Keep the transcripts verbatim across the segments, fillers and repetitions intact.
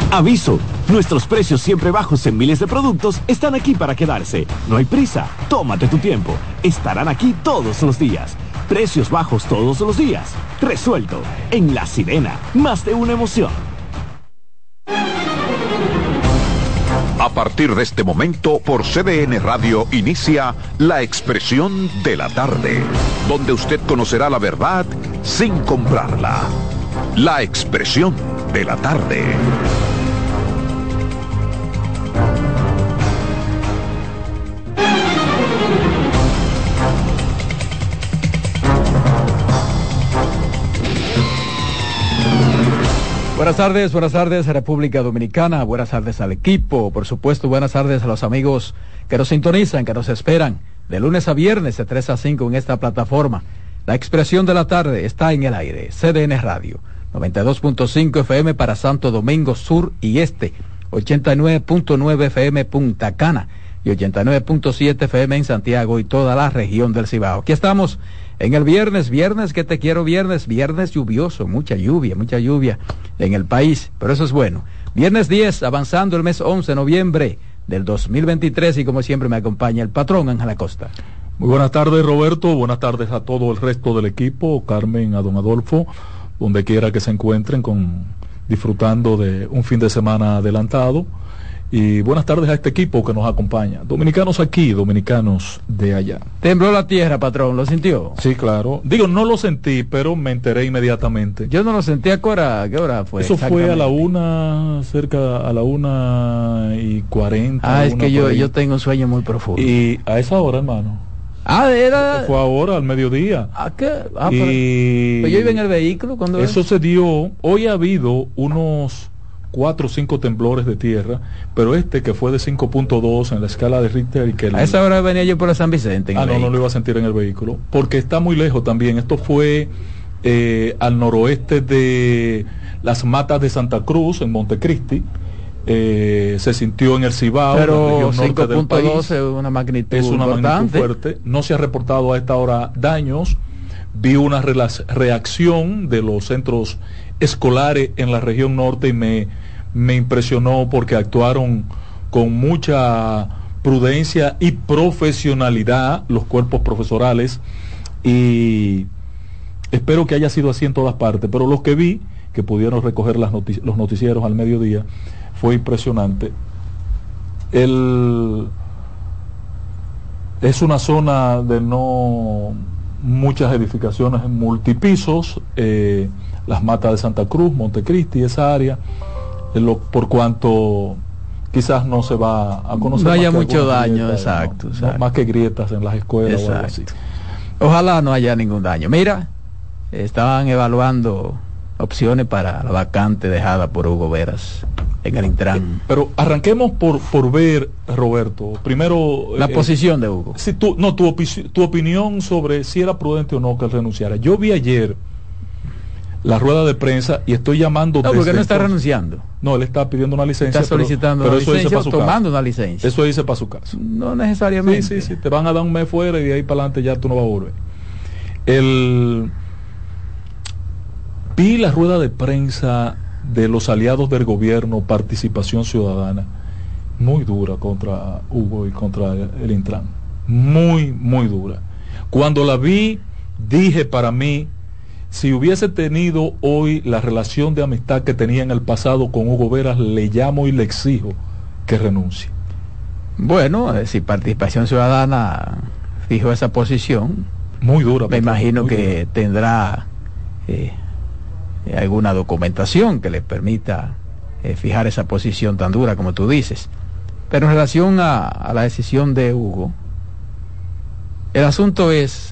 Aviso, nuestros precios siempre bajos en miles de productos están aquí para quedarse. No hay prisa, tómate tu tiempo. Estarán aquí todos los días. Precios bajos todos los días. Resuelto. En La Sirena, más de una emoción. A partir de este momento, por C D N Radio inicia La Expresión de la Tarde, donde usted conocerá la verdad sin comprarla. La Expresión de la Tarde. Buenas tardes, buenas tardes República Dominicana, buenas tardes al equipo, por supuesto buenas tardes a los amigos que nos sintonizan, que nos esperan de lunes a viernes de tres a cinco en esta plataforma. La Expresión de la Tarde está en el aire, C D N Radio, noventa y dos punto cinco F M para Santo Domingo Sur y Este, ochenta y nueve punto nueve F M Punta Cana y ochenta y nueve punto siete F M en Santiago y toda la región del Cibao. Aquí estamos en el viernes, viernes que te quiero viernes, viernes lluvioso, mucha lluvia, mucha lluvia en el país, pero eso es bueno. Viernes diez, avanzando el mes once de noviembre del dos mil veintitrés y como siempre me acompaña el patrón Ángel Acosta. Muy buenas tardes Roberto, buenas tardes a todo el resto del equipo, Carmen, a don Adolfo, donde quiera que se encuentren con disfrutando de un fin de semana adelantado. Y buenas tardes a este equipo que nos acompaña. Dominicanos aquí, dominicanos de allá. Tembló la tierra, patrón, ¿lo sintió? Sí, claro. Digo, no lo sentí, pero me enteré inmediatamente. Yo no lo sentí. ¿A qué hora, qué hora fue? Eso fue a la una, cerca a la una y cuarenta. Ah, es que yo, yo tengo un sueño muy profundo. Y a esa hora, hermano. Ah, era... Fue ahora, al mediodía. ¿A qué? Ah, y... pero... pero yo iba en el vehículo cuando... Eso se dio... Hoy ha habido unos... cuatro o cinco temblores de tierra, pero este que fue de cinco punto dos en la escala de Richter y que... A esa hora venía yo por la San Vicente. Ah, no, vehículo. No lo iba a sentir en el vehículo, porque está muy lejos también. Esto fue eh, al noroeste de las Matas de Santa Cruz, en Montecristi. Eh, se sintió en el Cibao, pero cinco punto dos es una magnitud es una importante. magnitud fuerte. No se ha reportado a esta hora daños. Vi una reacción de los centros escolares en la región norte y me, me impresionó porque actuaron con mucha prudencia y profesionalidad los cuerpos profesorales, y espero que haya sido así en todas partes, pero los que vi, que pudieron recoger las notic- los noticieros al mediodía, fue impresionante. El, es una zona de no muchas edificaciones en multipisos, eh, las Matas de Santa Cruz, Montecristi, esa área, eh, lo, por cuanto quizás no se va a conocer. No haya mucho daño, grietas, exacto, no, exacto. No, más que grietas en las escuelas o algo así. Ojalá no haya ningún daño. Mira, estaban evaluando opciones para la vacante dejada por Hugo Veras en el Intran. Pero arranquemos por por ver, Roberto, primero la eh, posición de Hugo. Si tú, no, tu, opi- tu opinión sobre si era prudente o no que él renunciara. Yo vi ayer la rueda de prensa y estoy llamando... No, porque no está entonces, renunciando. No, él está pidiendo una licencia. Está solicitando pero, una pero licencia eso o tomando una licencia. Eso dice para su caso. No necesariamente. Sí, sí, sí, te van a dar un mes fuera y de ahí para adelante ya tú no vas a volver. El... Vi la rueda de prensa de los aliados del gobierno, Participación Ciudadana, muy dura contra Hugo y contra el Intran. Muy, muy dura. Cuando la vi, dije para mí, si hubiese tenido hoy la relación de amistad que tenía en el pasado con Hugo Veras, le llamo y le exijo que renuncie. Bueno, eh, si Participación Ciudadana fijó esa posición, muy dura. Me imagino que dura. tendrá eh, alguna documentación que le permita eh, fijar esa posición tan dura como tú dices. Pero en relación a, a la decisión de Hugo, el asunto es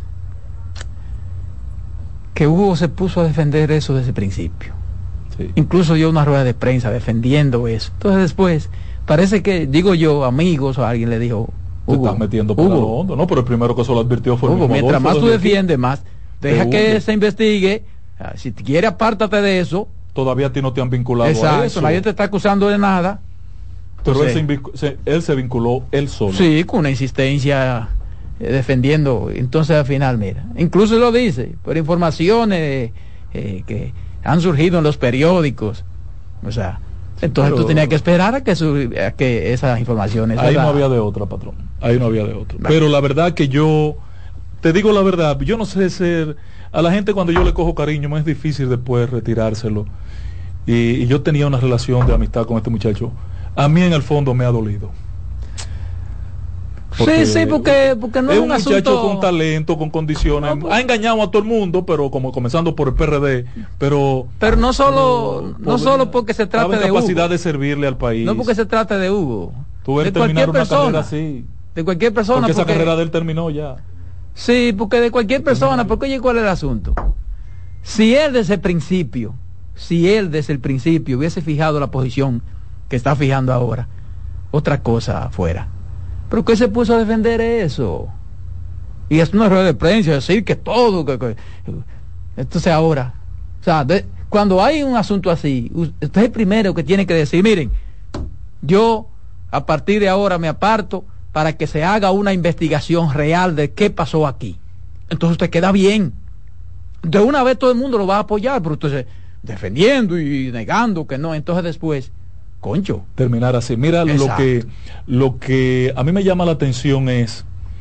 que Hugo se puso a defender eso desde el principio. Sí. Incluso dio una rueda de prensa defendiendo eso. Entonces después, parece que, digo yo, amigos o alguien le dijo, Hugo, te estás metiendo por Hugo, lo hondo. No, pero el primero que se lo advirtió fue Hugo, el mismo mientras Adolfo, más tú defiendes, más deja de que Hugo. se investigue. Si quiere, apártate de eso. Todavía a ti no te han vinculado Exacto, a eso. Nadie te está acusando de nada. Pero Entonces, él, se, se, él se vinculó él solo. Sí, con una insistencia eh, defendiendo. Entonces al final, mira, incluso lo dice, por informaciones eh, que han surgido en los periódicos. O sea, Entonces pero, tú tenías que esperar a que, su, a que esas informaciones... Ahí ¿verdad? no había de otra, patrón. Ahí no había de otra. Vale. Pero la verdad que yo, te digo la verdad, yo no sé ser... A la gente cuando yo le cojo cariño me es difícil después retirárselo. Y, y yo tenía una relación de amistad con este muchacho. A mí en el fondo me ha dolido. Porque sí, sí, porque, porque no es, es un, un muchacho asunto... con talento, con condiciones. No, pues... Ha engañado a todo el mundo, pero como comenzando por el P R D, pero pero no solo no, no solo porque se trate de capacidad Hugo, de servirle al país. No porque se trate de Hugo. Tú de cualquier persona, así. De cualquier persona. Porque esa porque... carrera de él terminó ya. Sí, porque de cualquier persona, porque oye, ¿cuál es el asunto? Si él desde el principio, si él desde el principio hubiese fijado la posición que está fijando ahora, otra cosa fuera. ¿Pero qué se puso a defender eso? Y es una rueda de prensa, decir que todo... Que, que, entonces ahora, o sea, de, cuando hay un asunto así, usted es el primero que tiene que decir, miren, yo a partir de ahora me aparto para que se haga una investigación real de qué pasó aquí. Entonces usted queda bien. De una vez todo el mundo lo va a apoyar, pero entonces defendiendo y negando que no, entonces después... Concho. Terminar así. Mira, lo que, lo que a mí me llama la atención es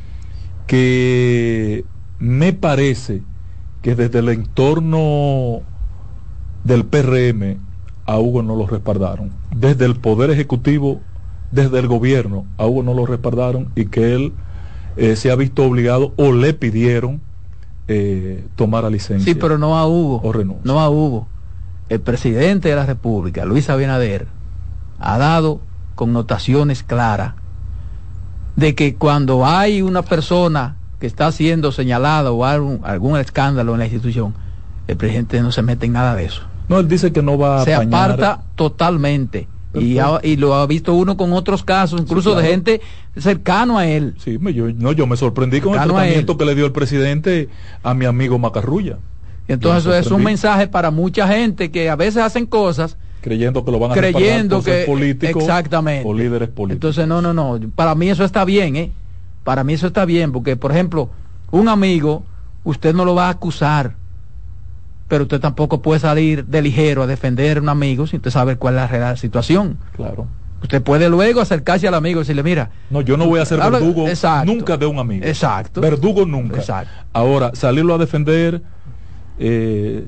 que me parece que desde el entorno del P R M a Hugo no lo respaldaron. Desde el Poder Ejecutivo, desde el gobierno, a Hugo no lo respaldaron y que él eh, se ha visto obligado o le pidieron eh, tomar la licencia. Sí, pero no a Hugo. O renuncia. No a Hugo. El presidente de la República, Luis Abinader, ha dado connotaciones claras de que cuando hay una persona que está siendo señalada o algún, algún escándalo en la institución, el presidente no se mete en nada de eso. No, él dice que no va a se apañar. Aparta totalmente. Y, ha, y lo ha visto uno con otros casos, incluso sí, claro, de gente cercano a él. Sí, me, yo, no, yo me sorprendí con cercano el tratamiento que le dio el presidente a mi amigo Macarrulla. Y entonces eso es un mensaje para mucha gente que a veces hacen cosas creyendo que lo van a creyendo que políticos exactamente o líderes políticos. Entonces no, no, no, para mí eso está bien, ¿eh? Para mí eso está bien, porque por ejemplo, un amigo, usted no lo va a acusar, pero usted tampoco puede salir de ligero a defender a un amigo si usted sabe cuál es la real situación. Claro. Usted puede luego acercarse al amigo y decirle, mira, no, yo no voy a ser habla, verdugo exacto, nunca de un amigo. Exacto. Verdugo nunca. Exacto. Ahora, salirlo a defender eh...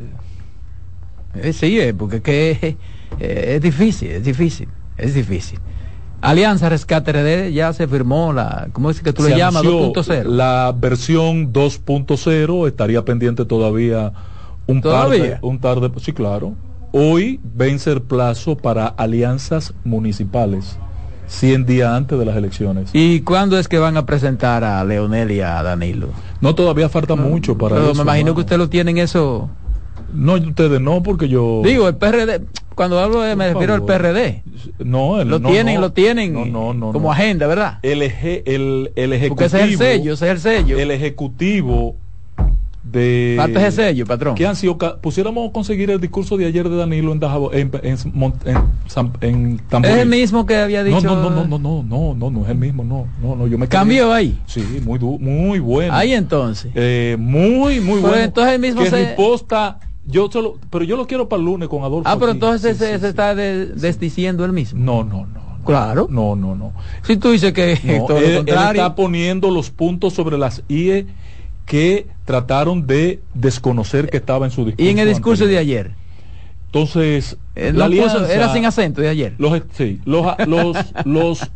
Eh, sí, eh, porque que, eh, es difícil, es difícil, es difícil. Alianza Rescate R D ya se firmó la, ¿cómo es que tú le llamas? dos punto cero. La versión dos punto cero estaría pendiente todavía un ¿Todavía? par de, un tarde, sí, claro. Hoy vence el plazo para alianzas municipales, cien días antes de las elecciones. ¿Y cuándo es que van a presentar a Leonel y a Danilo? No, todavía falta no, mucho para pero eso. Me imagino mano. que usted lo tienen eso. No, ustedes no, porque yo... Digo, el P R D, cuando hablo de, me refiero al P R D. No, el, lo no, tienen, no, lo tienen no, no, no, como no. agenda, ¿verdad? El, eje, el, el ejecutivo... Porque ese es el sello, ese es el sello. El ejecutivo de... Falta ese sello, patrón. Que han sido... Pusiéramos a conseguir el discurso de ayer de Danilo en Dajabo, en, en, en, en, en Tamboril. ¿Es el mismo que había dicho? No, no, no, no, no, no, no, no es el mismo, no, no, no, yo me ¿Cambió ahí? Sí, muy, muy bueno. Ahí entonces. Eh, muy, muy pero bueno. entonces el mismo que se... riposta... Yo solo, pero yo lo quiero para el lunes con Adolfo. Ah, pero aquí. entonces sí, se, sí, se sí. está de, desdiciendo él mismo. No, no, no. Claro. No, no, no. Si tú dices que no, todo él, lo contrario. Él está poniendo los puntos sobre las I E que trataron de desconocer que estaba en su discurso. Y en el discurso anterior. de ayer. Entonces, eh, la no puso, alianza, era sin acento de ayer. Los, sí, los, los, los,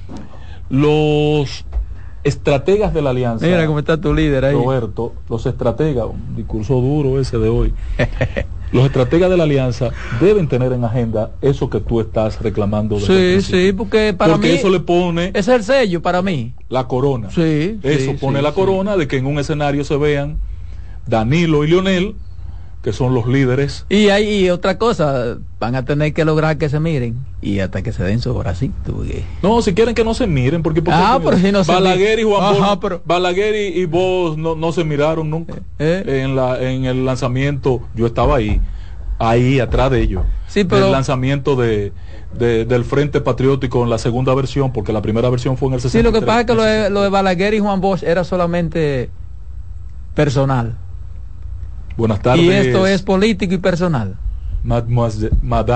los estrategas de la alianza. Mira cómo está tu líder ahí. Roberto, los estrategas, un discurso duro ese de hoy. Los estrategas de la alianza deben tener en agenda eso que tú estás reclamando. Sí, sí, porque para porque mí eso le pone ese es el sello para mí. La corona. Sí. Eso sí, pone sí, la sí. corona de que en un escenario se vean Danilo y Leonel, que son los líderes. Y hay y otra cosa, van a tener que lograr que se miren y hasta que se den su bracito. No, si quieren que no se miren, porque, porque ah, pero si no Balaguer se y Juan Ajá, Bosch, pero... Balaguer y, y vos no, no se miraron nunca. ¿Eh? En la en el lanzamiento, yo estaba ahí, ahí atrás de ellos. Sí, pero... El lanzamiento de, de del Frente Patriótico en la segunda versión, porque la primera versión fue en el sesenta y tres. Sí, lo que pasa es que lo de, lo de Balaguer y Juan Bosch era solamente personal. Buenas tardes. Y esto es político y personal. Mademoiselle, Madame.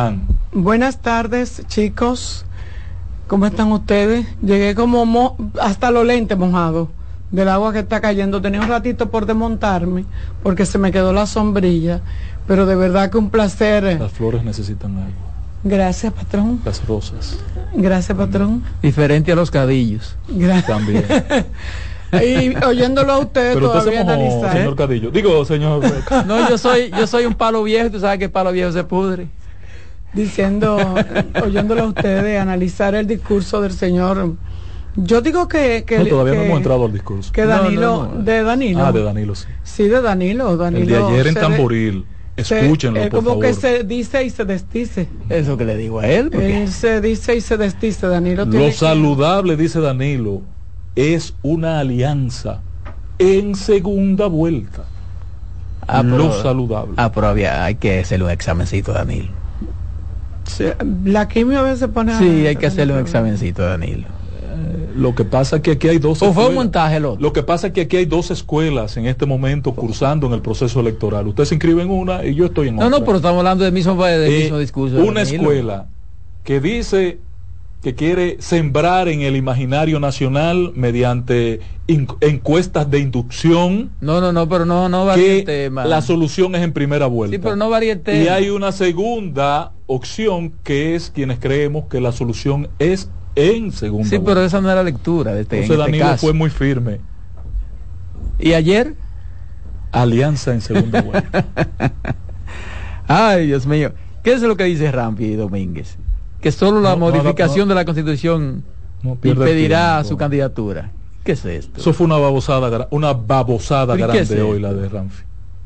Buenas tardes, chicos. ¿Cómo están ustedes? Llegué como mo hasta los lentes mojados del agua que está cayendo. Tenía un ratito por desmontarme porque se me quedó la sombrilla, pero de verdad que un placer. Las flores necesitan agua. Gracias, patrón. Las rosas. Gracias, patrón. Diferente a los cadillos. Gracias. También. Y oyéndolo a ustedes Pero usted todavía se mojó, analizar. señor Cadillo. Digo, señor. No, yo soy, yo soy un palo viejo, tú sabes que el palo viejo se pudre. Diciendo, oyéndolo a ustedes, analizar el discurso del señor. Yo digo que... que no, todavía que, no hemos entrado al discurso. Que Danilo, no, no, no. de Danilo. Ah, de Danilo, sí. Sí, de Danilo. Danilo El de ayer en se Tamboril. de, Escúchenlo, se, eh, por como favor. que se dice y se desdice. Eso que le digo a él. Porque... Él se dice y se desdice, Danilo. Lo tiene saludable, que... dice Danilo, es una alianza en segunda vuelta. Ah, Lo pero, saludable. Ah, pero había, hay que hacerle un examencito a Danilo. Sí, la quimio a veces pone... Sí, hay que hacerle un examencito a Danilo. Eh, lo que pasa es que aquí hay dos ¿O fue escuelas. un montaje el otro? Lo que pasa es que aquí hay dos escuelas en este momento cursando en el proceso electoral. Usted se inscribe en una y yo estoy en No, otra. no, pero estamos hablando del mismo, del Eh, mismo discurso. de Una Danilo. escuela que dice que quiere sembrar en el imaginario nacional mediante encuestas de inducción. No, no, no, pero no, no varía que el tema. la solución es en primera vuelta. Sí, pero no varía el tema. Y hay una segunda opción que es quienes creemos que la solución es en segunda Sí, vuelta. pero esa no era la lectura de este, Entonces en este Danilo caso. fue muy firme. ¿Y ayer? Alianza en segunda vuelta. Ay, Dios mío. ¿Qué es lo que dice Rampi Domínguez? Que solo la No, no, modificación no. de la Constitución No pierde impedirá tiempo. su candidatura. ¿Qué es esto? Eso fue una babosada, una babosada ¿Pero qué grande es hoy esto? la de Ramfi.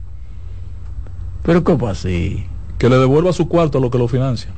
Pero ¿cómo así? Que le devuelva su cuarto a lo que lo financian.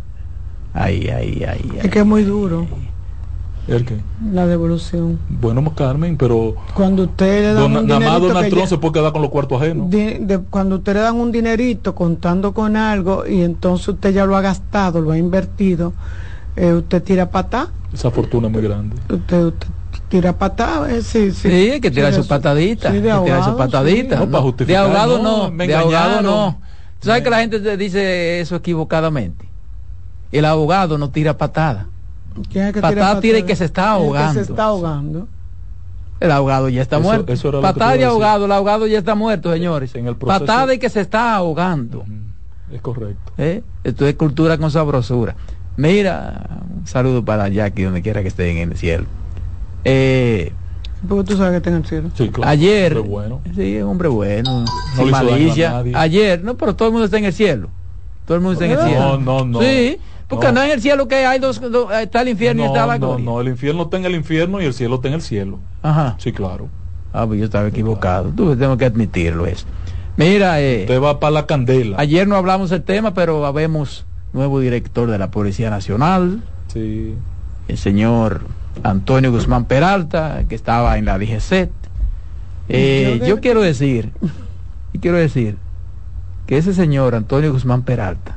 Ay, ay, ay, ay. Es que es muy duro ¿El qué? la devolución. Bueno, Carmen, pero Cuando usted le dan don- un nada más dinerito Donald que Trump ya- se puede quedar con los cuartos ajenos. de- de- cuando usted le dan un dinerito contando con algo y entonces usted ya lo ha gastado, lo ha invertido, eh, usted tira patá, Esa fortuna es muy grande. usted, usted tira patá, eh, sí, sí. Sí, hay que tirar Sí, su de- patadita. sí, hay de que tirar su ahogado, patadita. sí. No, para justificar, de ahogado no, no, me de ahogado engañaron. no. ¿Tú sabes que la gente te dice eso equivocadamente? El abogado no tira patada. ¿Quién es que Patada tira y patada? que se está El que ahogando. se está ahogando. El ahogado ya está Eso- muerto. eso era lo que te Patada iba y a decir. ahogado, el ahogado ya está muerto, señores. En el proceso- Patada y que se está ahogando. Ujú, es correcto. ¿Eh? Esto es cultura con sabrosura. Mira, un saludo para Jackie, donde quiera que esté en el cielo. Eh, Porque tú sabes que está en el cielo. Sí, claro. ayer, Pero bueno. sí, hombre bueno, sin le hizo daño a malicia. nadie. Ayer, no, pero todo el mundo está en el cielo. Todo el mundo está en el No, cielo. no, no. Sí, porque No. no, en el cielo que hay dos, dos- está el infierno y No, está la no, gloria. no, el infierno está en el infierno y el cielo está en el cielo. Ajá. Sí, claro. Ah, pues yo estaba equivocado. Tú tengo que admitirlo eso. Mira, eh, Usted va para la candela. ayer no hablamos del tema, pero habemos nuevo director de la Policía Nacional, Sí. el señor Antonio Guzmán Peralta, que estaba en la D G C E T. Eh, Yo yo de- quiero decir, y quiero decir, que ese señor Antonio Guzmán Peralta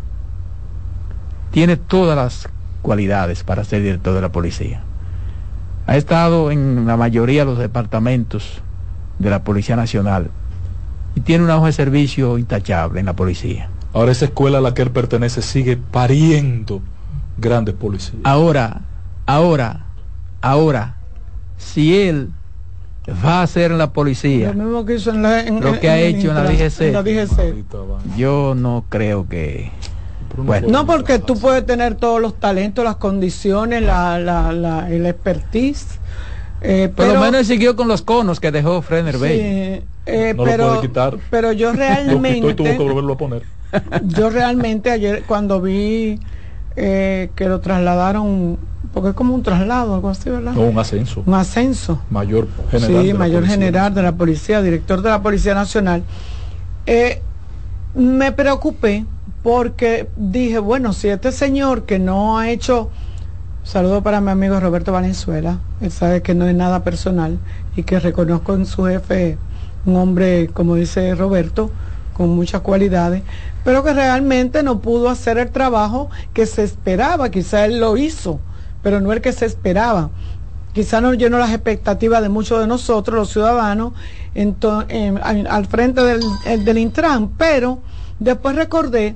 tiene todas las cualidades para ser director de la policía. Ha estado en la mayoría de los departamentos de la Policía Nacional y tiene una hoja de servicio intachable en la policía. Ahora esa escuela a la que él pertenece sigue pariendo grandes policías. Ahora, ahora, ahora, si él va a hacer en la policía Lo mismo que hizo en la, en, Lo que ha hecho en la D G C. en la D G C. Maldita vaina. yo no creo que... Pero Bueno. puede No, porque pasar. tú puedes tener todos los talentos, las condiciones, la, la, la, el expertise. Eh, Por pero, lo menos él siguió con los conos que dejó Frener sí, Bell. eh, No lo pero, puede quitar. pero yo Lo quitó y tuvo que realmente, volverlo a poner. yo realmente ayer cuando vi eh, que lo trasladaron, porque es como un traslado, algo así, ¿verdad? No, un ascenso. Un ascenso. Mayor general. Sí, de la mayor policía. general de la policía, director de la Policía Nacional. Eh, me preocupé porque dije, bueno, si este señor que no ha hecho, saludo para mi amigo Roberto Valenzuela, él sabe que no es nada personal y que reconozco en su jefe un hombre, como dice Roberto, con muchas cualidades, pero que realmente no pudo hacer el trabajo que se esperaba, quizá él lo hizo, pero no el que se esperaba. Quizá no llenó las expectativas de muchos de nosotros, los ciudadanos, ento- en- al, al frente del, el- del Intran, pero después recordé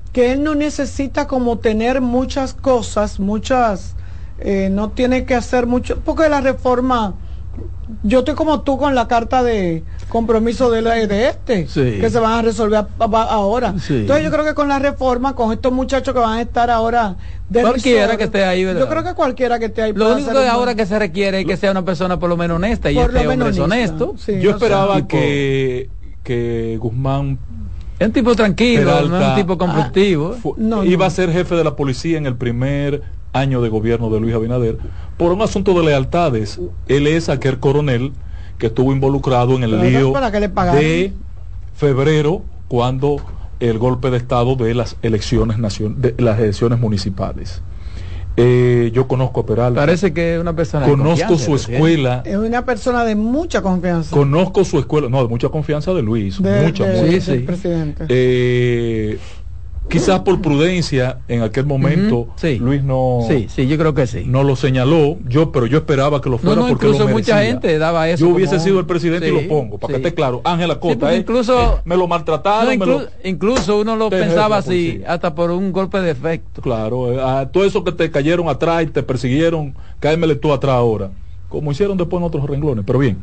que él no necesita como tener muchas cosas, muchas, eh, no tiene que hacer mucho, porque la reforma, yo estoy como tú con la carta de compromiso de, la, de este, sí. que se van a resolver a, a, ahora. Sí. Entonces yo creo que con la reforma, con estos muchachos que van a estar ahora de cualquiera risor, que esté ahí, ¿verdad? Yo creo que cualquiera que esté ahí. Lo único que ahora buen... que se requiere es que sea una persona por lo menos honesta, y por este hombre es honesta. honesto. Sí, yo no esperaba sé. que, que Guzmán Es un tipo tranquilo, Peralta, no es un tipo conflictivo. fu- No, iba no. a ser jefe de la policía en el primer año de gobierno de Luis Abinader por un asunto de lealtades. Él es aquel coronel que estuvo involucrado en el Pero lío para que le pagaran. de febrero, cuando el golpe de estado de las elecciones nacion- de las elecciones municipales. Eh, yo conozco a Peralta, Parece que es una persona de conozco confianza, su ¿sí? escuela, Es una persona de mucha confianza. conozco su escuela, no, de mucha confianza de Luis, de, mucha, de- mucha. Sí, del sí. presidente. Eh, quizás por prudencia en aquel momento Ujú, sí. Luis no, Sí, sí, yo creo que sí. no lo señaló, yo pero yo esperaba que lo No, fuera no, porque incluso lo mucha merecía. gente daba eso. Yo hubiese como- sido el presidente sí, y lo pongo, para sí. que esté claro. Ángela Sí, Cota, porque eh, incluso- eh, me lo maltrataron, No, me inclu- lo- incluso uno lo de pensaba jefe de así, policía. hasta por un golpe de efecto. Claro, eh, a todo eso que te cayeron atrás y te persiguieron, cáemele tú atrás ahora, como hicieron después en otros renglones, pero bien.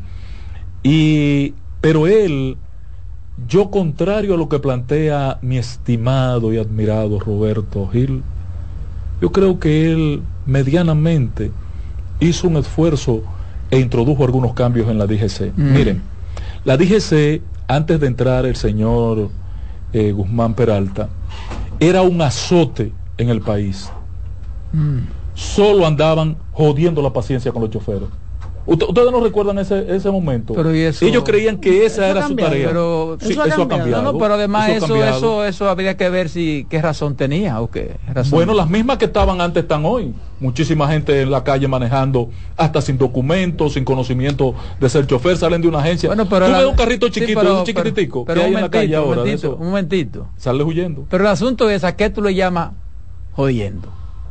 Y pero él, yo contrario a lo que plantea mi estimado y admirado Roberto Gil, yo creo que él medianamente hizo un esfuerzo e introdujo algunos cambios en la D G C. Mm. Miren, la D G C, antes de entrar el señor eh, Guzmán Peralta, era un azote en el país. Mm. Solo andaban jodiendo la paciencia con los choferes. Usted- Ustedes no recuerdan ese, ese momento. Pero ¿y eso? Ellos creían que esa Eso ha era su cambiado, tarea. pero- Sí, eso ha eso ha cambiado. cambiado. No, no, pero además ha eso, cambiado. eso, eso habría que ver si qué razón tenía o qué razón. Bueno, las mismas que estaban antes están hoy. Muchísima gente en la calle manejando hasta sin documentos, sin conocimiento de ser chofer, salen de una agencia. Bueno, pero Tú la- ves un carrito sí, chiquito, pero- un chiquititico, pero, que hay un en la calle momentito, un ahora. de momentito, eso, un momentito. sale huyendo. Pero el asunto es a qué tú le llamas jodiendo.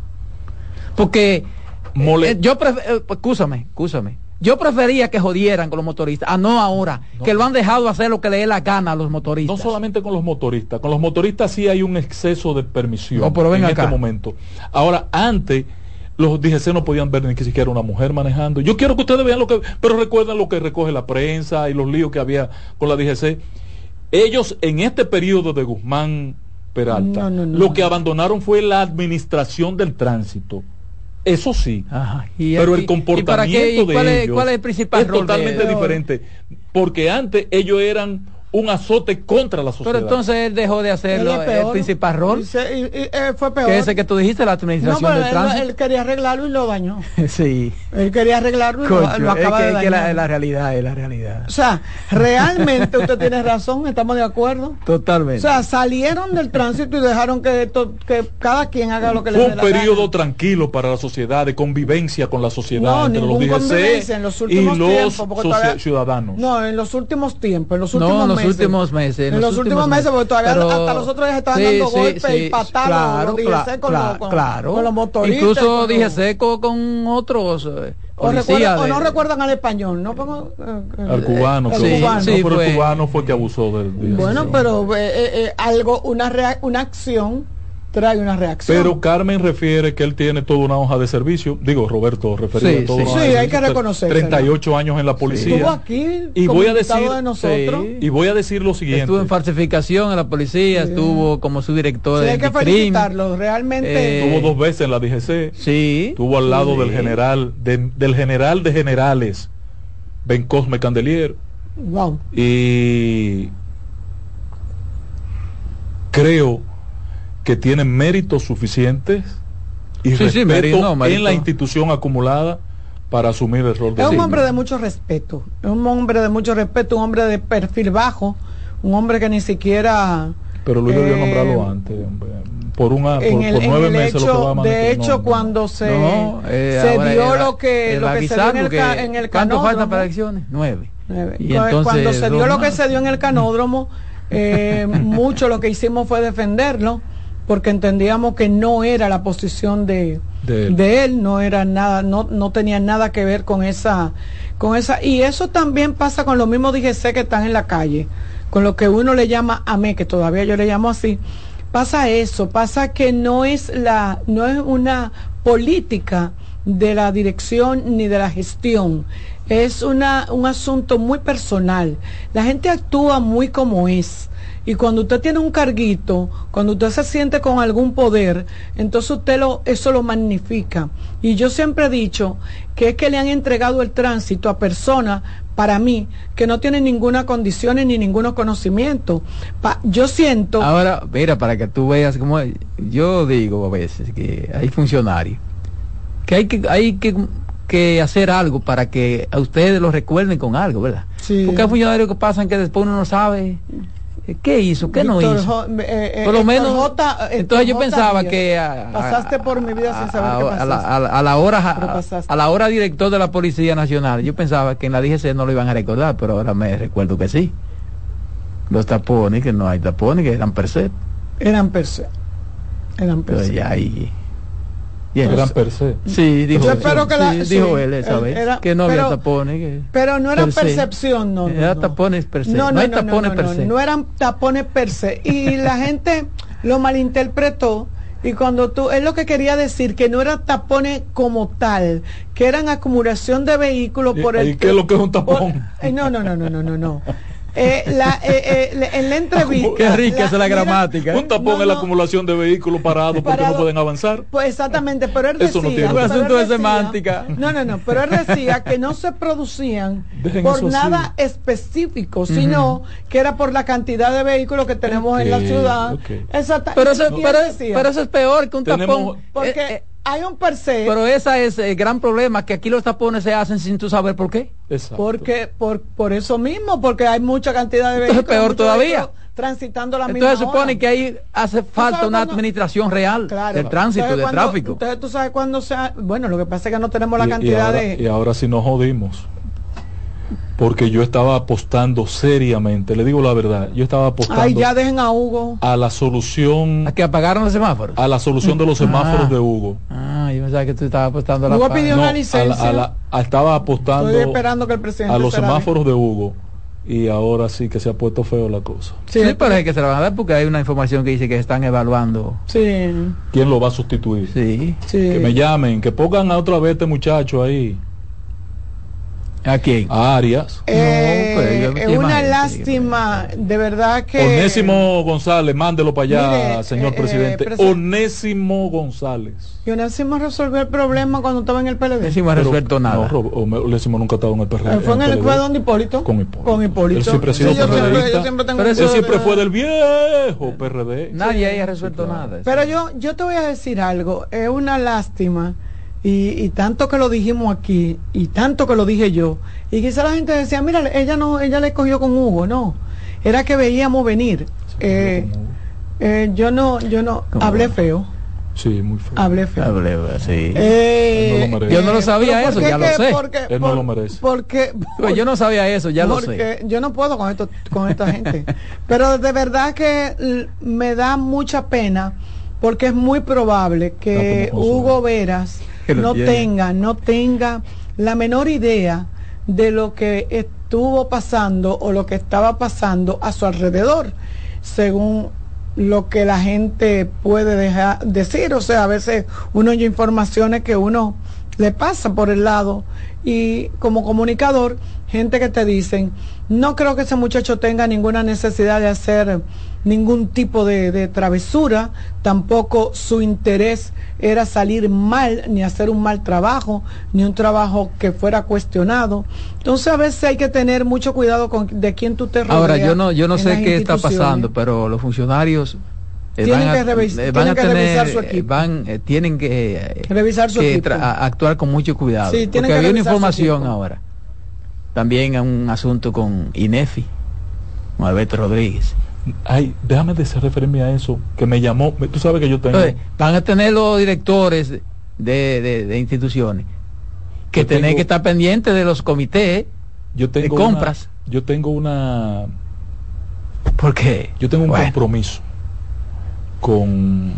Porque Mole- eh, yo pref- eh, escúchame, escúchame. Yo prefería que jodieran con los motoristas, a no ahora, No. que lo han dejado hacer lo que le dé la gana a los motoristas. No solamente con los motoristas, con los motoristas sí hay un exceso de permisión No, pero ven en acá. este momento. Ahora, antes los D G C no podían ver ni que siquiera una mujer manejando. Yo quiero que ustedes vean lo que, pero recuerden lo que recoge la prensa y los líos que había con la D G C. Ellos en este periodo de Guzmán Peralta, No, no, no. lo que abandonaron fue la administración del tránsito. Eso sí. Ajá. Y- Pero y- el ¿y comportamiento para qué? ¿Y de cuál es- ellos cuál es el principal es rol de- totalmente de- diferente, porque antes ellos eran un azote contra la sociedad. Pero entonces él dejó de Él hacerlo, es el peor. principal rol, Y se- y- y, eh, fue peor. que ese que tú dijiste, la No, administración pero del él, tránsito. él quería arreglarlo y lo dañó. Sí. Él quería arreglarlo y lo- Coño, lo, acaba es que, de es que dañar. la, la realidad es la realidad. O sea, realmente usted tiene razón, estamos de acuerdo. Totalmente. O sea, salieron del tránsito y dejaron que, esto- que cada quien haga lo que le Fue dé un la periodo gana. tranquilo para la sociedad, de convivencia con la sociedad No, entre los ningún D G C convivencia en los y últimos los tiempos, porque socia- todavía- ciudadanos. No, en los últimos tiempos, en los No, últimos en los meses. últimos meses. En los últimos meses, porque todavía Pero- hasta los otros días estaban sí, dando sí, golpes sí, y patadas claro, los D G C cla- con, cla- los, con, claro. con los motoristas. Incluso y con dije los- seco con otros eh, o, policías recuerdan- o de- no recuerdan al español, ¿no? Pongo, eh, eh, Al cubano, el que- Sí, cubano. sí, no, pero fue- el cubano fue que abusó del D G C. Bueno, Sí. pero eh, eh, eh, algo, una, rea- una acción trae una reacción. Pero Carmen refiere que él tiene toda una hoja de servicio. Digo, Roberto referido Sí, a toda sí. una hoja Sí, de hay que servicio. reconocerse, treinta y ocho años en la policía. estuvo aquí Y como voy a invitado decir- de nosotros. Sí. Y voy a decir lo siguiente. Estuvo en falsificación en la policía, Sí. estuvo como su director Sí, de hay que DICRIM. felicitarlo, realmente. Eh, Estuvo dos veces en la D G C. Sí. Estuvo al lado Sí. del general, de- del general de generales, Ben Cosme Candelier. Wow. Y creo que tiene méritos suficientes y Sí, sí, respeto mérito, no, mérito. en la institución acumulada para asumir el rol de Es un líder. hombre de mucho respeto, es un hombre de mucho respeto, un hombre de perfil bajo, un hombre que ni siquiera... Pero Luis debió eh, nombrarlo antes, hombre. Por una, por, en el, por en nueve el meses lo que va a hecho, manejar. de hecho, No, no. cuando se, No, eh, se ahora dio el- lo que, el lo que se dio en el, porque ca- en el ¿cuánto falta canódromo, para elecciones? Nueve. Nueve. Y Cu- entonces, cuando se dio dos lo que más. se dio en el canódromo, eh, mucho lo que hicimos fue defenderlo, porque entendíamos que no era la posición de, De él. de él, no era nada, no, no tenía nada que ver con esa, con esa, y eso también pasa con los mismos D G C que están en la calle, con lo que uno le llama A M E, que todavía yo le llamo así. pasa eso, pasa que no es la, no es una política de la dirección ni de la gestión. Es una, un asunto muy personal. La gente actúa muy como es. Y cuando usted tiene un carguito, cuando usted se siente con algún poder, entonces usted lo, eso lo magnifica. Y yo siempre he dicho que es que le han entregado el tránsito a personas, para mí, que no tienen ninguna condición ni ningún conocimiento. Pa, yo siento... Ahora, mira, para que tú veas cómo... Yo digo a veces que hay funcionarios, que hay que... Hay que que hacer algo para que a ustedes lo recuerden con algo, ¿verdad? Sí. Porque hay funcionarios que pasan que después uno no sabe qué hizo, qué Víctor, no hizo. Jo, eh, eh, por lo menos, J, entonces yo J pensaba Díaz, que a, pasaste por mi vida sin saber a, qué pasaste. A la, a, la, a la hora a, a la hora director de la Policía Nacional, yo pensaba que en la D G C no lo iban a recordar, pero ahora me recuerdo que sí. Los tapones, que no hay tapones, que eran per se. Eran per se. Eran per se. Ya ahí. Yeah. Eran per se. Sí, dijo, yo espero que la, sí, sí, dijo él esa vez, era, que no pero, había tapones. Que pero no era per percepción, no. Era no, tapones per se. No, no, no hay no, tapones no, per no, se. No eran tapones per se. Y la gente lo malinterpretó. Y cuando tú, es lo que quería decir, que no eran tapones como tal, que eran acumulación de vehículos por el... ¿Y qué es lo que es un tapón? Por, eh, no, no, no, no, no, no, no. Eh, la, eh, eh, en la entrevista... Qué rica la, es la mira, gramática. Un tapón no, es la no, acumulación de vehículos parados porque parado, no pueden avanzar. Pues exactamente, pero él decía... Eso no tiene un asunto de semántica. No, no, no, pero él decía que no se producían Dejen por nada así. específico, uh-huh. sino que era por la cantidad de vehículos que tenemos okay, en la ciudad. Okay. Exacta, pero, eso, pero, pero eso es peor que un tenemos, tapón. Porque... Eh, eh, hay un per se. Pero ese es el gran problema, que aquí los tapones se hacen sin tú saber por qué. Exacto. Porque por por eso mismo, porque hay mucha cantidad de vehículos. Entonces peor todavía. Transitando la Entonces misma supone hora. que ahí hace falta una cuando, administración real claro, del tránsito, del cuando, tráfico. Entonces tú sabes cuándo sea, bueno, lo que pasa es que no tenemos la y, cantidad y ahora, de... Y ahora sí nos jodimos. Porque yo estaba apostando seriamente, le digo la verdad, yo estaba apostando... Ay, ya dejen a Hugo. A la solución... ¿A que apagaron los semáforos? A la solución de los semáforos ah, de Hugo. Ah, yo pensaba que tú estabas apostando a la... Hugo pidió no, una licencia. A la, a la, a, estaba apostando... Estoy esperando que el presidente a los semáforos de Hugo. Y ahora sí que se ha puesto feo la cosa. Sí, sí, pero es que se la van a dar porque hay una información que dice que están evaluando. Sí. ¿Quién lo va a sustituir? Sí. sí. Que me llamen, que pongan a otra vez este muchacho ahí. ¿A quién? A Arias. Eh, no, pues, es una lástima, de verdad que... Onésimo González, mándelo para allá, Mire, señor eh, presidente. Eh, presi Onésimo González. Y Onésimo resolvió el problema cuando estaba en el P L D. Onésimo ha resuelto nada. No, Onésimo nunca ha estado en el P R D. Fue en el, fue donde Hipólito. Con Hipólito. Con Hipólito. Él siempre ha sido sí, yo siempre, yo siempre tengo Pero eso, él siempre fue del viejo P R D. Nadie sí, ahí ha resuelto sí, claro. nada. Pero yo, yo te voy a decir algo. Es una lástima. Y, y tanto que lo dijimos aquí, y tanto que lo dije yo, y quizá la gente decía, mira, ella no, ella le cogió con Hugo, no, era que veíamos venir. Eh, eh, yo no, yo no, hablé feo. Sí, muy feo. Hablé feo. Hablé, sí. Eh, no yo no lo sabía eso, ya lo sé. Porque, Él no por, lo merece. Porque, pues yo no sabía eso, ya lo sé. Porque yo no puedo con esto, con esta gente. Pero de verdad que me da mucha pena, porque es muy probable que Hugo Veras no tenga, no tenga la menor idea de lo que estuvo pasando o lo que estaba pasando a su alrededor, según lo que la gente puede dejar decir. O sea, a veces uno oye informaciones que uno le pasa por el lado, y como comunicador, gente que te dicen, no creo que ese muchacho tenga ninguna necesidad de hacer ningún tipo de, de travesura, tampoco su interés era salir mal, ni hacer un mal trabajo, ni un trabajo que fuera cuestionado. Entonces a veces hay que tener mucho cuidado con de quién tú te rodeas. Ahora yo no, yo no sé qué está pasando, pero los funcionarios eh, tienen, van que, a, revis eh, van tienen a que tener, revisar su equipo. Van, eh, tienen que, eh, revisar su que equipo. A, actuar con mucho cuidado. Sí, porque había una información ahora. También un asunto con INEFI, con Alberto Rodríguez. Ay, déjame de referirme a eso, que me llamó, tú sabes que yo tengo... Entonces, van a tener los directores de, de, de instituciones que yo tienen tengo, que estar pendientes de los comités yo tengo de compras. Una, yo tengo una... ¿Por qué? Yo tengo un bueno. compromiso con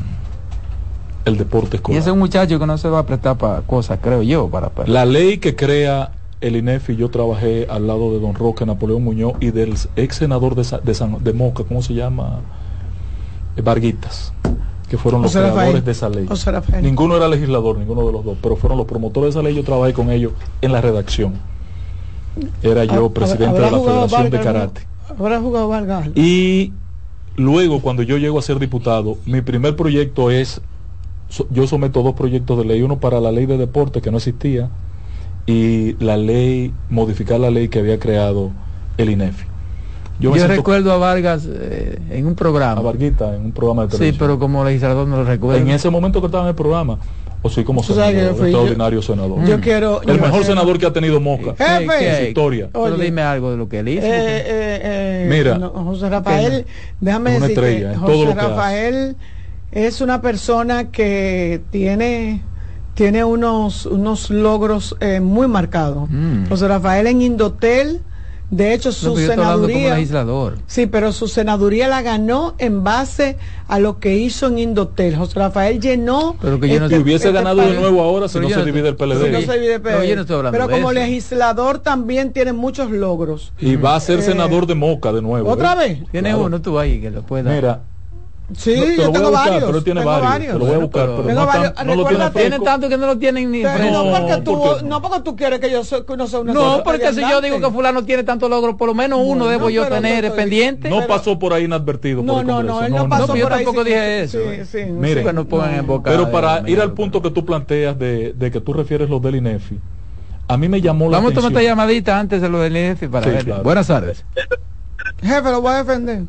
el deporte escolar. Y ese es un muchacho que no se va a prestar para cosas, creo yo, para, para... La ley que crea el INEFI, yo trabajé al lado de don Roque Napoleón Muñoz y del ex senador de, de, San, de Moca, ¿cómo se llama? Varguitas, que fueron los José creadores Rafael. de esa ley. José Rafael. Ninguno era legislador, ninguno de los dos, pero fueron los promotores de esa ley. Yo trabajé con ellos en la redacción. Era yo Ha- presidente habrá de la jugado Federación de Vargas, Karate. Habrá jugado Vargas. Y luego, cuando yo llego a ser diputado, mi primer proyecto es, so- yo someto dos proyectos de ley, uno para la ley de deporte que no existía, y la ley, modificar la ley que había creado el INEFI. Yo, me siento- recuerdo a Vargas eh, en un programa. a Varguita en un programa de Sí, televisión. pero como legislador no lo recuerdo. En ese momento que estaba en el programa, o sí como Tú sabes que senador, yo fui- extraordinario senador. Yo quiero. El yo mejor quiero- senador que ha tenido Moca Jefe. en su historia. Pero Oye. dime algo de lo que él hizo. Eh, eh, eh, Mira. no, José Rafael, déjame Es una decir estrella que en todo José lo que hace. Rafael es una persona que tiene tiene unos unos logros eh, muy marcados. Mm. José Rafael en Indotel, de hecho No, su pero yo estoy hablando como senaduría, legislador. sí, pero su senaduría la ganó en base a lo que hizo en Indotel. José Rafael llenó. Pero que yo no Si este- hubiese este ganado de país. nuevo ahora, si Pero no yo se no- divide el Sí, no P L D. se divide, Pero yo no estoy hablando pero de como eso. legislador también tiene muchos logros. Y va a ser Eh, senador de Moca de nuevo. ¿Otra ¿eh? vez? Tiene Claro. uno tú ahí que lo pueda. Mira, Sí, no, te yo lo voy tengo a buscar, varios. pero él tiene tengo varios. varios. Te lo voy a Bueno, buscar, pero- pero Tengo no, tan- varios. no lo tiene Recuérdate, Tienen fresco. tanto que no lo tienen ni Pero fresco. no, No, porque tú, porque- no porque tú quieres que yo soy, que uno sea una No, cosa porque si yo digo que fulano tiene tanto logro, por lo menos uno Bueno, debo yo pero tener estoy- pendiente. No pero- pasó por ahí inadvertido. No, por el no, Congreso. no, él no no, pasó pero yo por ahí. tampoco sí, dije sí, eso. Sí, sí, Mire, sí. Que no pongan en boca Pero de- para de- ir al punto que tú planteas de, de que tú refieres los del INEFI, a mí me llamó la Vamos a tomar esta atención. llamadita antes de lo del I N F para Sí, ver. claro. Buenas tardes. Jefe, lo voy a defender.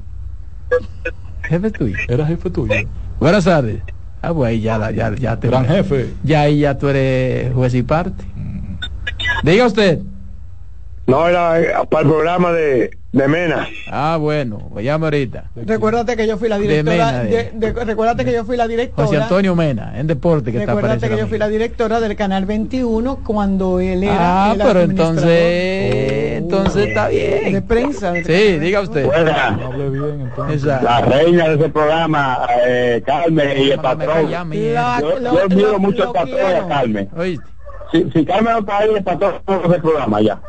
Jefe tuyo. Era jefe tuyo. Buenas tardes. Ah, pues ahí ya, la- ya, ya te. Gran jefe. Ya ahí ya tú eres juez y parte. Diga usted. No, era eh, para el programa de, de Mena. Ah, bueno, pues llame ahorita. Recuérdate que yo fui la De directora. Mena, de- de- de- recuérdate que yo fui la directora. José Antonio Mena, en deporte que está Recuérdate que yo apareciendo. fui la directora del Canal veintiuno cuando él era Ah, el pero administrador entonces, entonces está de bien. prensa. del Sí, Canal diga veintiuno. usted. No Fuera, hable bien, entonces. Exacto. la reina de ese programa, eh, Carmen y el Déjame patrón. callar, mierda. La- Yo, lo- yo admiro lo- mucho lo al patrón y a quiero. Carmen. ¿Oíste? Si, si Carmen no está ahí, el patrón no hace el programa ya.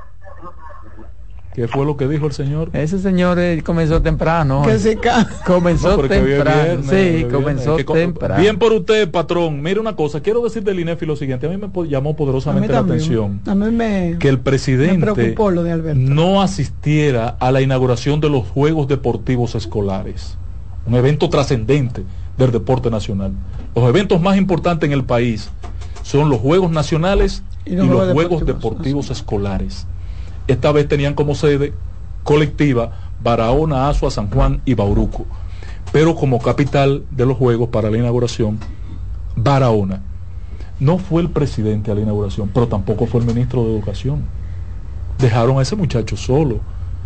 ¿Qué fue lo que dijo el señor? Ese señor eh, comenzó temprano. Que si ca- Comenzó No, pero que hoy es temprano. viernes, sí, hoy es comenzó viernes. Que co- temprano. Bien por usted, patrón. Mire una cosa, quiero decir del INEFI lo siguiente. A mí me po- llamó a mí poderosamente la también. atención A mí me, que el me presidente preocupó lo de Alberto. no asistiera a la inauguración de los Juegos Deportivos Escolares, un evento trascendente del deporte nacional. Los eventos más importantes en el país son los Juegos Nacionales y los, Juegos, Deportivos, Escolares. Esta vez tenían como sede colectiva Barahona, Azua, San Juan y Bauruco, pero como capital de los Juegos para la inauguración, Barahona. No fue el presidente a la inauguración, pero tampoco fue el ministro de Educación. Dejaron a ese muchacho solo.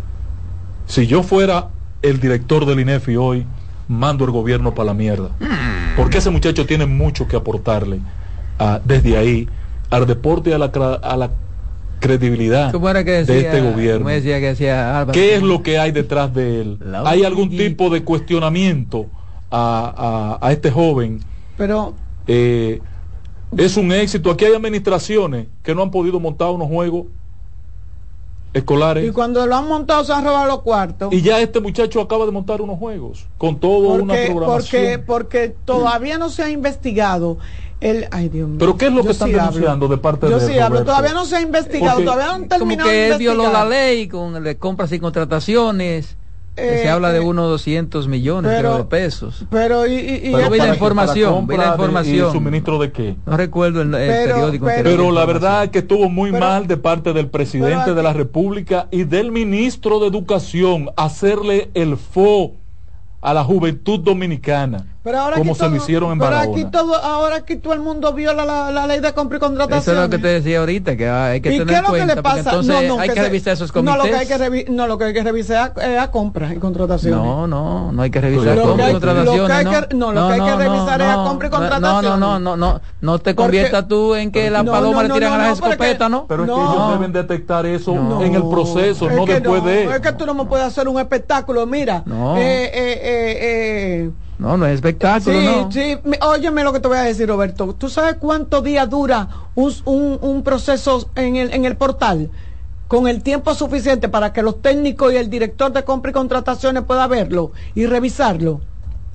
Si yo fuera el director del INEFI hoy, mando el gobierno para la mierda. Porque ese muchacho tiene mucho que aportarle a, desde ahí al deporte y a la, cra- a la credibilidad ¿Cómo era que decía, de este gobierno. ¿cómo decía que decía Álvaro? ¿Qué es lo que hay detrás de él? La ¿Hay algún orillita. tipo de cuestionamiento a, a- a este joven? Pero Eh, es un éxito. Aquí hay administraciones que no han podido montar unos juegos escolares y cuando lo han montado se han robado los cuartos. y ya este muchacho acaba de montar unos juegos con toda una porque, programación. porque, porque todavía no se ha investigado el, ay Dios mío. Pero ¿qué es lo Yo que están sí hablo. denunciando de parte Yo de sí hablo, Roberto? todavía no se ha investigado, Porque- todavía no han Como terminado de que él investigar. violó la ley con de compras y contrataciones. que Eh, se habla de eh, unos doscientos millones pero- creo, de pesos. Pero y, y, y Pero ya vi la para- información, para vi la compra de- información. ¿Y suministro de qué? No recuerdo el, el Pero- periódico. pero- que Pero dio la información. verdad es que estuvo muy Pero- mal de parte del presidente pero de la aquí- República y del ministro de Educación hacerle el F O a la juventud dominicana, pero ahora como aquí se lo todo- hicieron en pero Barahona. aquí todo, ahora aquí todo el mundo viola la, la ley de compra y contratación. Eso es lo que te decía ahorita, que hay que ¿Y tener qué es lo cuenta, que le porque pasa? entonces No, no, hay que se- revisar esos No, comités. lo que hay que, revi- no, lo que hay que revisar es a compras y contrataciones. No, no, no hay que revisar Lo que compras y hay- contrataciones. lo que hay no. que- no, lo que hay que revisar es a compra y no, contrataciones. No, no, no, no, no te Porque- conviertas tú en que las No, palomas no, le no, tiran no, a las no, pero escopetas, que- ¿no? Pero es que No. ellos deben detectar eso No. en el proceso, Es no que después no, de. Es que tú no me puedes hacer un espectáculo, mira. No. Eh, eh, eh, eh, No, no es espectáculo, Sí, no. sí, mi- óyeme lo que te voy a decir, Roberto. ¿Tú sabes cuántos días dura un, un, un proceso en el, en el portal? Con el tiempo suficiente para que los técnicos y el director de compra y contrataciones pueda verlo y revisarlo.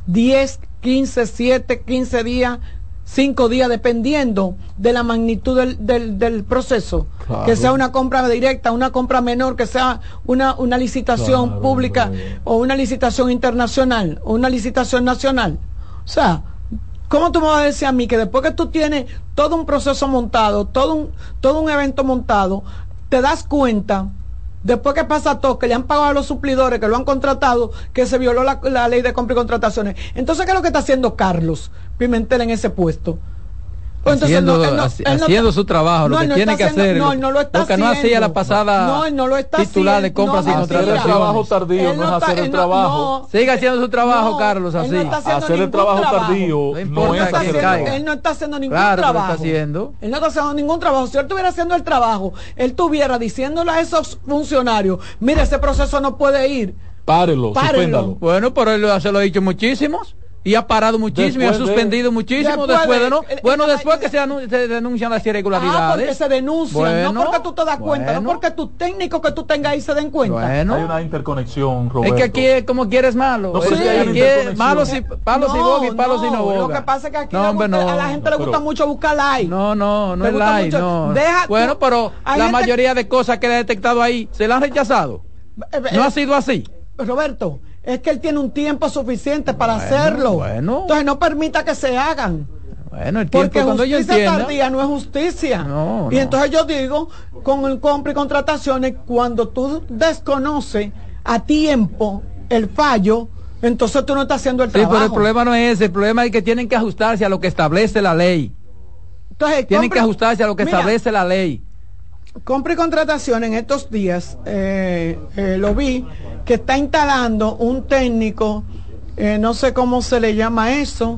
diez, quince, siete, quince días, cinco días, dependiendo de la magnitud del, del, del proceso. Claro. Que sea una compra directa, una compra menor, que sea una, una licitación claro, pública claro. o una licitación internacional o una licitación nacional. O sea, ¿cómo tú me vas a decir a mí que después que tú tienes todo un proceso montado, todo un, todo un evento montado, te das cuenta, después que pasa todo, que le han pagado a los suplidores, que lo han contratado, que se violó la, la ley de compra y contrataciones? Entonces, ¿qué es lo que está haciendo Carlos Pimentel en ese puesto? Pues haciendo no, él no, él no, haciendo su trabajo, lo no, que no tiene que haciendo, hacer, no, no lo, está lo que no hacía la pasada no, no lo está titular haciendo, de compras no, y contrataciones. El trabajo tardío no es hacer el trabajo. Siga haciendo su trabajo, Carlos, así. No hacer el trabajo, trabajo tardío no, no es hacer el trabajo. Él no está haciendo ningún claro, trabajo. Lo está haciendo. Él no está haciendo ningún trabajo. Si él estuviera haciendo el trabajo, él estuviera diciéndole a esos funcionarios, mire, ese proceso no puede ir. Párelo, suspéndalo. Bueno, pero él se lo ha dicho muchísimos. Y ha parado muchísimo después y ha suspendido de, muchísimo después, después de, no el, bueno el, después el, que se, anun se denuncian las irregularidades. Ah, porque se denuncian, bueno, no porque tú te das cuenta, bueno, no porque tus técnicos que tú tengas ahí se den cuenta. Bueno, hay una interconexión, Roberto. Es que aquí es como quieres malo. No, es, sí, aquí es malos y palos no, y boga y palos no, y no boga. Lo que pasa es que aquí no, hombre, gusta, no, a la gente le gusta pero, mucho buscar like. No, no, no es like, mucho, no. Deja, bueno, tú, pero la gente, mayoría de cosas que le he detectado ahí se la han rechazado. Eh, eh, no ha sido así. Roberto, es que él tiene un tiempo suficiente para bueno, hacerlo. Bueno. Entonces no permita que se hagan. Bueno, el tiempo porque cuando justicia yo entienda, tardía no es justicia. No, y no. entonces yo digo, con el compra y contrataciones, cuando tú desconoces a tiempo el fallo, entonces tú no estás haciendo el sí, trabajo. Pero el problema no es ese, el problema es que tienen que ajustarse a lo que establece la ley. Entonces, tienen compra, que ajustarse a lo que mira, establece la ley. Compra y contratación en estos días, eh, eh, lo vi, que está instalando un técnico, eh, no sé cómo se le llama eso,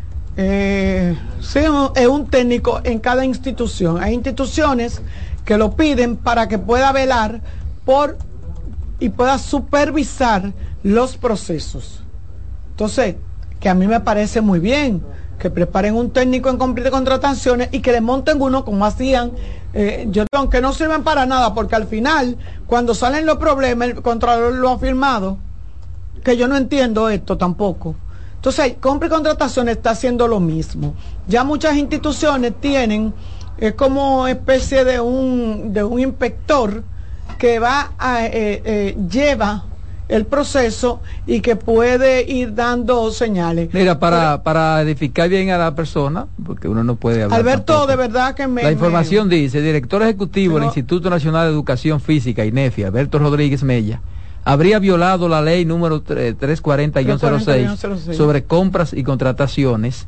eh, sí, es un técnico en cada institución. Hay instituciones que lo piden para que pueda velar por y pueda supervisar los procesos. Entonces, que a mí me parece muy bien que preparen un técnico en compra y contrataciones y que le monten uno como hacían, eh, yo aunque no sirven para nada, porque al final, cuando salen los problemas, el Contralor lo ha firmado, que yo no entiendo esto tampoco. Entonces, compra y contrataciones está haciendo lo mismo. Ya muchas instituciones tienen, es eh, como especie de un, de un inspector que va a, eh, eh, lleva el proceso y que puede ir dando señales. Mira, para, Pero, para edificar bien a la persona, porque uno no puede hablar Alberto, tampoco. De verdad que me... La información me... dice, director ejecutivo del Instituto Nacional de Educación Física, INEFI, Alberto Rodríguez Mella, habría violado la ley número trescientos cuarenta guión cero seis sobre compras y contrataciones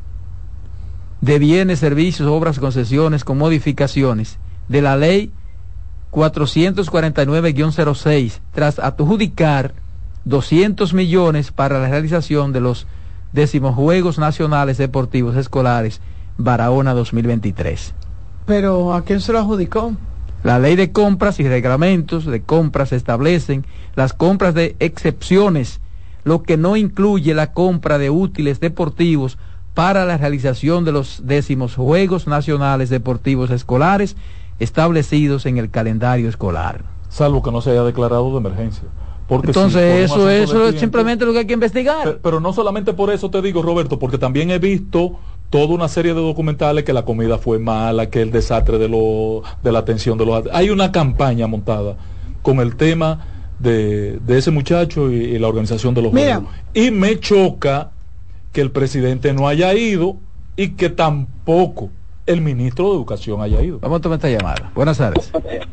de bienes, servicios, obras, concesiones con modificaciones de la ley cuatrocientos cuarenta y nueve guión cero seis, tras adjudicar doscientos millones para la realización de los décimos Juegos Nacionales Deportivos Escolares Barahona dos mil veintitrés. ¿Pero a quién se lo adjudicó? La ley de compras y reglamentos de compras establecen las compras de excepciones, lo que no incluye la compra de útiles deportivos para la realización de los décimos Juegos Nacionales Deportivos Escolares establecidos en el calendario escolar. Salvo que no se haya declarado de emergencia. Porque entonces sí, eso, eso tiempo, es simplemente lo que hay que investigar. Pero, pero no solamente por eso te digo, Roberto, porque también he visto toda una serie de documentales que la comida fue mala, que el desastre de, lo, de la atención de los... Hay una campaña montada con el tema de, de ese muchacho y, y la organización de los Mira. Juegos. Y me choca que el presidente no haya ido y que tampoco el ministro de Educación haya ido. Vamos a tomar esta llamada. Buenas tardes.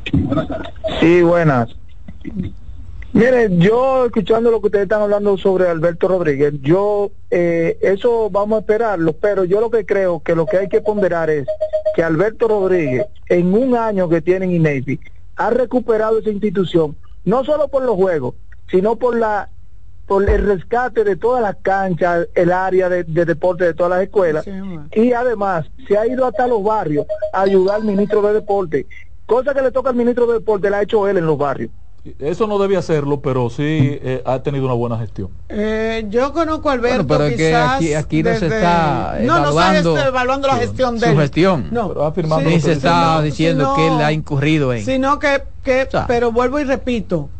Sí, buenas. Mire, yo escuchando lo que ustedes están hablando sobre Alberto Rodríguez, yo eh, eso vamos a esperarlo, pero yo lo que creo que lo que hay que ponderar es que Alberto Rodríguez, en un año que tiene en INEFI, ha recuperado esa institución, no solo por los juegos, sino por la por el rescate de todas las canchas, el área de, de deporte de todas las escuelas, sí, y además se ha ido hasta los barrios a ayudar al ministro de Deporte, cosa que le toca al ministro de Deporte, la ha hecho él en los barrios. Eso no debía hacerlo, pero sí eh, ha tenido una buena gestión. Eh, yo conozco a Alberto, bueno, pero es que aquí, aquí no desde... se está evaluando, no, no se está evaluando la gestión su, de él. Su gestión. No, pero afirmando sí, ni se está sino, diciendo sino, que él ha incurrido en. Sino que, que o sea, pero vuelvo y repito,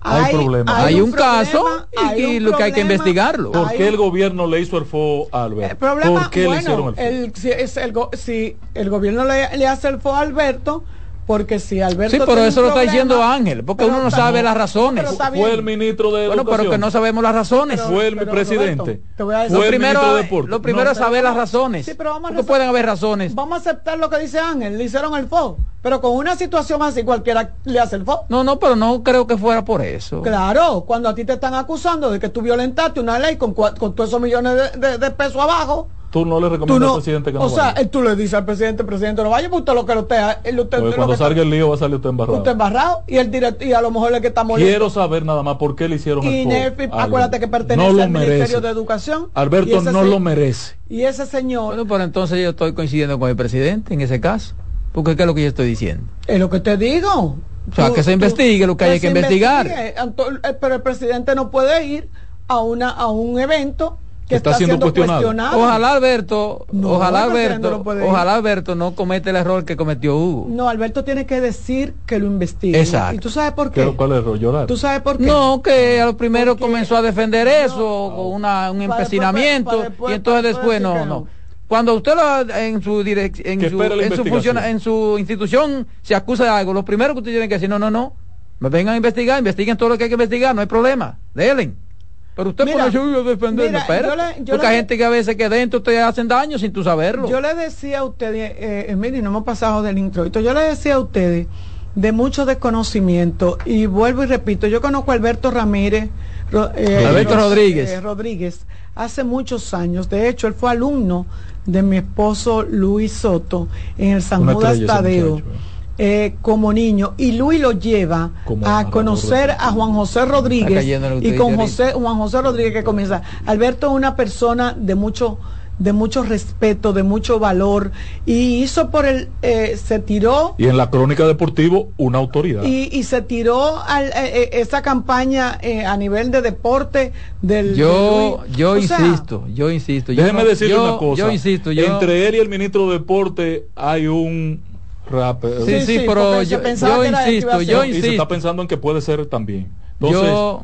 Hay, hay problema. Hay, hay un, un problema, caso y, hay y un lo problema, que hay que investigarlo. ¿Por qué el gobierno le hizo el F O a Alberto? El problema, ¿Por qué bueno, le hicieron el F O? El, si, es el, si el gobierno le, le hace el F O a Alberto, porque si Alberto... Sí, pero eso lo está diciendo Ángel, porque uno no sabe las razones. Fue el ministro de Bueno, Educación. pero que no sabemos las razones. Pero, Fue el pero, presidente. Roberto, te voy a decir. Lo Fue primero, el ministro de Deportes. Lo primero no, es saber las razones. Sí, pero vamos porque pueden haber razones. Vamos a aceptar lo que dice Ángel, le hicieron el F O. Pero con una situación así cualquiera le hace el F O. No, no, pero no creo que fuera por eso. Claro, cuando a ti te están acusando de que tú violentaste una ley con, con todos esos millones de, de, de pesos abajo. Tú no le recomiendas no, al presidente que no o vaya. O sea, tú le dices al presidente, presidente, no vaya, porque usted lo que usted... usted, usted cuando lo salga está, el lío va a salir usted embarrado. Usted embarrado y el direct, y a lo mejor el que está molesto. Quiero saber nada más por qué le hicieron y el F O. Nefi, acuérdate que pertenece no al merece. Ministerio de Educación. Alberto no se, lo merece. Y ese señor... Bueno, pero entonces yo estoy coincidiendo con el presidente en ese caso. Porque ¿qué es lo que yo estoy diciendo? Es lo que te digo. O sea, tú, que se investigue tú, lo que, que hay que investigar. Pero el presidente no puede ir a una a un evento que está, está siendo, siendo cuestionado. cuestionado. Ojalá Alberto, no, ojalá Alberto, no ojalá Alberto no cometa el error que cometió Hugo. No, Alberto tiene que decir que lo investigue. Exacto. ¿Y tú sabes por qué? ¿Cuál error? Llorar. ¿Tú sabes por qué? No, que a lo primero comenzó a defender eso, no, con una, un empecinamiento, para después, para después, y entonces después no, no, no. Cuando usted lo, en su direct, en su, en su función, en su institución se acusa de algo, lo primero que usted tiene que decir, no, no, no, me vengan a investigar, investiguen todo lo que hay que investigar, no hay problema, déjenle. Pero usted mira, pone a defenderme, espera. Porque hay gente que a veces que dentro te hacen daño sin tú saberlo. Yo le decía a ustedes, eh, Emilio, no hemos pasado del introito, yo le decía a ustedes de mucho desconocimiento, y vuelvo y repito, yo conozco a Alberto Ramírez, eh, Alberto Rodríguez. Eh, Rodríguez, hace muchos años, de hecho, él fue alumno de mi esposo Luis Soto en el San Judas Tadeo. Eh, como niño, y Luis lo lleva como a conocer a Juan José Rodríguez, y con José, Juan José Rodríguez que comienza. Alberto es una persona de mucho de mucho respeto, de mucho valor, y hizo por el eh, se tiró, y en la crónica deportivo una autoridad, y, y se tiró al, eh, esa campaña eh, a nivel de deporte del yo de yo o insisto sea, yo insisto déjeme yo, decirle yo, una cosa, yo insisto yo, entre él y el ministro de deporte hay un rap, sí, sí, sí, pero yo, yo insisto, yo insisto. Y se está pensando en que puede ser también. Entonces, yo,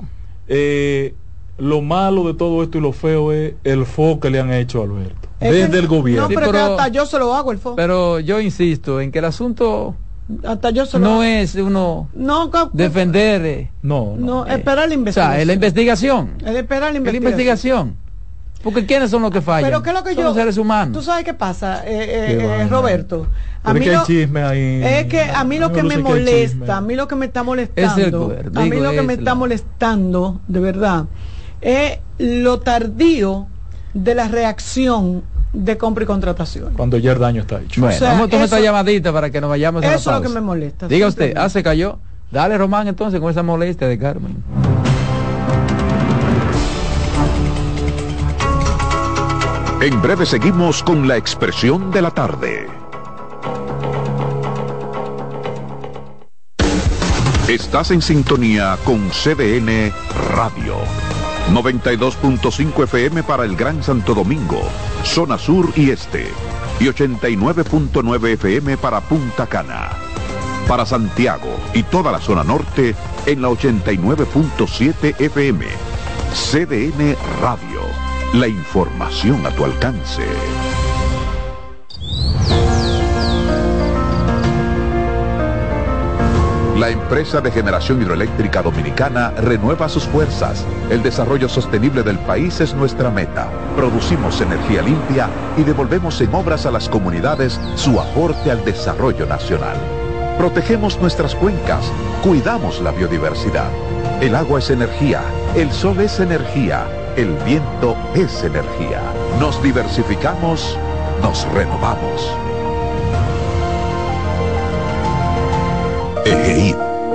eh, lo malo de todo esto y lo feo es el F O que le han hecho a Alberto. Es desde que, el gobierno. No, pero, sí, pero que hasta yo se lo hago el F O. Pero yo insisto en que el asunto hasta yo se lo no hago. es uno no, defender. Eh, no, no, no eh, esperar la investigación. O sea, es la investigación. Es esperar la investigación. Es la investigación. Porque ¿quiénes son los que fallan? Pero ¿qué es lo que son yo, los seres humanos. ¿Tú sabes qué pasa, eh, eh, eh, Roberto? A mí que lo, chisme ahí, es que a mí lo no que no me molesta, a mí lo que me está molestando, el, a mí lo que es me está la... molestando, de verdad, es lo tardío de la reacción de compra y contratación. Cuando ya el daño está hecho. Bueno, o sea, vamos a tomar eso, esta llamadita para que nos vayamos a la eso pausa. es lo que me molesta. Diga usted, ah, se cayó. Dale, Román, entonces, con esa molestia de Carmen. En breve seguimos con la expresión de la tarde. Estás en sintonía con C D N Radio. noventa y dos punto cinco F M para el Gran Santo Domingo, zona sur y este. Y ochenta y nueve punto nueve F M para Punta Cana. Para Santiago y toda la zona norte en la ochenta y nueve punto siete F M. C D N Radio. La información a tu alcance. La empresa de generación hidroeléctrica dominicana renueva sus fuerzas. El desarrollo sostenible del país es nuestra meta. Producimos energía limpia y devolvemos en obras a las comunidades su aporte al desarrollo nacional. Protegemos nuestras cuencas, cuidamos la biodiversidad. El agua es energía, el sol es energía, el viento es energía. Nos diversificamos, nos renovamos. E G I.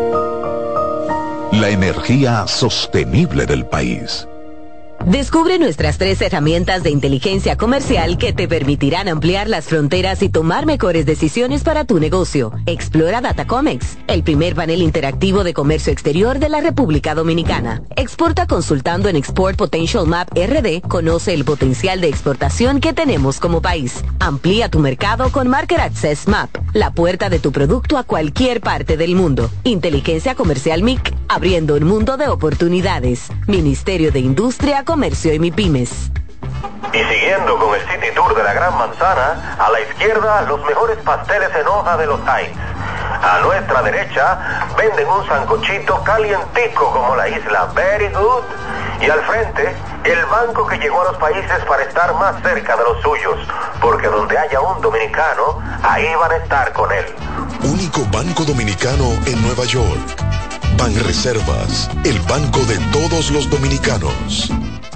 La energía sostenible del país. Descubre nuestras tres herramientas de inteligencia comercial que te permitirán ampliar las fronteras y tomar mejores decisiones para tu negocio. Explora Datacomex, el primer panel interactivo de comercio exterior de la República Dominicana. Exporta consultando en Export Potential Map R D. Conoce el potencial de exportación que tenemos como país. Amplía tu mercado con Market Access Map, la puerta de tu producto a cualquier parte del mundo. Inteligencia Comercial M I C, abriendo un mundo de oportunidades. Ministerio de Industria, Comercio y MIPYMES. Y siguiendo con el City Tour de la Gran Manzana, a la izquierda los mejores pasteles en hoja de los Heights. A nuestra derecha venden un sancochito calientico como la isla Very Good. Y al frente, el banco que llegó a los países para estar más cerca de los suyos, porque donde haya un dominicano, ahí van a estar con él. Único banco dominicano en Nueva York. Banreservas, el banco de todos los dominicanos.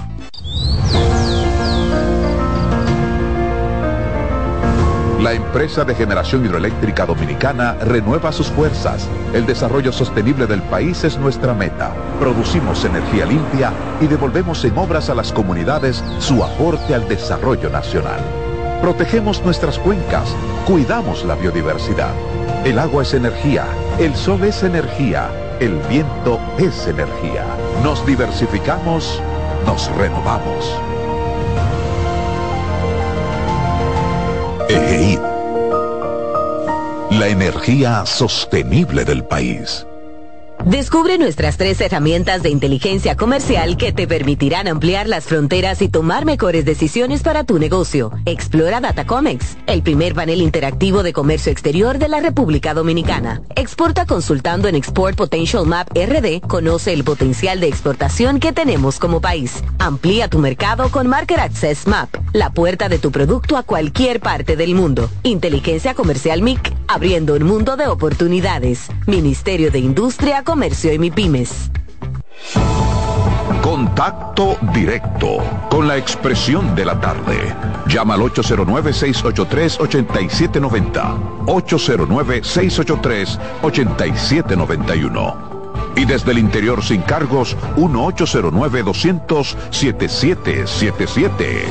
La empresa de generación hidroeléctrica dominicana renueva sus fuerzas. El desarrollo sostenible del país es nuestra meta. Producimos energía limpia y devolvemos en obras a las comunidades su aporte al desarrollo nacional. Protegemos nuestras cuencas, cuidamos la biodiversidad. El agua es energía, el sol es energía, el viento es energía. Nos diversificamos, nos renovamos. EGEID, la energía sostenible del país. Descubre nuestras tres herramientas de inteligencia comercial que te permitirán ampliar las fronteras y tomar mejores decisiones para tu negocio. Explora Datacomex, el primer panel interactivo de comercio exterior de la República Dominicana. Exporta consultando en Export Potential Map R D. Conoce el potencial de exportación que tenemos como país. Amplía tu mercado con Market Access Map, la puerta de tu producto a cualquier parte del mundo. Inteligencia Comercial M I C, abriendo un mundo de oportunidades. Ministerio de Industria, Comercio y MIPYMES. Contacto directo con la expresión de la tarde. Llama al ocho cero nueve, seis ocho tres, ocho siete nueve cero, ocho cero nueve, seis ocho tres, ocho siete nueve uno. Y desde el interior sin cargos, uno ocho cero nueve, dos cero cero, siete siete siete siete.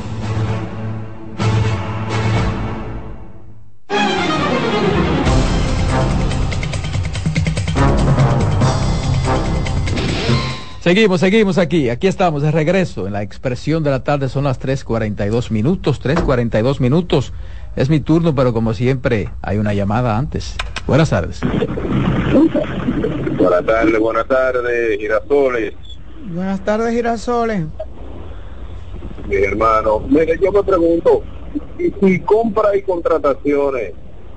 Seguimos, seguimos aquí. Aquí estamos de regreso en la expresión de la tarde. Son las tres cuarenta y dos minutos. tres cuarenta y dos minutos. Es mi turno, pero como siempre hay una llamada antes. Buenas tardes. Buenas tardes, buenas tardes, Girasoles. Buenas tardes, Girasoles. Mi hermano, mire, yo me pregunto, ¿y si compras y contrataciones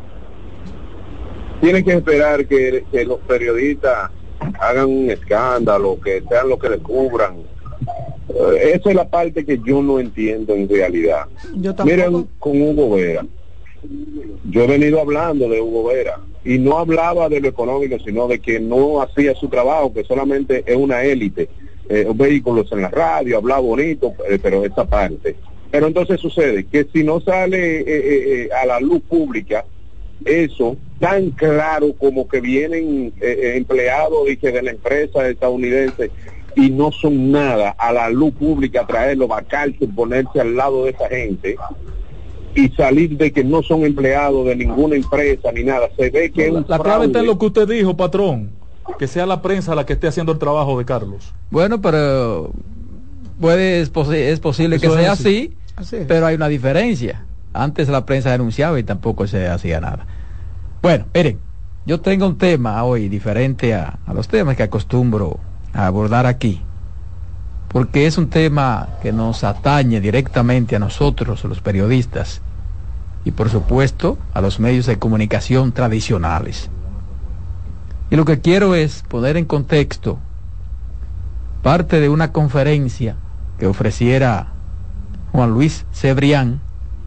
tienen que esperar que, que los periodistas hagan un escándalo, que sean los que le cubran? Eh, esa es la parte que yo no entiendo en realidad. Yo tampoco. Miren, con Hugo Vera, yo he venido hablando de Hugo Vera, y no hablaba de lo económico, sino de que no hacía su trabajo, que solamente es una élite, eh, vehículos en la radio, hablaba bonito, eh, pero esa parte. Pero entonces sucede que si no sale eh, eh, a la luz pública eso tan claro como que vienen eh, empleados y que de la empresa estadounidense y no son nada, a la luz pública traerlo, vacarse, ponerse al lado de esa gente y salir de que no son empleados de ninguna empresa ni nada, se ve que la, es la clave está en lo que usted dijo, patrón, que sea la prensa la que esté haciendo el trabajo de Carlos. Bueno, pero puede es, posi es posible Eso que sea es así, así es. Pero hay una diferencia. Antes la prensa denunciaba y tampoco se hacía nada. Bueno, miren, yo tengo un tema hoy diferente a, a los temas que acostumbro a abordar aquí, porque es un tema que nos atañe directamente a nosotros, los periodistas, y por supuesto a los medios de comunicación tradicionales. Y lo que quiero es poner en contexto parte de una conferencia que ofreciera Juan Luis Cebrián.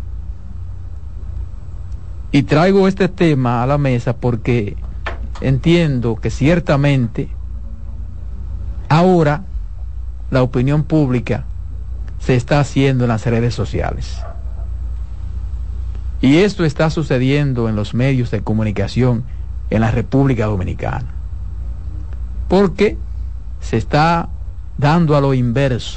Y traigo este tema a la mesa porque entiendo que ciertamente ahora la opinión pública se está haciendo en las redes sociales. Y esto está sucediendo en los medios de comunicación en la República Dominicana. Porque se está dando a lo inverso.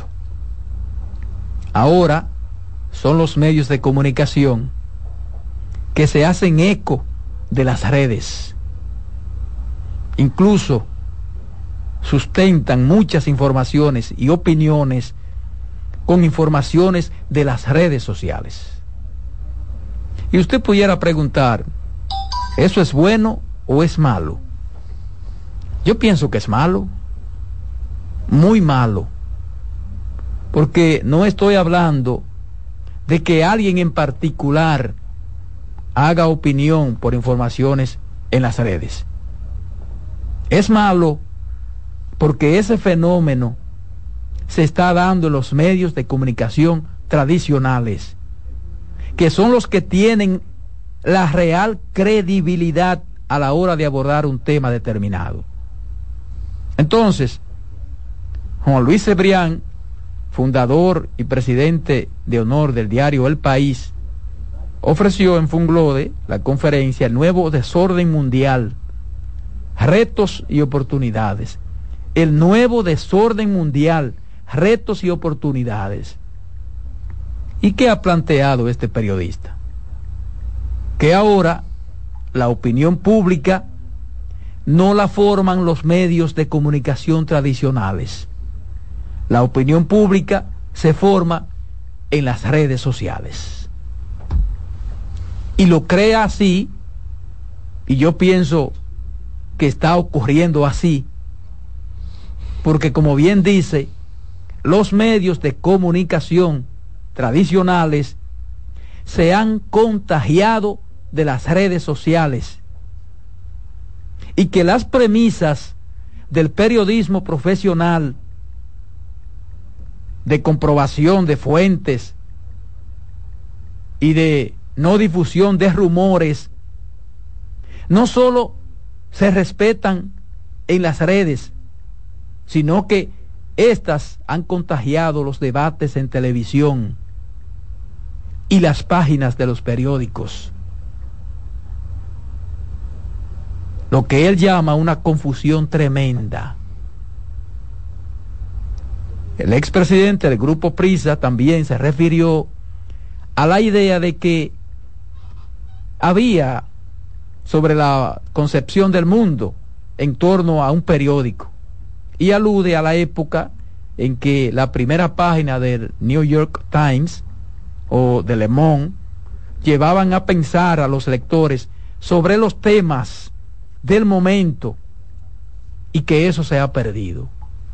Ahora son los medios de comunicación que se hacen eco de las redes. Incluso sustentan muchas informaciones y opiniones con informaciones de las redes sociales. Y usted pudiera preguntar, ¿eso es bueno o es malo? Yo pienso que es malo, muy malo, porque no estoy hablando de que alguien en particular haga opinión por informaciones en las redes. Es malo porque ese fenómeno se está dando en los medios de comunicación tradicionales, que son los que tienen la real credibilidad a la hora de abordar un tema determinado. Entonces, Juan Luis Cebrián, fundador y presidente de honor del diario El País, ofreció en Funglode la conferencia El Nuevo Desorden Mundial, Retos y Oportunidades. El nuevo desorden mundial, retos y oportunidades. ¿Y qué ha planteado este periodista? Que ahora la opinión pública no la forman los medios de comunicación tradicionales. La opinión pública se forma en las redes sociales. Y lo crea así, y yo pienso que está ocurriendo así, porque como bien dice, los medios de comunicación tradicionales se han contagiado de las redes sociales y que las premisas del periodismo profesional, de comprobación de fuentes y de no difusión de rumores, no solo se respetan en las redes, sino que éstas han contagiado los debates en televisión y las páginas de los periódicos. Lo que él llama una confusión tremenda. El expresidente del Grupo Prisa también se refirió a la idea de que había sobre la concepción del mundo en torno a un periódico, y alude a la época en que la primera página del New York Times o de Le Monde llevaban a pensar a los lectores sobre los temas del momento, y que eso se ha perdido.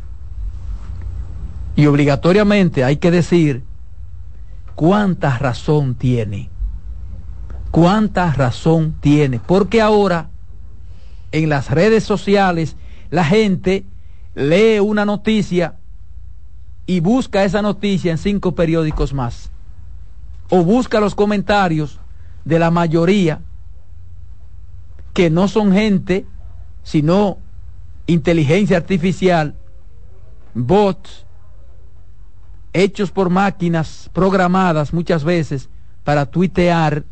Y obligatoriamente hay que decir cuánta razón tiene, cuánta razón tiene, porque ahora en las redes sociales la gente lee una noticia y busca esa noticia en cinco periódicos más, o busca los comentarios de la mayoría, que no son gente sino inteligencia artificial, bots hechos por máquinas programadas muchas veces para tuitear,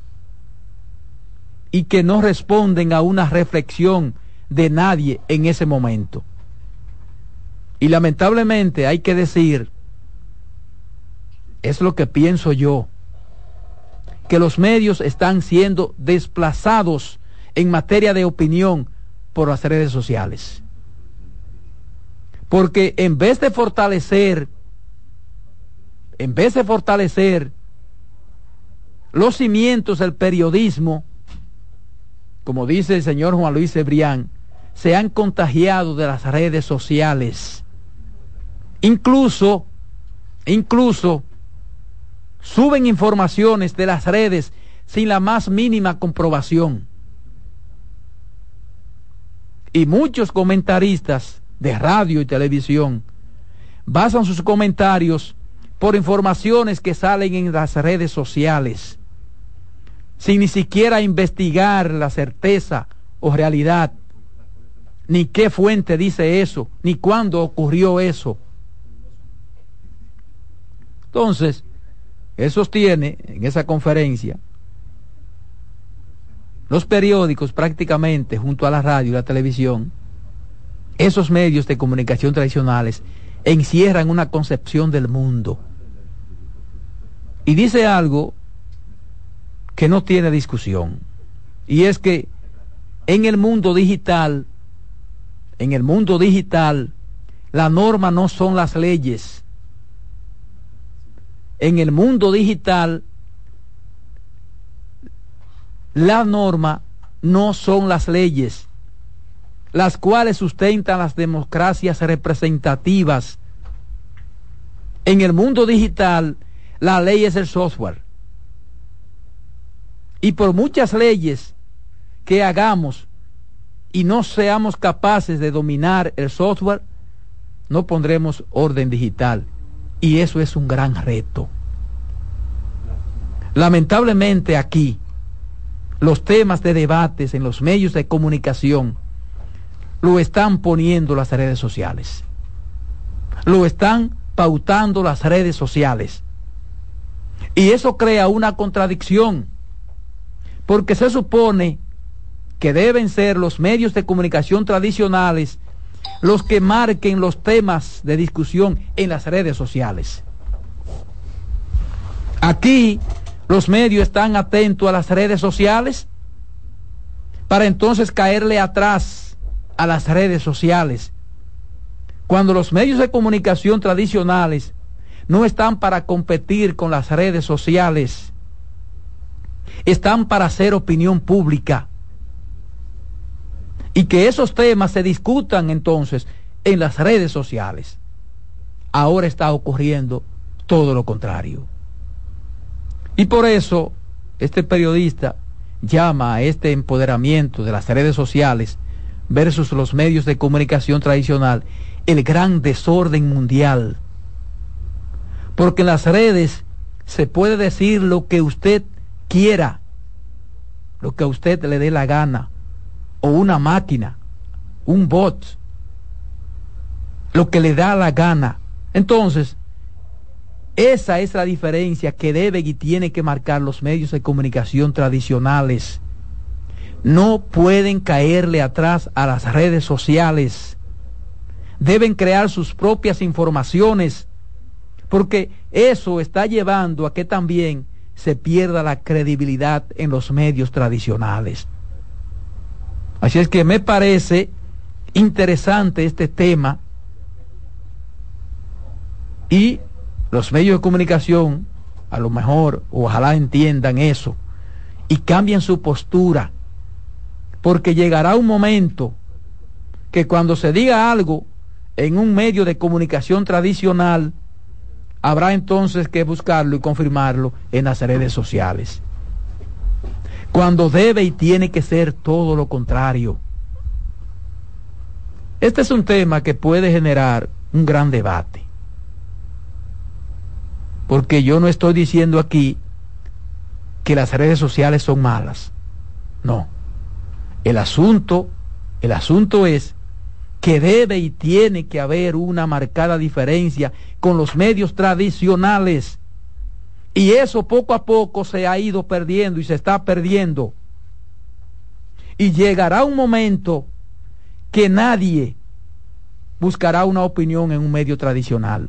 y que no responden a una reflexión de nadie en ese momento. Y lamentablemente hay que decir, es lo que pienso yo, que los medios están siendo desplazados en materia de opinión por las redes sociales. Porque en vez de fortalecer, en vez de fortalecer los cimientos del periodismo, como dice el señor Juan Luis Cebrián, se han contagiado de las redes sociales. Incluso, incluso, suben informaciones de las redes sin la más mínima comprobación. Y muchos comentaristas de radio y televisión basan sus comentarios por informaciones que salen en las redes sociales, sin ni siquiera investigar la certeza o realidad, ni qué fuente dice eso, ni cuándo ocurrió eso. Entonces, él sostiene en esa conferencia, los periódicos prácticamente, junto a la radio y la televisión, esos medios de comunicación tradicionales, encierran una concepción del mundo. Y dice algo que no tiene discusión, y es que en el mundo digital, en el mundo digital, la norma no son las leyes. En el mundo digital, la norma no son las leyes. las cuales sustentan las democracias representativas. En el mundo digital, la ley es el software. Y por muchas leyes que hagamos y no seamos capaces de dominar el software, no pondremos orden digital. Y eso es un gran reto. Lamentablemente aquí, los temas de debates en los medios de comunicación lo están poniendo las redes sociales. Lo están pautando las redes sociales. Y eso crea una contradicción, porque se supone que deben ser los medios de comunicación tradicionales los que marquen los temas de discusión en las redes sociales. Aquí los medios están atentos a las redes sociales para entonces caerle atrás a las redes sociales, cuando los medios de comunicación tradicionales no están para competir con las redes sociales, están para hacer opinión pública, y que esos temas se discutan entonces en las redes sociales. Ahora está ocurriendo todo lo contrario. Y por eso este periodista llama a este empoderamiento de las redes sociales versus los medios de comunicación tradicional el gran desorden mundial. Porque en las redes se puede decir lo que usted quiera, lo que a usted le dé la gana, o una máquina, un bot, lo que le da la gana. Entonces, esa es la diferencia que deben y tienen que marcar los medios de comunicación tradicionales. No pueden caerle atrás a las redes sociales. Deben crear sus propias informaciones, porque eso está llevando a que también se pierda la credibilidad en los medios tradicionales. Así es que me parece interesante este tema, y los medios de comunicación a lo mejor, ojalá entiendan eso y cambien su postura, porque llegará un momento que cuando se diga algo en un medio de comunicación tradicional, habrá entonces que buscarlo y confirmarlo en las redes sociales, cuando debe y tiene que ser todo lo contrario. Este es un tema que puede generar un gran debate, porque yo no estoy diciendo aquí que las redes sociales son malas. No. El asunto, el asunto es que debe y tiene que haber una marcada diferencia con los medios tradicionales. Y eso poco a poco se ha ido perdiendo y se está perdiendo. Y llegará un momento que nadie buscará una opinión en un medio tradicional,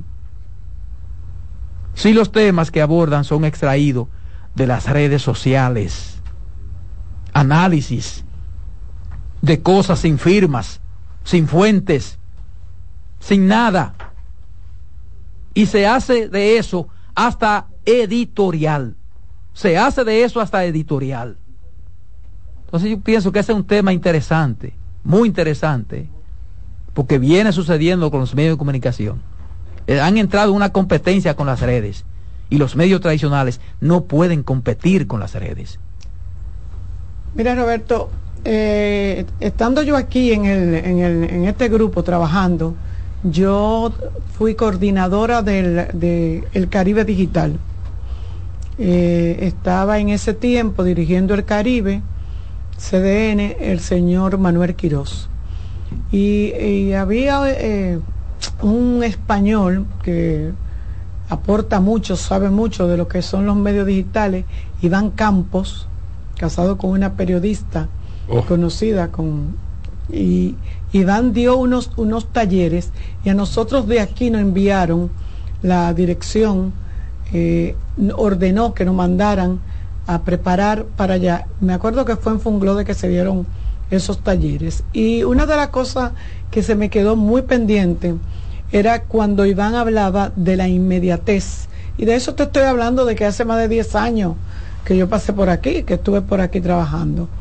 si los temas que abordan son extraídos de las redes sociales. Análisis de cosas sin firmas, sin fuentes, sin nada. Y se hace de eso hasta editorial. Se hace de eso hasta editorial. Entonces yo pienso que ese es un tema interesante, muy interesante, porque viene sucediendo con los medios de comunicación. Eh, han entrado en una competencia con las redes, y los medios tradicionales no pueden competir con las redes. Mira, Roberto, eh, estando yo aquí en, el, en, el, en este grupo trabajando, yo fui coordinadora del de el Caribe Digital. Eh, estaba en ese tiempo dirigiendo el Caribe, C D N, el señor Manuel Quirós. Y, y había eh, un español que aporta mucho, sabe mucho de lo que son los medios digitales, Iván Campos, casado con una periodista oh. conocida, con y Iván dio unos, unos talleres, y a nosotros de aquí nos enviaron la dirección, eh, ordenó que nos mandaran a preparar para allá. Me acuerdo que fue en Funglode que se dieron esos talleres, y una de las cosas que se me quedó muy pendiente era cuando Iván hablaba de la inmediatez, y de eso te estoy hablando de que hace más de diez años que yo pasé por aquí, que estuve por aquí trabajando.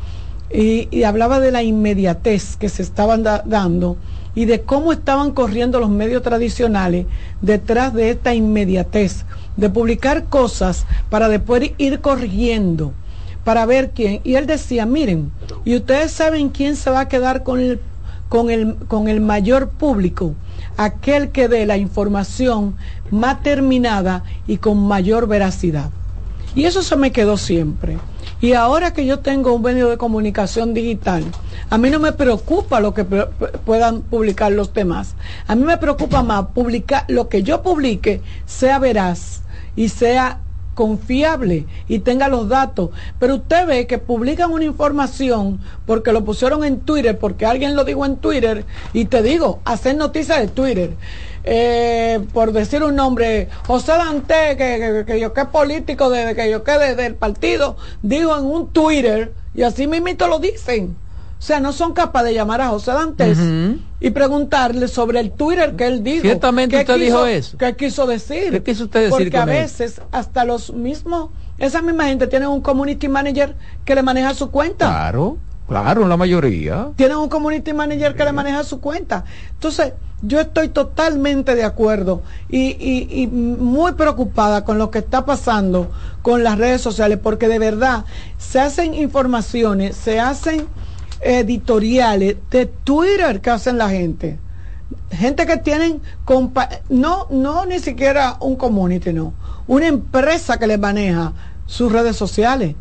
y, y hablaba de la inmediatez que se estaban da, dando y de cómo estaban corriendo los medios tradicionales detrás de esta inmediatez, de publicar cosas para después ir corrigiendo, para ver quién. Y él decía, miren, y ustedes saben quién se va a quedar con el, con el, con el mayor público, aquel que dé la información más terminada y con mayor veracidad. Y eso se me quedó siempre. Y ahora que yo tengo un medio de comunicación digital, a mí no me preocupa lo que puedan publicar los demás. A mí me preocupa más publicar, lo que yo publique sea veraz y sea confiable y tenga los datos. Pero usted ve que publican una información porque lo pusieron en Twitter, porque alguien lo dijo en Twitter, y te digo, hacer noticias de Twitter. Eh, por decir un nombre, José Dante, que, que, que yo que político, de, que yo que de, del partido, digo en un Twitter, y así mismito lo dicen. O sea, no son capaces de llamar a José Dantes uh-huh. y preguntarle sobre el Twitter que él dijo. Ciertamente usted quiso, dijo eso. ¿Qué quiso decir? ¿Qué quiso usted decir? Porque con a veces él? hasta los mismos, esa misma gente tiene un community manager que le maneja su cuenta. Claro, claro, la mayoría. Tienen un community manager sí. que le maneja su cuenta. Entonces, yo estoy totalmente de acuerdo y, y, y muy preocupada con lo que está pasando con las redes sociales, porque de verdad se hacen informaciones, se hacen editoriales de Twitter que hacen la gente. Gente que tienen, no, no ni siquiera un community, no. Una empresa que les maneja sus redes sociales.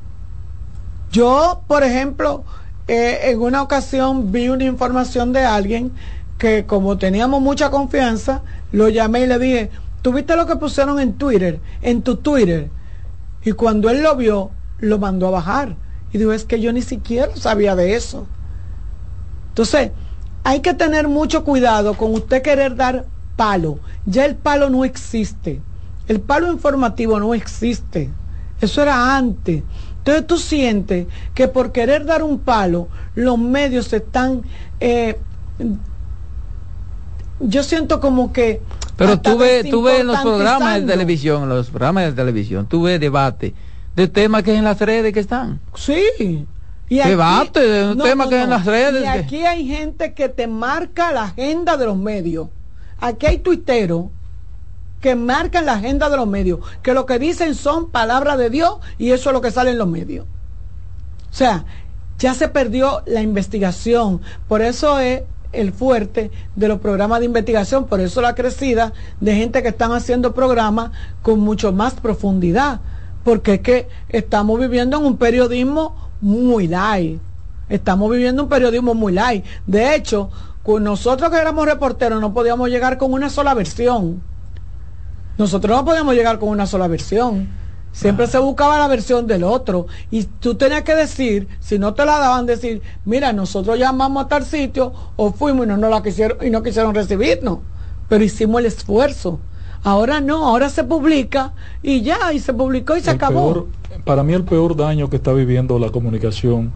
Yo, por ejemplo, eh, en una ocasión vi una información de alguien que, como teníamos mucha confianza, lo llamé y le dije, ¿tú viste lo que pusieron en Twitter, en tu Twitter? Y cuando él lo vio, lo mandó a bajar. Y digo, es que yo ni siquiera sabía de eso. Entonces, hay que tener mucho cuidado con usted querer dar palo. Ya el palo no existe. El palo informativo no existe. Eso era antes. Entonces tú sientes que por querer dar un palo, los medios se están... Eh, yo siento como que... Pero tú ves, tú ves en los programas de televisión, en los programas de televisión, tú ves debate de temas que en las redes que están. Sí. Y debate aquí, de un no, tema no, que no. en las redes. Y aquí que... hay gente que te marca la agenda de los medios. Aquí hay tuiteros que marcan la agenda de los medios, que lo que dicen son palabras de Dios y eso es lo que sale en los medios. O sea, ya se perdió la investigación. Por eso es el fuerte de los programas de investigación, por eso la crecida de gente que están haciendo programas con mucho más profundidad, porque es que estamos viviendo en un periodismo muy light, estamos viviendo un periodismo muy light. De hecho, con nosotros que éramos reporteros no podíamos llegar con una sola versión, nosotros no podíamos llegar con una sola versión, siempre ah. se buscaba la versión del otro, y tú tenías que decir, si no te la daban, decir, mira, nosotros llamamos a tal sitio, o fuimos y no, no la quisieron, y no quisieron recibirnos, pero hicimos el esfuerzo. Ahora no, ahora se publica y ya, y se publicó y se el acabó. Peor, para mí el peor daño que está viviendo la comunicación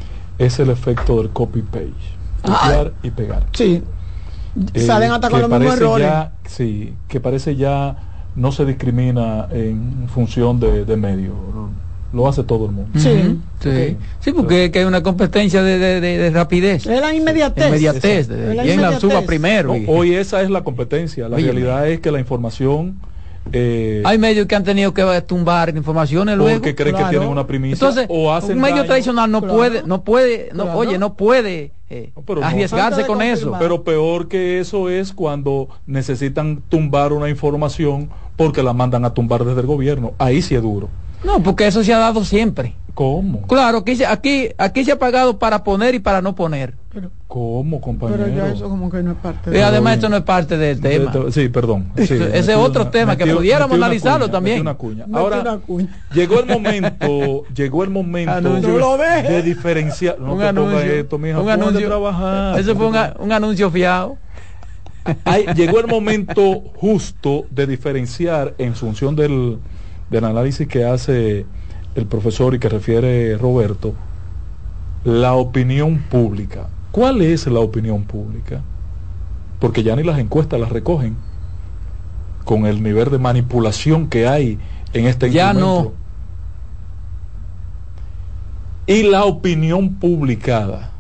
es el efecto del copy-paste, copiar y pegar. Sí, eh, salen hasta con los mismos errores. Ya, sí, que parece ya no se discrimina en función de, de medio, lo hace todo el mundo. Sí, uh-huh. sí. Okay. Sí, porque so, que hay una competencia de, de, de, de rapidez. Es la inmediatez. Sí, inmediatez. De, de, ¿quién la suba primero? No, hoy esa es la competencia. La Oye, realidad es que la información... Eh, hay medios que han tenido que tumbar informaciones luego. Porque creen claro. que tienen una primicia. Entonces, o hacen un medio daño. tradicional no claro. puede, no puede, no, claro. oye, no puede eh, no, arriesgarse no. con eso. Pero peor que eso es cuando necesitan tumbar una información porque la mandan a tumbar desde el gobierno. Ahí sí es duro. No, porque eso se ha dado siempre. ¿Cómo? Claro, aquí, aquí, aquí se ha pagado para poner y para no poner. Pero, ¿Cómo, compañero? Pero ya eso como que no es parte de... Y además esto no es parte del tema. De, de, sí, perdón. Sí, ese es otro una, tema metió, que pudiéramos analizarlo cuña, también. Una cuña. Ahora, una cuña. llegó el momento, llegó el momento anuncio. de, no de diferenciar. No un te anuncio, esto, mija, un anuncio. Trabajar. Eso fue un, un anuncio fiado. Hay, llegó el momento justo de diferenciar en función del, del análisis que hace el profesor y que refiere Roberto, la opinión pública. ¿Cuál es la opinión pública? Porque ya ni las encuestas las recogen con el nivel de manipulación que hay en este ya instrumento. y la opinión publicada.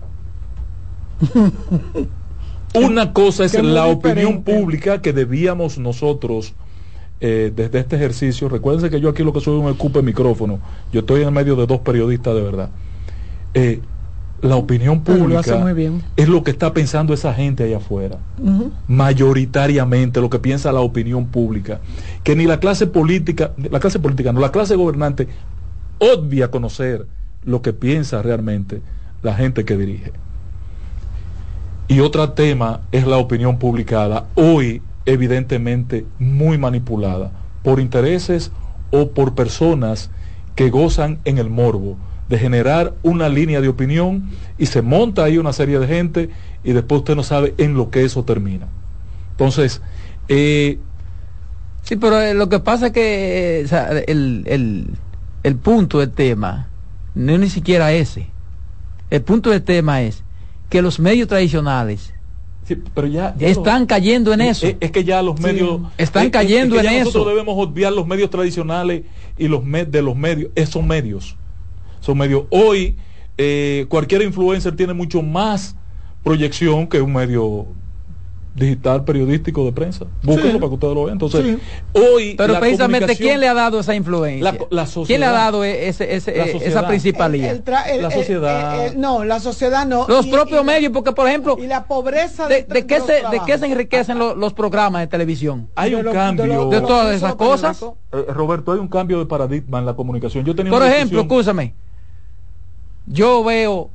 Una cosa es la opinión pública que debíamos nosotros eh, desde este ejercicio. Recuérdense que yo aquí lo que soy un escupe micrófono, yo estoy en medio de dos periodistas de verdad. eh, la opinión pública lo muy bien. Es lo que está pensando esa gente allá afuera, uh-huh. mayoritariamente lo que piensa la opinión pública, que ni la clase política, la clase política no, la clase gobernante obvia conocer lo que piensa realmente la gente que dirige. Y otro tema es la opinión publicada, hoy evidentemente muy manipulada por intereses o por personas que gozan en el morbo de generar una línea de opinión y se monta ahí una serie de gente y después usted no sabe en lo que eso termina. Entonces, eh, sí, pero eh, lo que pasa es que eh, o sea, el, el, el punto del tema no es ni siquiera ese. El punto del tema es que los medios tradicionales sí, pero ya, ya están los, cayendo en eso. Es, es que ya los medios sí, están es, cayendo es que ya en nosotros eso. Debemos obviar los medios tradicionales y los med, de los medios, esos medios. Son medios. Hoy eh, cualquier influencer tiene mucho más proyección que un medio digital periodístico de prensa. Búsquenlo sí. para que ustedes lo vean. Entonces, sí. hoy pero precisamente ¿quién le ha dado esa influencia? La, la sociedad, ¿quién le ha dado ese, ese, esa principalía? El, el tra, el, la sociedad. El, el, el, no, la sociedad no. Los y, propios y, medios, porque por ejemplo, y la pobreza de, de, de, qué de, se, de qué se enriquecen los, los programas de televisión. Hay un de lo, cambio de, lo, de todas esas cosas. Eh, Roberto, hay un cambio de paradigma en la comunicación. Yo tenía por una ejemplo, discusión... escúchame. Yo veo,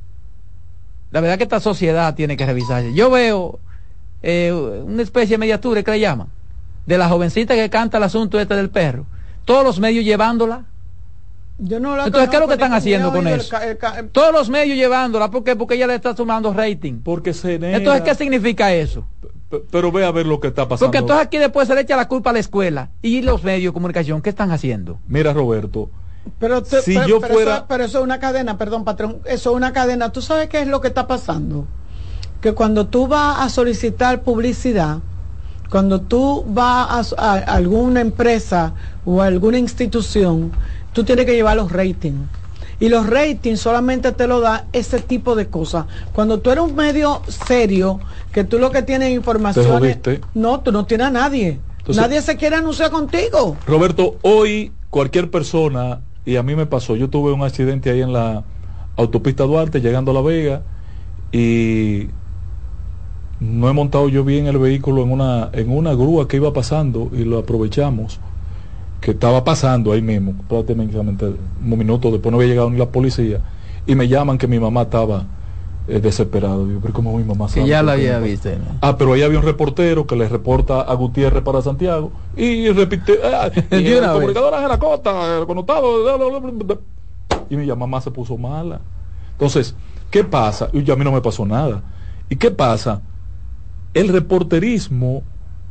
la verdad que esta sociedad tiene que revisarse. Yo veo eh, una especie de mediatura que le llaman, de la jovencita que canta el asunto este del perro. Todos los medios llevándola. Yo no la Entonces, ¿qué es lo que están haciendo con eso? El, el, el, Todos los medios llevándola, ¿por qué? Porque ella le está sumando rating. Porque se genera... Entonces, ¿qué significa eso? P pero ve a ver lo que está pasando. Porque entonces aquí después se le echa la culpa a la escuela. ¿Y los medios de comunicación qué están haciendo? Mira, Roberto, Pero, te, si pero, yo pero fuera eso, pero eso es una cadena, perdón patrón, eso es una cadena. ¿Tú sabes qué es lo que está pasando? Que cuando tú vas a solicitar publicidad, cuando tú vas a, a alguna empresa o a alguna institución, tú tienes que llevar los ratings. Y los ratings solamente te lo da ese tipo de cosas. Cuando tú eres un medio serio, que tú lo que tienes informaciones, no, tú no tienes a nadie. Entonces, nadie se quiere anunciar contigo. Roberto, hoy cualquier persona, y a mí me pasó, yo tuve un accidente ahí en la autopista Duarte llegando a La Vega y no he montado yo bien el vehículo en una en una grúa que iba pasando y lo aprovechamos, que estaba pasando ahí mismo, prácticamente un minuto después no había llegado ni la policía y me llaman que mi mamá estaba eh, desesperada. Digo, pero ¿cómo mi mamá sabe? Que ya la había visto, ¿no? Ah, pero ahí había un reportero que le reporta a Gutiérrez para Santiago y repite, ah, y el comunicador Ángela Costa, el connotado, y mi mamá se puso mala. Entonces, ¿qué pasa? Y a mí no me pasó nada. ¿Y qué pasa? El reporterismo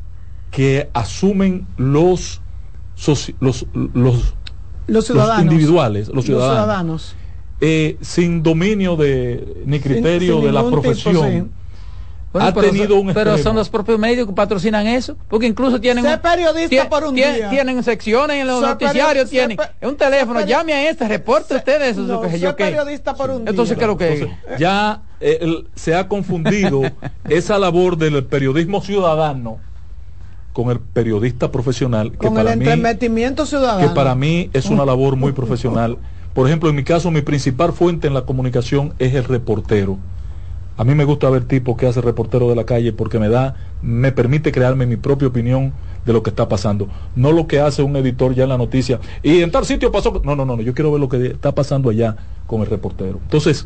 que asumen los Soci los, los, los ciudadanos, los individuales, los ciudadanos, los ciudadanos. Eh, sin dominio de ni criterio sin, sin de la profesión, tipo, sí. Bueno, ha pero tenido son, un pero extremo. Son los propios medios que patrocinan eso, porque incluso tienen ser periodista un, por un tien, día. Tienen secciones en los ser noticiarios, tienen un teléfono, llame a este, reporte usted eso. No, que ser yo periodista por un Entonces, día. ¿qué es lo que Entonces, ya eh, el, se ha confundido esa labor del periodismo ciudadano con el periodista profesional, que con para el mí, entretenimiento ciudadano, que para mí es una labor muy profesional. Por ejemplo, en mi caso, mi principal fuente en la comunicación es el reportero. A mí me gusta ver tipos que hace reportero de la calle porque me da, me permite crearme mi propia opinión de lo que está pasando. No lo que hace un editor ya en la noticia. Y en tal sitio pasó. No, no, no, no. Yo quiero ver lo que está pasando allá con el reportero. Entonces,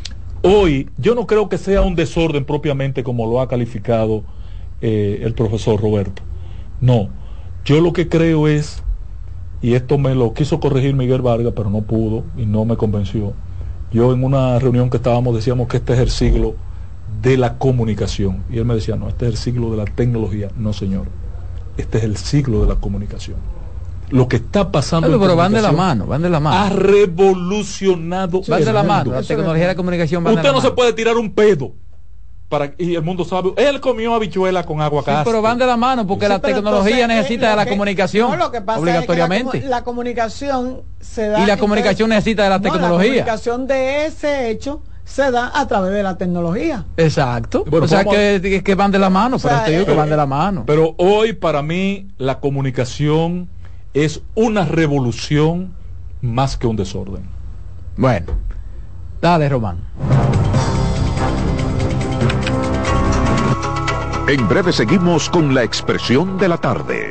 hoy yo no creo que sea un desorden propiamente como lo ha calificado eh, el profesor Roberto. No. Yo lo que creo es, y esto me lo quiso corregir Miguel Vargas, pero no pudo y no me convenció. Yo en una reunión que estábamos decíamos que este es el siglo de la comunicación. Y él me decía, no, este es el siglo de la tecnología. No, señor. Este es el siglo de la comunicación. Lo que está pasando pero, pero van de la mano, van de la mano. Ha revolucionado. Van de la mano. La tecnología de la comunicación van Usted de la no mano. se puede tirar un pedo para y el mundo sabe, él comió habichuela con aguacate. Sí, pero van de la mano porque Sí, la pero tecnología entonces, necesita eh, de la lo que- comunicación no, lo que pasa obligatoriamente. es que la, comu- la comunicación se da Y la en comunicación vez- necesita de la no, tecnología. La comunicación de ese hecho se da a través de la tecnología. Exacto. Bueno, o sea vamos a- que, que van de la mano, O sea, pero te digo que eh, van de la mano. Pero hoy para mí la comunicación es una revolución más que un desorden. Bueno, dale, Román. En breve seguimos con la expresión de la tarde.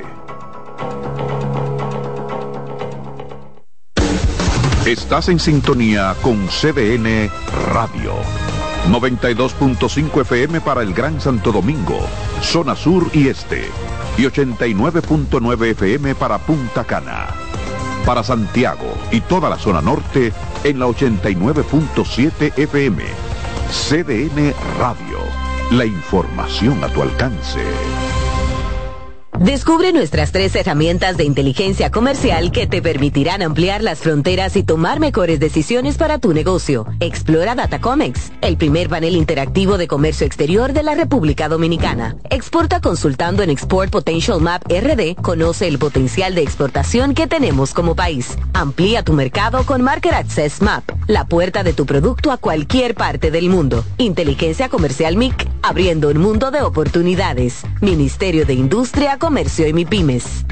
Estás en sintonía con C D N Radio. noventa y dos punto cinco F M para el Gran Santo Domingo, zona sur y este. Y ochenta y nueve punto nueve F M para Punta Cana. Para Santiago y toda la zona norte en la ochenta y nueve punto siete F M. C D N Radio. La información a tu alcance. Descubre nuestras tres herramientas de inteligencia comercial que te permitirán ampliar las fronteras y tomar mejores decisiones para tu negocio. Explora Datacomex, el primer panel interactivo de comercio exterior de la República Dominicana. Exporta consultando en Export Potential Map R D. Conoce el potencial de exportación que tenemos como país. Amplía tu mercado con Market Access Map, la puerta de tu producto a cualquier parte del mundo. Inteligencia Comercial M I C, abriendo un mundo de oportunidades. Ministerio de Industria, Comercio y MIPYMES.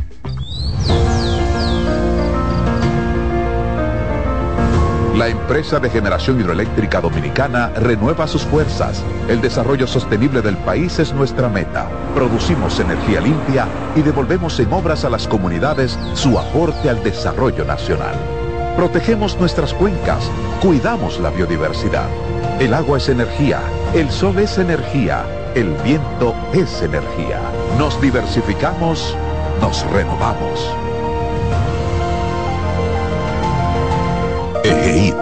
La empresa de generación hidroeléctrica dominicana renueva sus fuerzas. El desarrollo sostenible del país es nuestra meta. Producimos energía limpia y devolvemos en obras a las comunidades su aporte al desarrollo nacional. Protegemos nuestras cuencas, cuidamos la biodiversidad. El agua es energía, el sol es energía, el viento es energía. Nos diversificamos, nos renovamos. EGEID,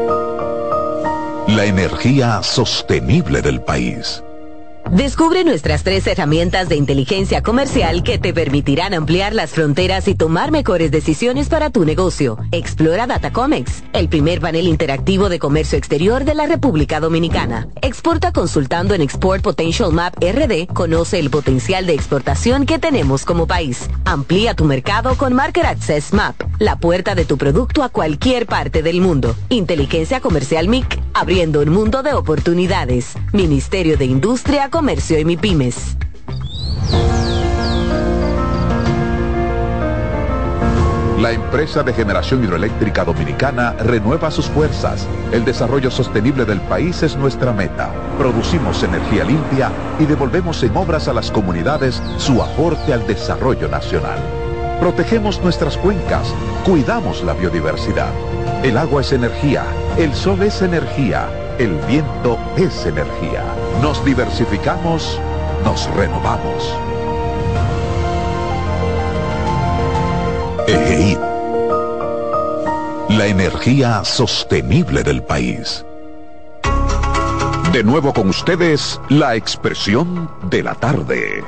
la energía sostenible del país. Descubre nuestras tres herramientas de inteligencia comercial que te permitirán ampliar las fronteras y tomar mejores decisiones para tu negocio. Explora Datacomex, el primer panel interactivo de comercio exterior de la República Dominicana. Exporta consultando en Export Potential Map R D. Conoce el potencial de exportación que tenemos como país. Amplía tu mercado con Market Access Map, la puerta de tu producto a cualquier parte del mundo. Inteligencia Comercial M I C, abriendo un mundo de oportunidades. Ministerio de Industria, Comercio y MIPYMES. La empresa de generación hidroeléctrica dominicana renueva sus fuerzas. El desarrollo sostenible del país es nuestra meta. Producimos energía limpia y devolvemos en obras a las comunidades su aporte al desarrollo nacional. Protegemos nuestras cuencas, cuidamos la biodiversidad. El agua es energía, el sol es energía, el viento es energía. Nos diversificamos, nos renovamos. EGEID, la energía sostenible del país. De nuevo con ustedes, la expresión de la tarde.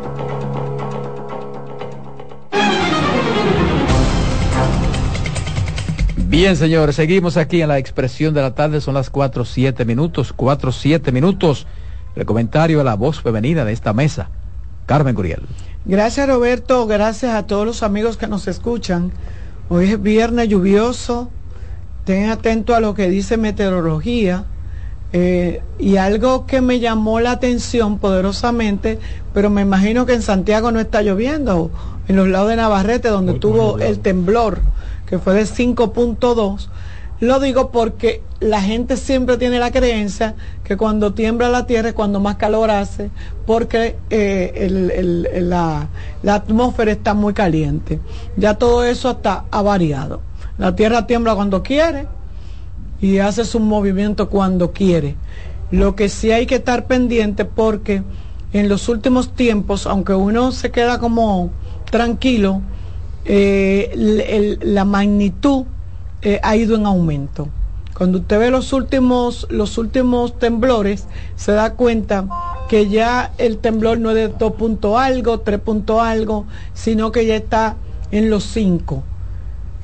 Bien, señores, seguimos aquí en la expresión de la tarde. Son las cuatro siete minutos, cuatro siete minutos. El comentario a la voz femenina de esta mesa, Carmen Curiel. Gracias, Roberto. Gracias a todos los amigos que nos escuchan. Hoy es viernes lluvioso. Ten atento a lo que dice meteorología. Eh, y algo que me llamó la atención poderosamente, pero me imagino que en Santiago no está lloviendo, en los lados de Navarrete, donde Muy tuvo bueno, el temblor, que fue de cinco punto dos. Lo digo porque la gente siempre tiene la creencia que cuando tiembla la tierra es cuando más calor hace, porque eh, el, el, el, la, la atmósfera está muy caliente. Ya todo eso está ha variado. La tierra tiembla cuando quiere y hace su movimiento cuando quiere. Lo que sí hay que estar pendiente, porque en los últimos tiempos, aunque uno se queda como tranquilo, eh, el, el, la magnitud eh, ha ido en aumento. Cuando usted ve los últimos, los últimos temblores, se da cuenta que ya el temblor no es de dos punto algo, tres punto algo, sino que ya está en los cinco.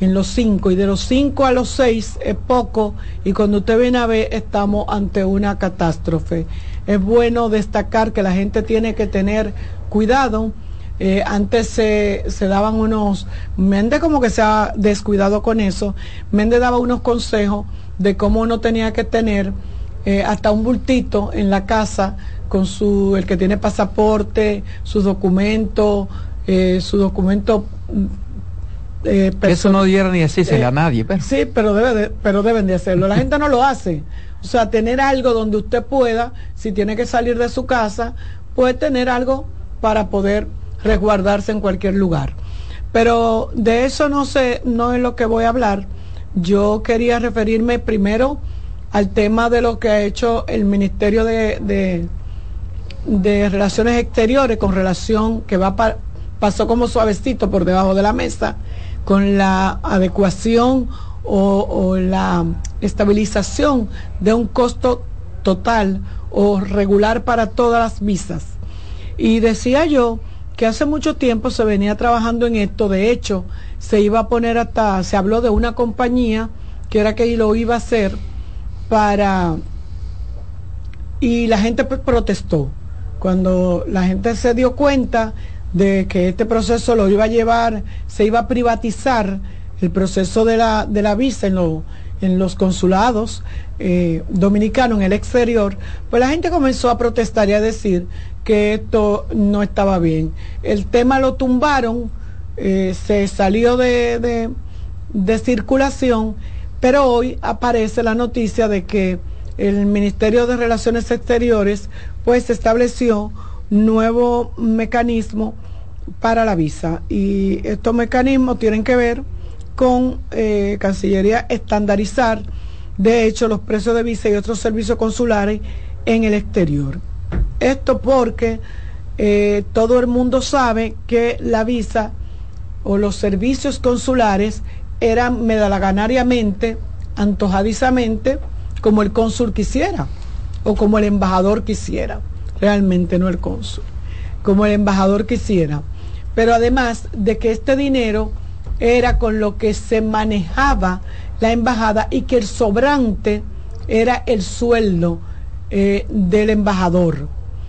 en los cinco, y de los cinco a los seis es poco, y cuando usted viene a ver estamos ante una catástrofe. Es bueno destacar que la gente tiene que tener cuidado. Eh, antes se, se daban unos, Méndez como que se ha descuidado con eso, Méndez daba unos consejos de cómo uno tenía que tener eh, hasta un bultito en la casa con su, el que tiene pasaporte, sus documentos, eh, su documento eh, eso no diera ni decirse eh, a nadie, pero. Sí, pero debe de, pero deben de hacerlo. La gente no lo hace. O sea, tener algo donde usted pueda, si tiene que salir de su casa, puede tener algo para poder resguardarse en cualquier lugar. Pero de eso no sé, no es lo que voy a hablar. Yo quería referirme primero al tema de lo que ha hecho el Ministerio de, de, de Relaciones Exteriores con relación que va pa, pasó como suavecito por debajo de la mesa con la adecuación o, o la estabilización de un costo total o regular para todas las visas. Y decía yo que hace mucho tiempo se venía trabajando en esto. De hecho, se iba a poner hasta, se habló de una compañía que era que lo iba a hacer para, y la gente pues protestó. Cuando la gente se dio cuenta de que este proceso lo iba a llevar, se iba a privatizar el proceso de la, de la visa en, lo, en los consulados eh, dominicanos en el exterior, pues la gente comenzó a protestar y a decir que esto no estaba bien. El tema lo tumbaron, eh, se salió de, de, de circulación, pero hoy aparece la noticia de que el Ministerio de Relaciones Exteriores pues estableció nuevo mecanismo para la visa, y estos mecanismos tienen que ver con eh, Cancillería estandarizar de hecho los precios de visa y otros servicios consulares en el exterior. Esto porque eh, todo el mundo sabe que la visa o los servicios consulares eran medalaganariamente, antojadizamente, como el cónsul quisiera o como el embajador quisiera, realmente no el cónsul, como el embajador quisiera. Pero además de que este dinero era con lo que se manejaba la embajada y que el sobrante era el sueldo eh, del embajador.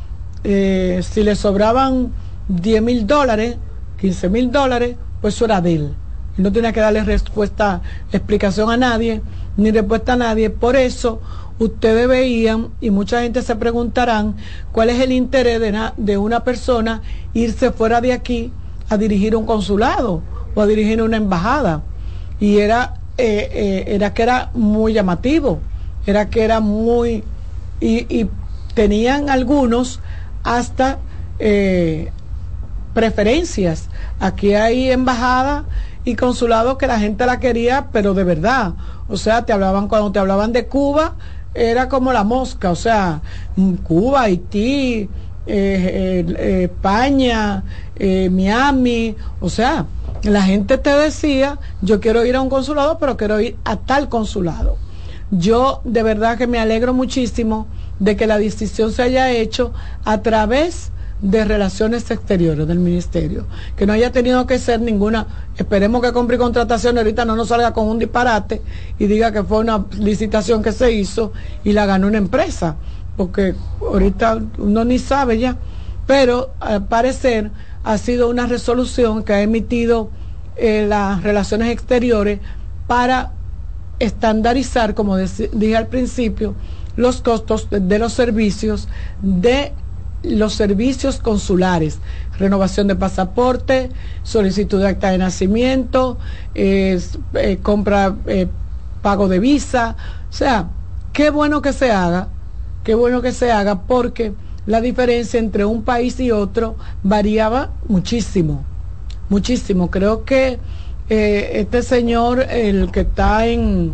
Eh, si le sobraban diez mil dólares, quince mil dólares, pues eso era de él. Y no tenía que darle respuesta, explicación a nadie, ni respuesta a nadie. Por eso ustedes veían, y mucha gente se preguntarán, cuál es el interés de, na, de una persona irse fuera de aquí a dirigir un consulado o a dirigir una embajada. Y era, eh, eh, era que era muy llamativo, era que era muy... Y, y tenían algunos hasta eh, preferencias. Aquí hay embajada y consulado que la gente la quería, pero de verdad. O sea, te hablaban, cuando te hablaban de Cuba, era como la mosca. O sea, Cuba, Haití, eh, eh, eh, España, eh, Miami. O sea, la gente te decía, yo quiero ir a un consulado, pero quiero ir a tal consulado. Yo de verdad que me alegro muchísimo de que la decisión se haya hecho a través de Relaciones Exteriores del Ministerio, que no haya tenido que ser ninguna, esperemos que compre contratación ahorita no nos salga con un disparate y diga que fue una licitación que se hizo y la ganó una empresa, porque ahorita uno ni sabe ya, pero al parecer ha sido una resolución que ha emitido eh, las Relaciones Exteriores para estandarizar, como dije al principio, los costos de, de los servicios de los servicios consulares, renovación de pasaporte, solicitud de acta de nacimiento, eh, eh, compra, eh, pago de visa. O sea, qué bueno que se haga, qué bueno que se haga, porque la diferencia entre un país y otro variaba muchísimo, muchísimo. Creo que eh, este señor, el que está en,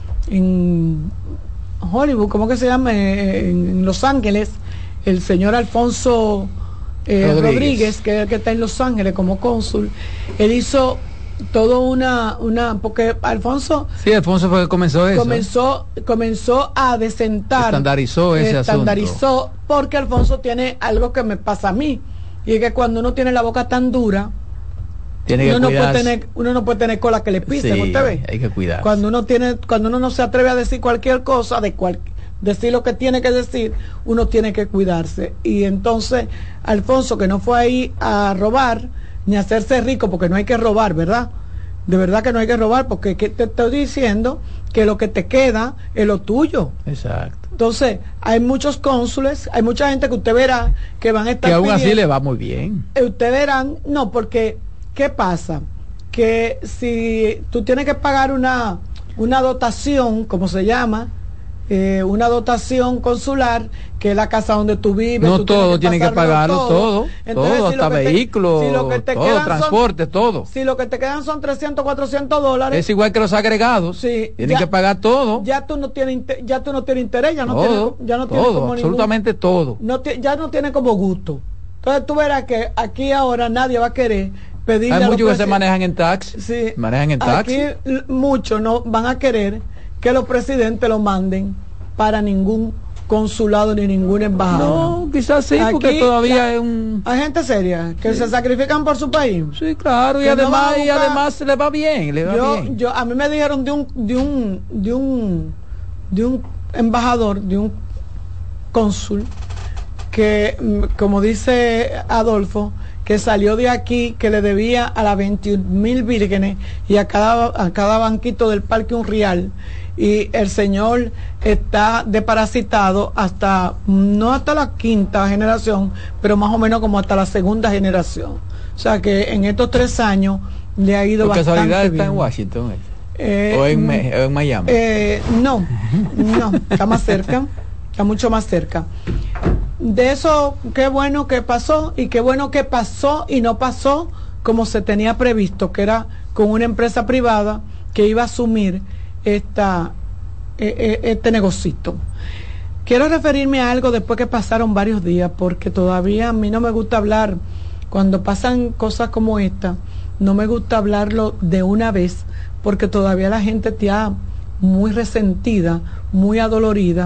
en Hollywood, ¿cómo que se llama? En, en Los Ángeles, el señor Alfonso eh, Rodríguez. Rodríguez, que es el que está en Los Ángeles como cónsul, él hizo todo una, una, porque Alfonso... Sí, Alfonso fue que comenzó eso. Comenzó, comenzó a desentar. Estandarizó ese estandarizó, asunto. Porque Alfonso tiene algo que me pasa a mí, y es que cuando uno tiene la boca tan dura, Tiene que uno no puede cuidarse. tener, uno no puede tener cola que le pisen, Sí, usted ve. hay que cuidar. Cuando uno tiene, cuando uno no se atreve a decir cualquier cosa, de cual, decir lo que tiene que decir, uno tiene que cuidarse. Y entonces, Alfonso, que no fue ahí a robar, ni a hacerse rico, porque no hay que robar, ¿verdad? De verdad que no hay que robar, porque que te estoy diciendo que lo que te queda es lo tuyo. Exacto. Entonces, hay muchos cónsules, hay mucha gente que usted verá que van a estar Que aún así pidiendo- le va muy bien. eh, Usted verán, no, porque ¿qué pasa? Que si tú tienes que pagar una, una dotación, como se llama, eh, una dotación consular, que es la casa donde tú vives. No tú todo tiene que pasarlo pagarlo, todo, Entonces, todo, si lo hasta que te- vehículos, si lo que te todo, quedan son- transporte, todo. Si lo que te quedan son trescientos, cuatrocientos dólares. Es igual que los agregados. Sí, Tienen ya- que pagar todo. Ya tú no tienes, inte- ya tú no tienes interés, ya no todo, tienes, ya no tienes todo, como ningún- absolutamente todo. no ti- ya no tiene como gusto. Entonces tú verás que aquí ahora nadie va a querer pedirle Hay a los muchos que se presi- manejan en taxi. Sí, Manejan en taxi. aquí l- muchos no van a querer que los presidentes lo manden para ningún consulado ni ninguna embajada. No, quizás sí, porque Aquí todavía la- es un... Hay gente seria que se sacrifican por su país. Sí, claro, y Que no van además, a y buscar- además le va bien, le va yo, bien. yo a mí me dijeron de un de un de un de un embajador, de un cónsul que mm, como dice Adolfo, que salió de aquí, que le debía a las veintiún mil vírgenes y a cada a cada banquito del parque un real, y el señor está desparasitado hasta, no hasta la quinta generación, pero más o menos como hasta la segunda generación. O sea que en estos tres años le ha ido Por bastante casualidad está bien. en Washington. ¿eh? Eh, o, en, mm, Me- o en Miami. eh, no, no, está más cerca, está mucho más cerca. De eso, qué bueno que pasó, y qué bueno que pasó y no pasó como se tenía previsto, que era con una empresa privada que iba a asumir esta, eh, eh, este negocito. Quiero referirme a algo después que pasaron varios días, porque todavía a mí no me gusta hablar, cuando pasan cosas como esta, no me gusta hablarlo de una vez, porque todavía la gente está muy resentida, muy adolorida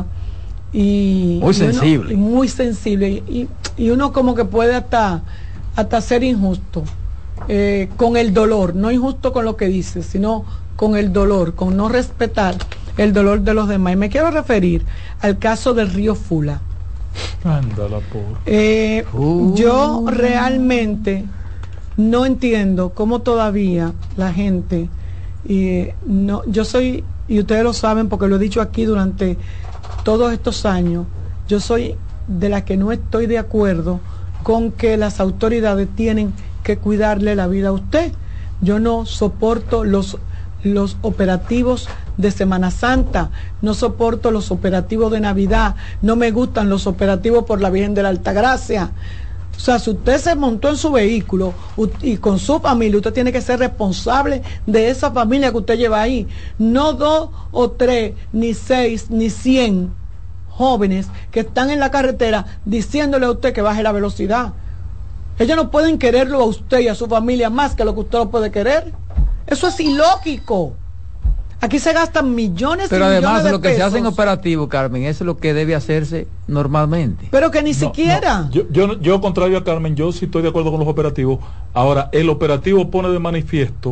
y Muy y uno- sensible. y muy sensible y, y uno como que puede hasta hasta ser injusto eh, con el dolor, no injusto con lo que dice, sino con el dolor, con no respetar el dolor de los demás. Y me quiero referir al caso del río Fula. Ándala, por. Eh, Uh. Yo realmente no entiendo cómo todavía la gente, y no, yo soy, y ustedes lo saben porque lo he dicho aquí durante todos estos años, yo soy de la que no estoy de acuerdo con que las autoridades tienen que cuidarle la vida a usted. Yo no soporto los los operativos de Semana Santa, no soporto los operativos de Navidad, no me gustan los operativos por la Virgen de la Altagracia. O sea, si usted se montó en su vehículo u- y con su familia, usted tiene que ser responsable de esa familia que usted lleva ahí. No dos o tres, ni seis, ni cien jóvenes que están en la carretera diciéndole a usted que baje la velocidad. Ellos no pueden quererlo a usted y a su familia más que lo que usted lo puede querer. Eso es ilógico. Aquí se gastan millones Pero y además millones de lo que se hace en pesos, operativo, Carmen, eso es lo que debe hacerse normalmente. pero que ni No, siquiera. no. Yo, yo, yo, contrario a Carmen, yo sí estoy de acuerdo con los operativos. Ahora, el operativo pone de manifiesto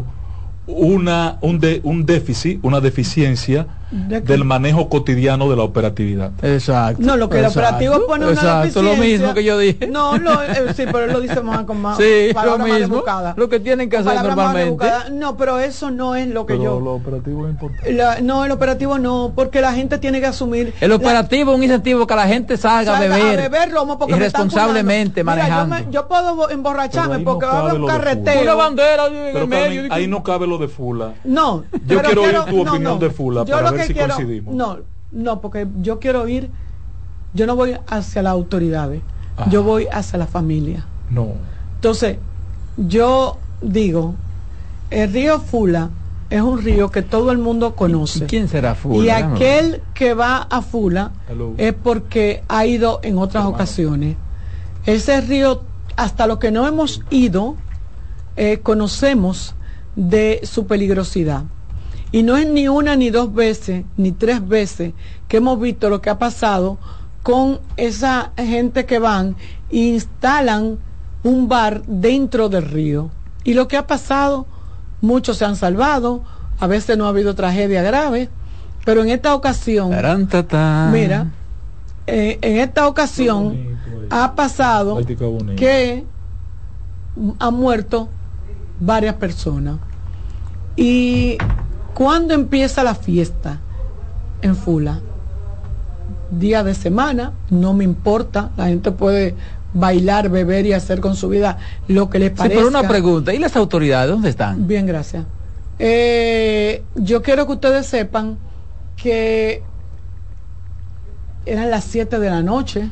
una un, de, un déficit, una deficiencia ¿De qué? del manejo cotidiano de la operatividad. Exacto. No, lo que el exacto, operativo pone una exacto, lo deficiencia. mismo que yo dije. No, lo, eh, sí, pero él lo dice más con más Sí, lo palabras más mismo. rebuscadas. Lo que tienen que Con hacer palabras más normalmente. rebuscadas. No, pero eso no es lo que Pero yo. lo operativo es importante. La- no, el operativo no, porque la gente tiene que asumir. El la- operativo es un incentivo que la gente salga, salga a beber. a beber romo porque me están irresponsablemente cuidando. Mira, yo, manejando. me- yo puedo bo- emborracharme Pero ahí no porque va a haber cabe un lo de carretero. Una bandera en Pero el medio. Carmen, ahí no cabe lo de Fula. No, Yo pero quiero oír tu no, opinión no. de Fula Yo para lo ver que si quiero- coincidimos. No, no, porque yo quiero ir, yo no voy hacia las autoridades, Ajá. yo voy hacia la familia. No. Entonces, yo digo, el río Fula es un río que todo el mundo conoce. ¿Y quién será Fula? Y Déjame ver. aquel que va a Fula Hello. es porque ha ido en otras Hermano. ocasiones. Ese río, hasta los que no hemos ido, eh, conocemos de su peligrosidad. Y no es ni una, ni dos veces, ni tres veces que hemos visto lo que ha pasado con esa gente que van e instalan un bar dentro del río. Y lo que ha pasado, muchos se han salvado, a veces no ha habido tragedia grave, pero en esta ocasión, mira, eh, en esta ocasión ha pasado que han muerto varias personas. Y cuando empieza la fiesta en Fula, día de semana, no me importa, la gente puede bailar, beber y hacer con su vida lo que les parezca. Sí, pero una pregunta, ¿y las autoridades dónde están? Bien, gracias. Eh, yo quiero que ustedes sepan que eran las siete de la noche,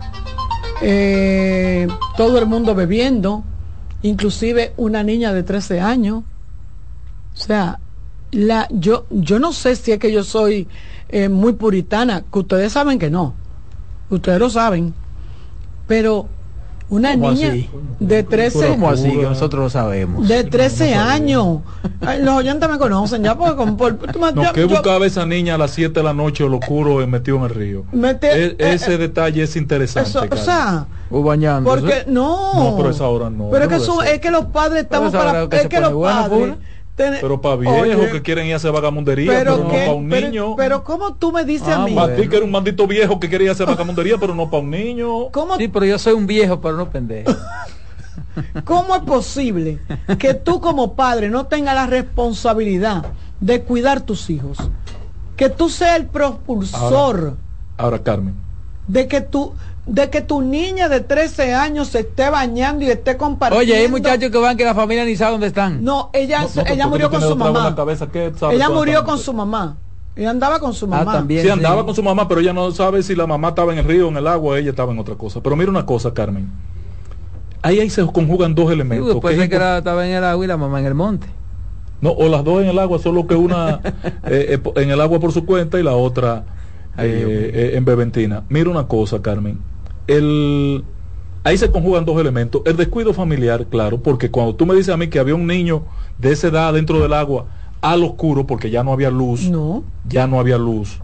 eh, todo el mundo bebiendo, inclusive una niña de trece años. O sea, la, yo, yo no sé si es que yo soy eh, muy puritana, que ustedes saben que no, ustedes lo saben, pero una niña así? de trece, ¿Cómo así? Que nosotros lo sabemos. De trece años. Ay, los oyentes me conocen ya porque como por, tú, no, yo, ¿qué yo, buscaba esa niña a las siete de la noche, lo oscuro, metido en el río? Mete, e, ese eh, detalle es interesante. Eso, o sea, o bañándose. Porque no. No, pero esa hora no. Pero no es, que su, es que los padres estamos para. Que es que los padres. Ten... Pero para viejos que quieren ir a hacer vagamundería, pero, pero no para un pero, niño. Pero ¿cómo tú me dices ah, a mí? Para ti que eres un maldito viejo que quería hacer vagamundería, pero no para un niño. ¿Cómo? Sí, pero yo soy un viejo, pero no pendejo. ¿Cómo es posible que tú como padre no tengas la responsabilidad de cuidar tus hijos? Que tú seas el propulsor. Ahora, ahora Carmen. De que tú... de que tu niña de trece años se esté bañando y esté compartiendo. Oye, hay muchachos que van que la familia ni sabe dónde están. No, ella, no, no, ella murió con su mamá. Cabeza, ella murió con su mamá. Ella andaba con su mamá. Ah, también, sí, andaba sí. con su mamá, pero ella no sabe si la mamá estaba en el río, en el agua, ella estaba en otra cosa. Pero mira una cosa, Carmen. Ahí, ahí se conjugan dos elementos. Sí, puede ser que era, estaba en el agua y la mamá en el monte. No, o las dos en el agua, solo que una eh, eh, en el agua por su cuenta y la otra eh, eh, en Beventina. Mira una cosa, Carmen. El, ahí se conjugan dos elementos. El descuido familiar, claro, porque cuando tú me dices a mí que había un niño de esa edad dentro del agua al oscuro, porque ya no había luz, no. ya no había luz,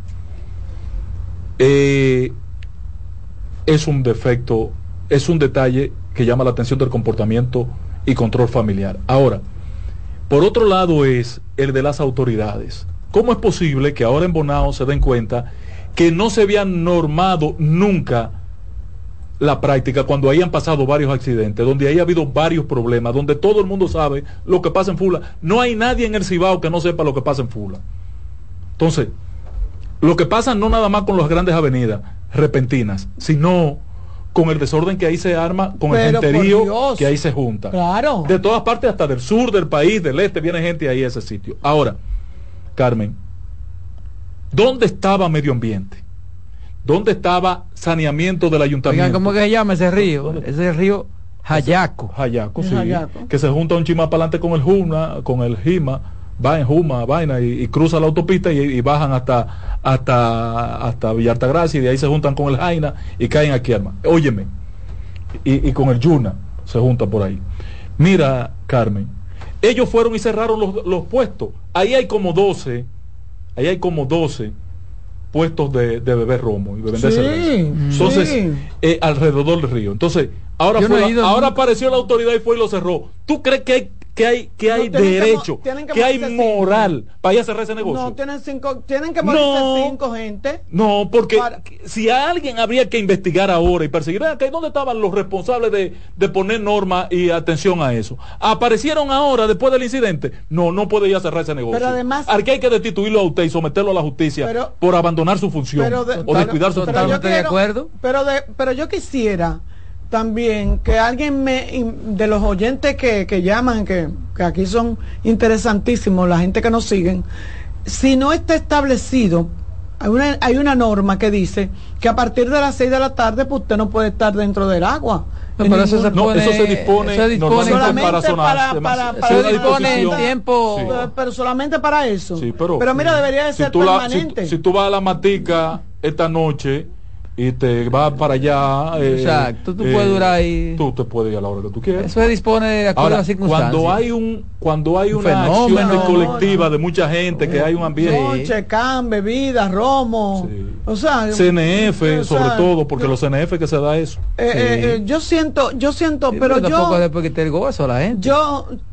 eh, es un defecto, es un detalle que llama la atención del comportamiento y control familiar. Ahora, por otro lado es el de las autoridades. ¿Cómo es posible que ahora en Bonao se den cuenta que no se había normado nunca la práctica cuando ahí han pasado varios accidentes, donde ahí ha habido varios problemas, donde todo el mundo sabe lo que pasa en Fula? No hay nadie en el Cibao que no sepa lo que pasa en Fula. Entonces, lo que pasa no nada más con las grandes avenidas repentinas, sino con el desorden que ahí se arma, con Pero el genterío que ahí se junta. Claro. De todas partes, hasta del sur del país, del este, viene gente ahí a ese sitio. Ahora, Carmen, ¿dónde estaba medio ambiente? ¿Dónde estaba saneamiento del ayuntamiento? Oigan, ¿cómo que se llama ese río? Ese río Jayaco. Jayaco, sí. Jayaco. Que se junta un chima para adelante con el Juma, con el Jima, va en Juma, vaina, y, y cruza la autopista y, y bajan hasta hasta hasta Villa Altagracia, y de ahí se juntan con el Jaina y caen aquí, hermano. Óyeme. Y, y con el Yuna se junta por ahí. Mira, Carmen, ellos fueron y cerraron los, los puestos. Ahí hay como doce, ahí hay como doce puestos de, de beber romo y de vender sí, cerveza. Entonces, sí. eh, alrededor del río. Entonces, ahora, fue no la, ahora apareció la autoridad y fue y lo cerró. ¿Tú crees que hay que hay que hay no, derecho, que, que, que hay moral cinco. para ir a cerrar ese negocio? No, tienen cinco, tienen que morirse no, cinco gente. No, porque para... si a alguien habría que investigar ahora y perseguir, ¿dónde estaban los responsables de, de poner norma y atención a eso? ¿Aparecieron ahora después del incidente? No, no puede ir a cerrar ese negocio. Pero además, al que hay que destituirlo a usted y someterlo a la justicia pero, por abandonar su función pero de, o descuidar su función. Yo quiero, de acuerdo. Pero, de, pero yo quisiera también que alguien me de los oyentes que, que llaman, que, que aquí son interesantísimos, la gente que nos siguen, si no está establecido, hay una, hay una norma que dice que a partir de las seis de la tarde pues usted no puede estar dentro del agua. No, pero eso se, no, pone, eso se dispone, eso se dispone solamente para zonas, para, para, para, se para dispone en tiempo, sí. pero, pero solamente para eso. Sí, pero, pero mira, debería de si ser tú permanente. La, si, si tú vas a la Matica esta noche y te vas para allá, eh, exacto, tú eh, puedes durar ahí, tú te puedes ir a la hora que tú quieras. Eso se dispone de acuerdo a las circunstancias. Cuando hay un cuando hay un una fenómeno, acción colectiva no, de mucha gente, no, que hay un ambiente, noche, can, bebidas, romo, sí. o sea, C N F o sobre sea, todo, porque yo, los C N F que se da eso. Eh, sí. eh, eh, yo siento, yo siento, sí, pero, pero yo tampoco después que te el gozo a la gente. Yo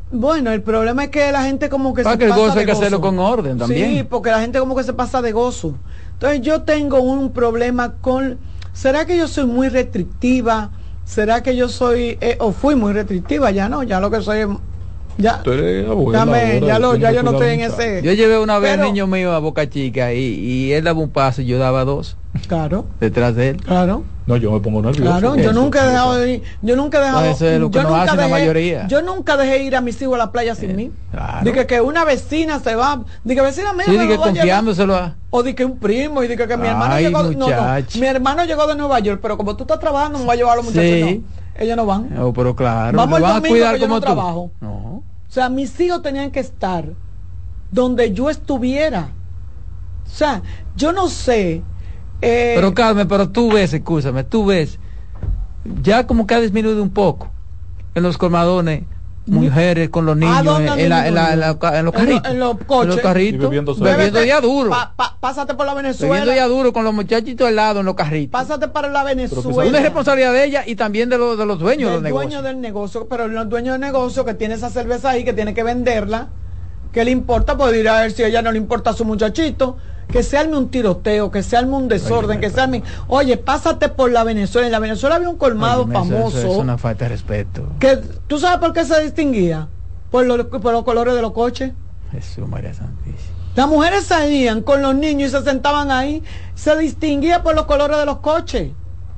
Bueno, el problema es que la gente como que Para se que el pasa gozo de hay que hacerlo con orden también. Sí, porque la gente como que se pasa de gozo. Entonces yo tengo un problema con... ¿Será que yo soy muy restrictiva? ¿Será que yo soy... Eh, o fui muy restrictiva? Ya no, ya lo que soy... Ya, Tú eres abuela, dame, ahora, ya, lo, ya yo no cuidar estoy en mucho. ese... Yo llevé una vez Pero- al niño mío a Boca Chica y, y él daba un paso y yo daba dos Claro, detrás de él. claro. No, yo me pongo nervioso. Claro, yo Eso, nunca he eso. dejado de ir, yo nunca he dejado, No, eso es lo que yo no nunca hace la dejé, mayoría. yo nunca dejé ir a mis hijos a la playa sin Eh, mí. claro. De que, que una vecina se va, de que vecina mía Sí, me de lo que voy a llevar. confiándoselo a... O de que un primo y de que, que mi hermano Ay, llegó, no, no, muchacho. mi hermano llegó de Nueva York, pero como tú estás trabajando, me voy a llevar a los muchachos, Sí. no, ellos no van. Oh, pero claro, Vamos te el van a domingo cuidar que yo como no tú. trabajo. No. O sea, mis hijos tenían que estar donde yo estuviera. O sea, yo no sé. eh, Pero Carmen, pero tú ves, escúchame, tú ves, ya como que ha disminuido un poco en los colmadones, mujeres con los niños dónde en, ha en la- en la- en la- disminuido? en los En lo- carritos. en los En coches. los carritos. Y bebiendo soda. Bebiendo Bébete, ya duro. pa- pa- pásate por la Venezuela. Bebiendo ya duro con los muchachitos al lado en los carritos. Pásate para la Venezuela. Una responsabilidad de ella y también de, los de los dueños de del los dueño negocios. del negocio, pero el dueño del negocio que tiene esa cerveza ahí, que tiene que venderla, que le importa, pues dirá a ver si a ella no le importa a su muchachito, que se arme un tiroteo, que se arme un desorden, que se arme, oye, pásate por la Venezuela. En la Venezuela había un colmado Óyeme, eso- famoso, eso es una falta de respeto. que tú sabes por qué se distinguía, por los, por los colores de los coches. Jesús María Santísima. Las mujeres salían con los niños y se sentaban ahí, se distinguía por los colores de los coches.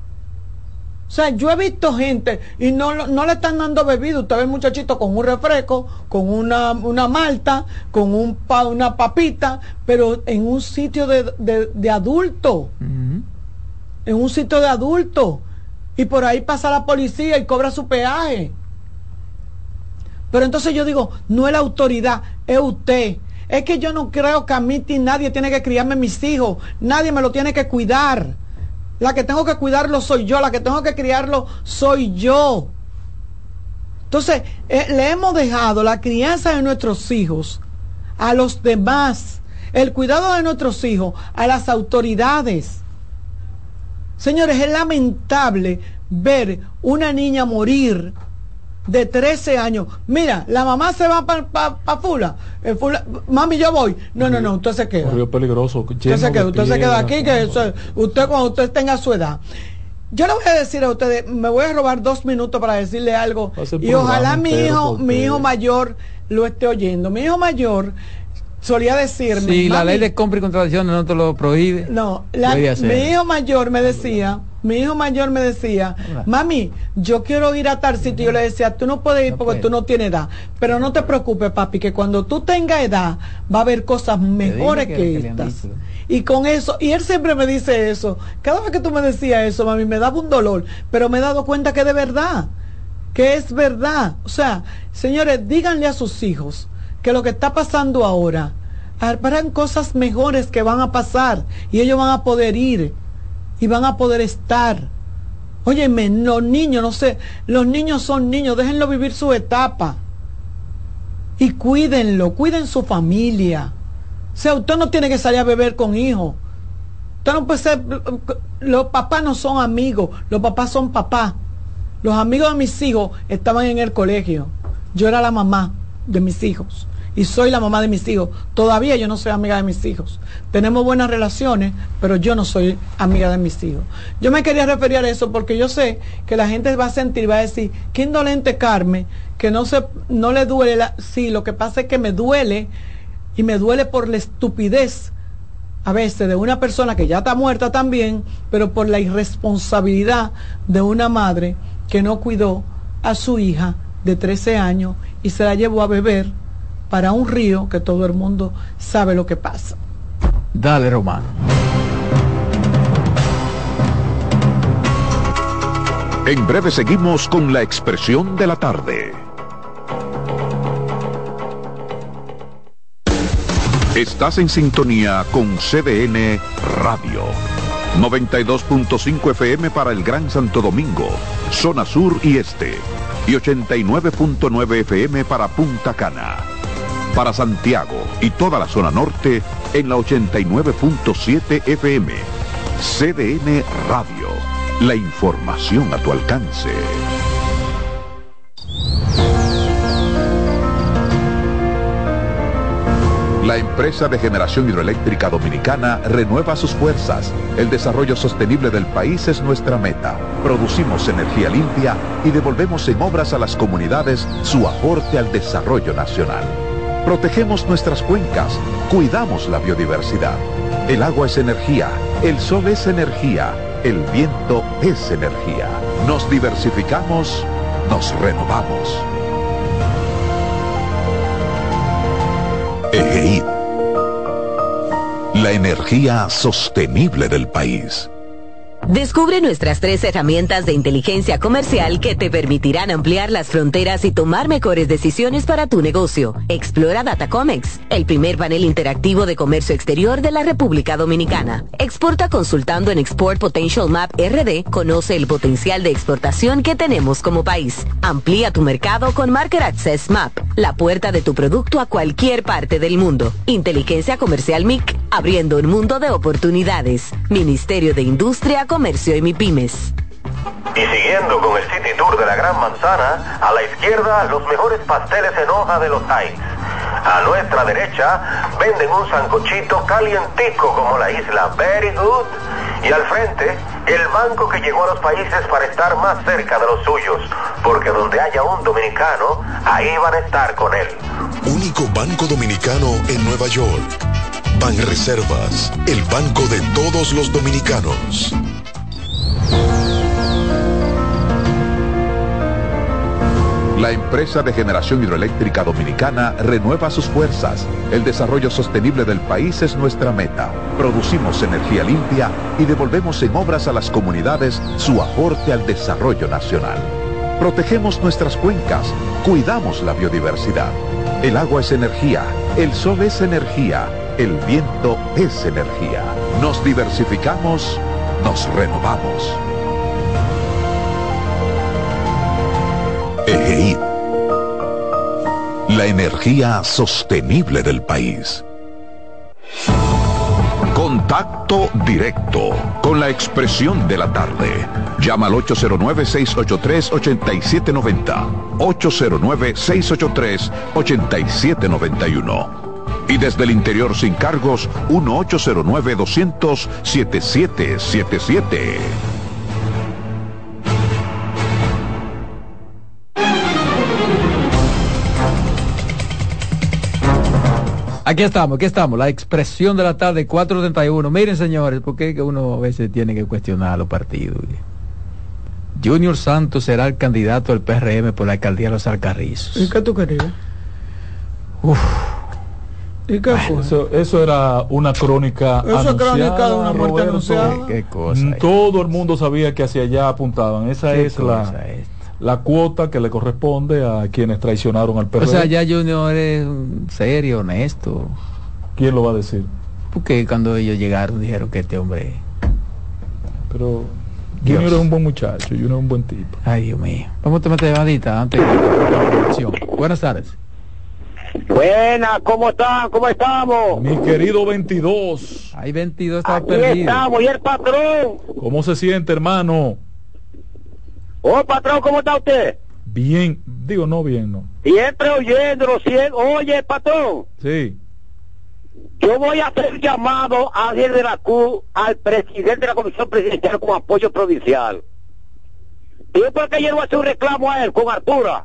O sea, yo he visto gente y no, lo- no le están dando bebida. Usted ve el muchachito con un refresco, con una, una malta, con un pa- una papita, pero en un sitio de, de, de adulto, Ujú. en un sitio de adulto. Y por ahí pasa la policía y cobra su peaje. Pero entonces yo digo, no es la autoridad, es usted. Es que yo no creo que a mí ni nadie tiene que criarme mis hijos. Nadie me lo tiene que cuidar. La que tengo que cuidarlo soy yo. La que tengo que criarlo soy yo. Entonces, eh, le hemos dejado la crianza de nuestros hijos a los demás. El cuidado de nuestros hijos a las autoridades. Señores, es lamentable ver una niña morir de trece años. Mira, la mamá se va para pa, pa Fula. El Fula. Mami, yo voy. No, no, no, usted se queda. Un río peligroso. Usted se queda, usted se queda aquí, que eso, usted cuando usted tenga su edad. Yo le voy a decir a ustedes, me voy a robar dos minutos para decirle algo. Va a ser Y ojalá programa mi entero hijo, porque- mi hijo mayor lo esté oyendo. Mi hijo mayor solía decirme. Si la "Mami, ley de compra y contratación no te lo prohíbe. no, la- Puede hacer. mi hijo mayor me decía, mi hijo mayor me decía, mami, yo quiero ir a tal sitio. Yo le decía, tú no puedes ir No porque puede. tú no tienes edad. Pero no te preocupes, papi, que cuando tú tengas edad va a haber cosas mejores que- que, que le han estas. dicho. Y con eso, y él siempre me dice eso. Cada vez que tú me decías eso, mami, me daba un dolor. Pero me he dado cuenta que de verdad, que es verdad. O sea, señores, díganle a sus hijos que lo que está pasando ahora, habrán cosas mejores que van a pasar y ellos van a poder ir y van a poder estar. Óyeme, los niños, no sé, los niños son niños, déjenlo vivir su etapa y cuídenlo, cuiden su familia. O sea, usted no tiene que salir a beber con hijos. Usted no puede ser, los papás no son amigos, los papás son papás. Los amigos de mis hijos estaban en el colegio. Yo era la mamá de mis hijos y soy la mamá de mis hijos. Todavía yo no soy amiga de mis hijos. Tenemos buenas relaciones, pero yo no soy amiga de mis hijos. Yo me quería referir a eso porque yo sé que la gente va a sentir, va a decir, qué indolente Carmen, que no se, no le duele. La... Sí, lo que pasa es que me duele y me duele por la estupidez a veces de una persona que ya está muerta también, pero por la irresponsabilidad de una madre que no cuidó a su hija de trece años y se la llevó a beber para un río que todo el mundo sabe lo que pasa. Dale, Romano. En breve seguimos con la expresión de la tarde. Estás en sintonía con C D N Radio. noventa y dos punto cinco F M para el Gran Santo Domingo, zona sur y este. Y ochenta y nueve punto nueve F M para Punta Cana. Para Santiago y toda la zona norte en la ochenta y nueve punto siete F M. C D N Radio. La información a tu alcance. La empresa de generación hidroeléctrica dominicana renueva sus fuerzas. El desarrollo sostenible del país es nuestra meta. Producimos energía limpia y devolvemos en obras a las comunidades su aporte al desarrollo nacional. Protegemos nuestras cuencas, cuidamos la biodiversidad. El agua es energía, el sol es energía, el viento es energía. Nos diversificamos, nos renovamos. EGEID, la energía sostenible del país. Descubre nuestras tres herramientas de inteligencia comercial que te permitirán ampliar las fronteras y tomar mejores decisiones para tu negocio. Explora Datacomex, el primer panel interactivo de comercio exterior de la República Dominicana. Exporta consultando en Export Potential Map R D. Conoce el potencial de exportación que tenemos como país. Amplía tu mercado con Market Access Map, la puerta de tu producto a cualquier parte del mundo. Inteligencia Comercial M I C, abriendo un mundo de oportunidades. Ministerio de Industria, Comercio y MIPYMES. Y siguiendo con el City Tour de la Gran Manzana, a la izquierda los mejores pasteles en hoja de los Heights. A nuestra derecha venden un sancochito calientico como la isla Very Good. Y al frente, el banco que llegó a los países para estar más cerca de los suyos, porque donde haya un dominicano, ahí van a estar con él. Único banco dominicano en Nueva York. Banreservas, el banco de todos los dominicanos. La empresa de generación hidroeléctrica dominicana renueva sus fuerzas. El desarrollo sostenible del país es nuestra meta. Producimos energía limpia y devolvemos en obras a las comunidades su aporte al desarrollo nacional. Protegemos nuestras cuencas, cuidamos la biodiversidad. El agua es energía, el sol es energía, el viento es energía. Nos diversificamos, nos renovamos. EGEID, la energía sostenible del país. Contacto directo con la expresión de la tarde. Llama al ocho cero nueve, seis ocho tres, ocho siete nueve cero, ocho cero nueve, seis ocho tres, ocho siete nueve uno. Y desde el interior sin cargos, uno ocho cero nueve, dos cero cero, siete siete siete siete. Aquí estamos, aquí estamos, la expresión de la tarde, cuatro treinta y uno. Miren, señores, porque es que uno a veces tiene que cuestionar los partidos. Junior Santos será el candidato del P R M por la alcaldía de Los Alcarrizos. ¿Y qué tú querías? Uf. ¿Y qué fue? Eso, eso era una crónica Eso anunciada, es crónica de una muerte Roberto. anunciada. ¿Qué, qué cosa es? Todo el mundo sabía que hacia allá apuntaban. Esa ¿Qué es la, cosa es? la cuota que le corresponde a quienes traicionaron al P R M. O sea, ya Junior es serio, honesto. ¿Quién lo va a decir? Porque cuando ellos llegaron dijeron que este hombre... Pero Dios. Junior es un buen muchacho, Junior es un buen tipo. Ay, Dios mío. Vamos a tomar esta llamadita antes de la producción. Buenas tardes. Buenas, ¿cómo están? ¿Cómo estamos? Mi querido veintidós. Hay veintidós, estaba Aquí perdido. estamos, y el patrón. ¿Cómo se siente, hermano? Oh, patrón, ¿cómo está usted? Bien, digo no bien, no. Siempre oyéndolo, siempre. Oye, patrón, Sí. yo voy a hacer llamado a Ángel de la Cruz, al presidente de la Comisión Presidencial con apoyo provincial. ¿Y por qué yo no voy a hacer un reclamo a él con Artura?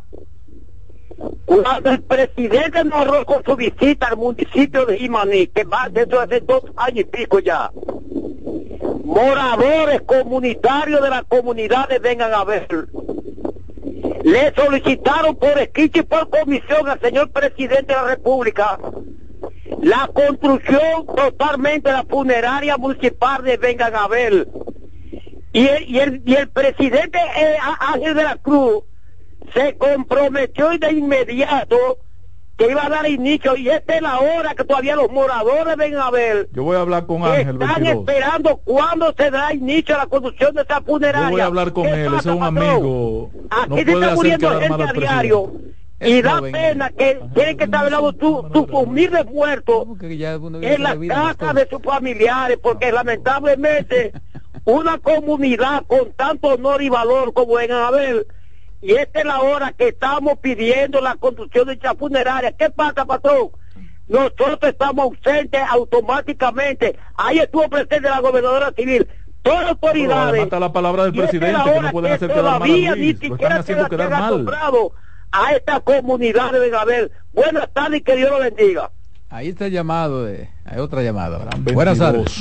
Cuando el presidente nos honró con su visita al municipio de Jimaní, que va dentro de hace dos años y pico ya, moradores comunitarios de las comunidades vengan a ver. Le solicitaron por escrito y por comisión al señor presidente de la República la construcción totalmente de la funeraria municipal de Vengan a ver. Y el, y el, y el presidente eh, Ángel de la Cruz se comprometió de inmediato que iba a dar inicio, y esta es la hora que todavía los moradores vengan a ver. Yo voy a hablar con Ángel. Están veintidós. esperando cuándo se da inicio a la construcción de esa funeraria. Yo voy a hablar con ¿Qué él, pasa, ese es un patrón? amigo. Aquí No se puede está hacer muriendo quedar mal gente a al diario. presidente. Y Es da joven. pena que tienen que estar hablando tus tu humildes muertos Porque ya uno vive en la la vida casa bastante. de sus familiares, porque lamentablemente una comunidad con tanto honor y valor como vengan a ver, y esta es la hora que estamos pidiendo la construcción de esta funeraria. ¿Qué pasa, patrón? nosotros estamos ausentes automáticamente. Ahí estuvo presente la gobernadora civil, todas las autoridades. Mata la palabra del presidente, que no pueden hacer quedar mal a Luis, ni siquiera se quedar mal a esta comunidad de Benaver. Buenas tardes y que Dios lo bendiga. Ahí está el llamado, de, hay otra llamada. Buenas tardes.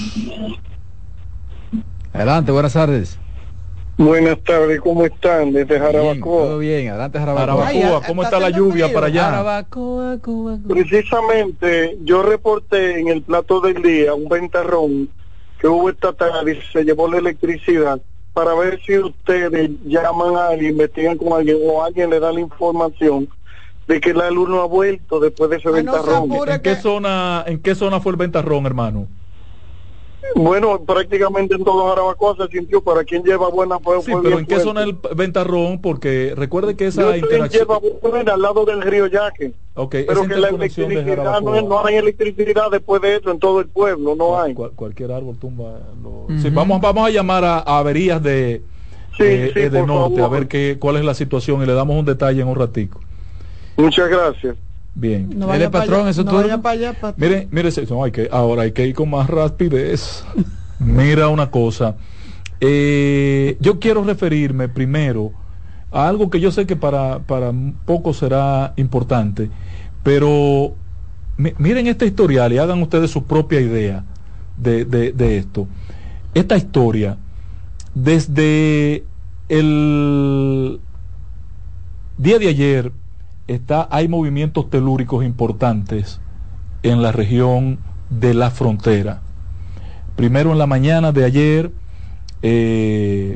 Adelante, buenas tardes. Buenas tardes, ¿cómo están? Desde Jarabacoa. Todo bien, adelante Jarabacoa. Jarabacoa, ¿cómo está la lluvia para allá? Jarabacoa, Cuba, Cuba. Precisamente, yo reporté en el plato del día un ventarrón que hubo esta tarde y se llevó la electricidad, para ver si ustedes llaman a alguien, investigan con alguien o alguien le da la información de que la luz no ha vuelto después de ese Ay, ventarrón. No ¿En, qué zona, ¿En qué zona fue el ventarrón, hermano? Bueno, prácticamente en todo Jarabacoa se sintió. Para quien lleva buena fue, sí, fue pero ¿en qué fuerte. zona el ventarrón? Porque recuerde que esa Yo interacción lleva buena al lado del río Yaque. Okay, pero que la electricidad no, es, no hay electricidad después de eso en todo el pueblo, no cual, hay. Cual, cualquier árbol tumba. Lo... Uh-huh. Sí, vamos, vamos a llamar a, a averías de, sí, de, sí, de, de norte favor. a ver qué, cuál es la situación y le damos un detalle en un ratico. Muchas gracias. Bien. No vaya el patrón, allá, eso no todo. Vaya para allá, patrón. Mire, mire, no, hay que, ahora hay que ir con más rapidez. Mira una cosa, eh, yo quiero referirme primero a algo que yo sé que para, para poco será importante, pero mi, miren este historial y hagan ustedes su propia idea de, de, de esto. Esta historia, desde el día de ayer, está, hay movimientos telúricos importantes en la región de la frontera. Primero en la mañana de ayer eh,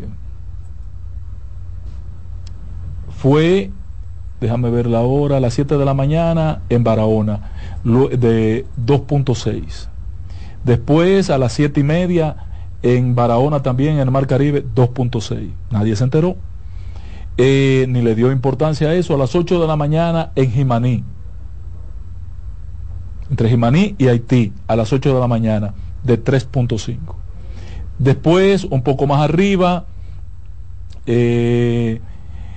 fue, déjame ver la hora, a las siete de la mañana en Barahona, de dos punto seis. Después a las siete y media en Barahona también, en el Mar Caribe, dos punto seis. Nadie se enteró, eh, ni le dio importancia a eso. A las ocho de la mañana en Jimaní, entre Jimaní y Haití, a las ocho de la mañana, de tres punto cinco. Después, un poco más arriba, eh,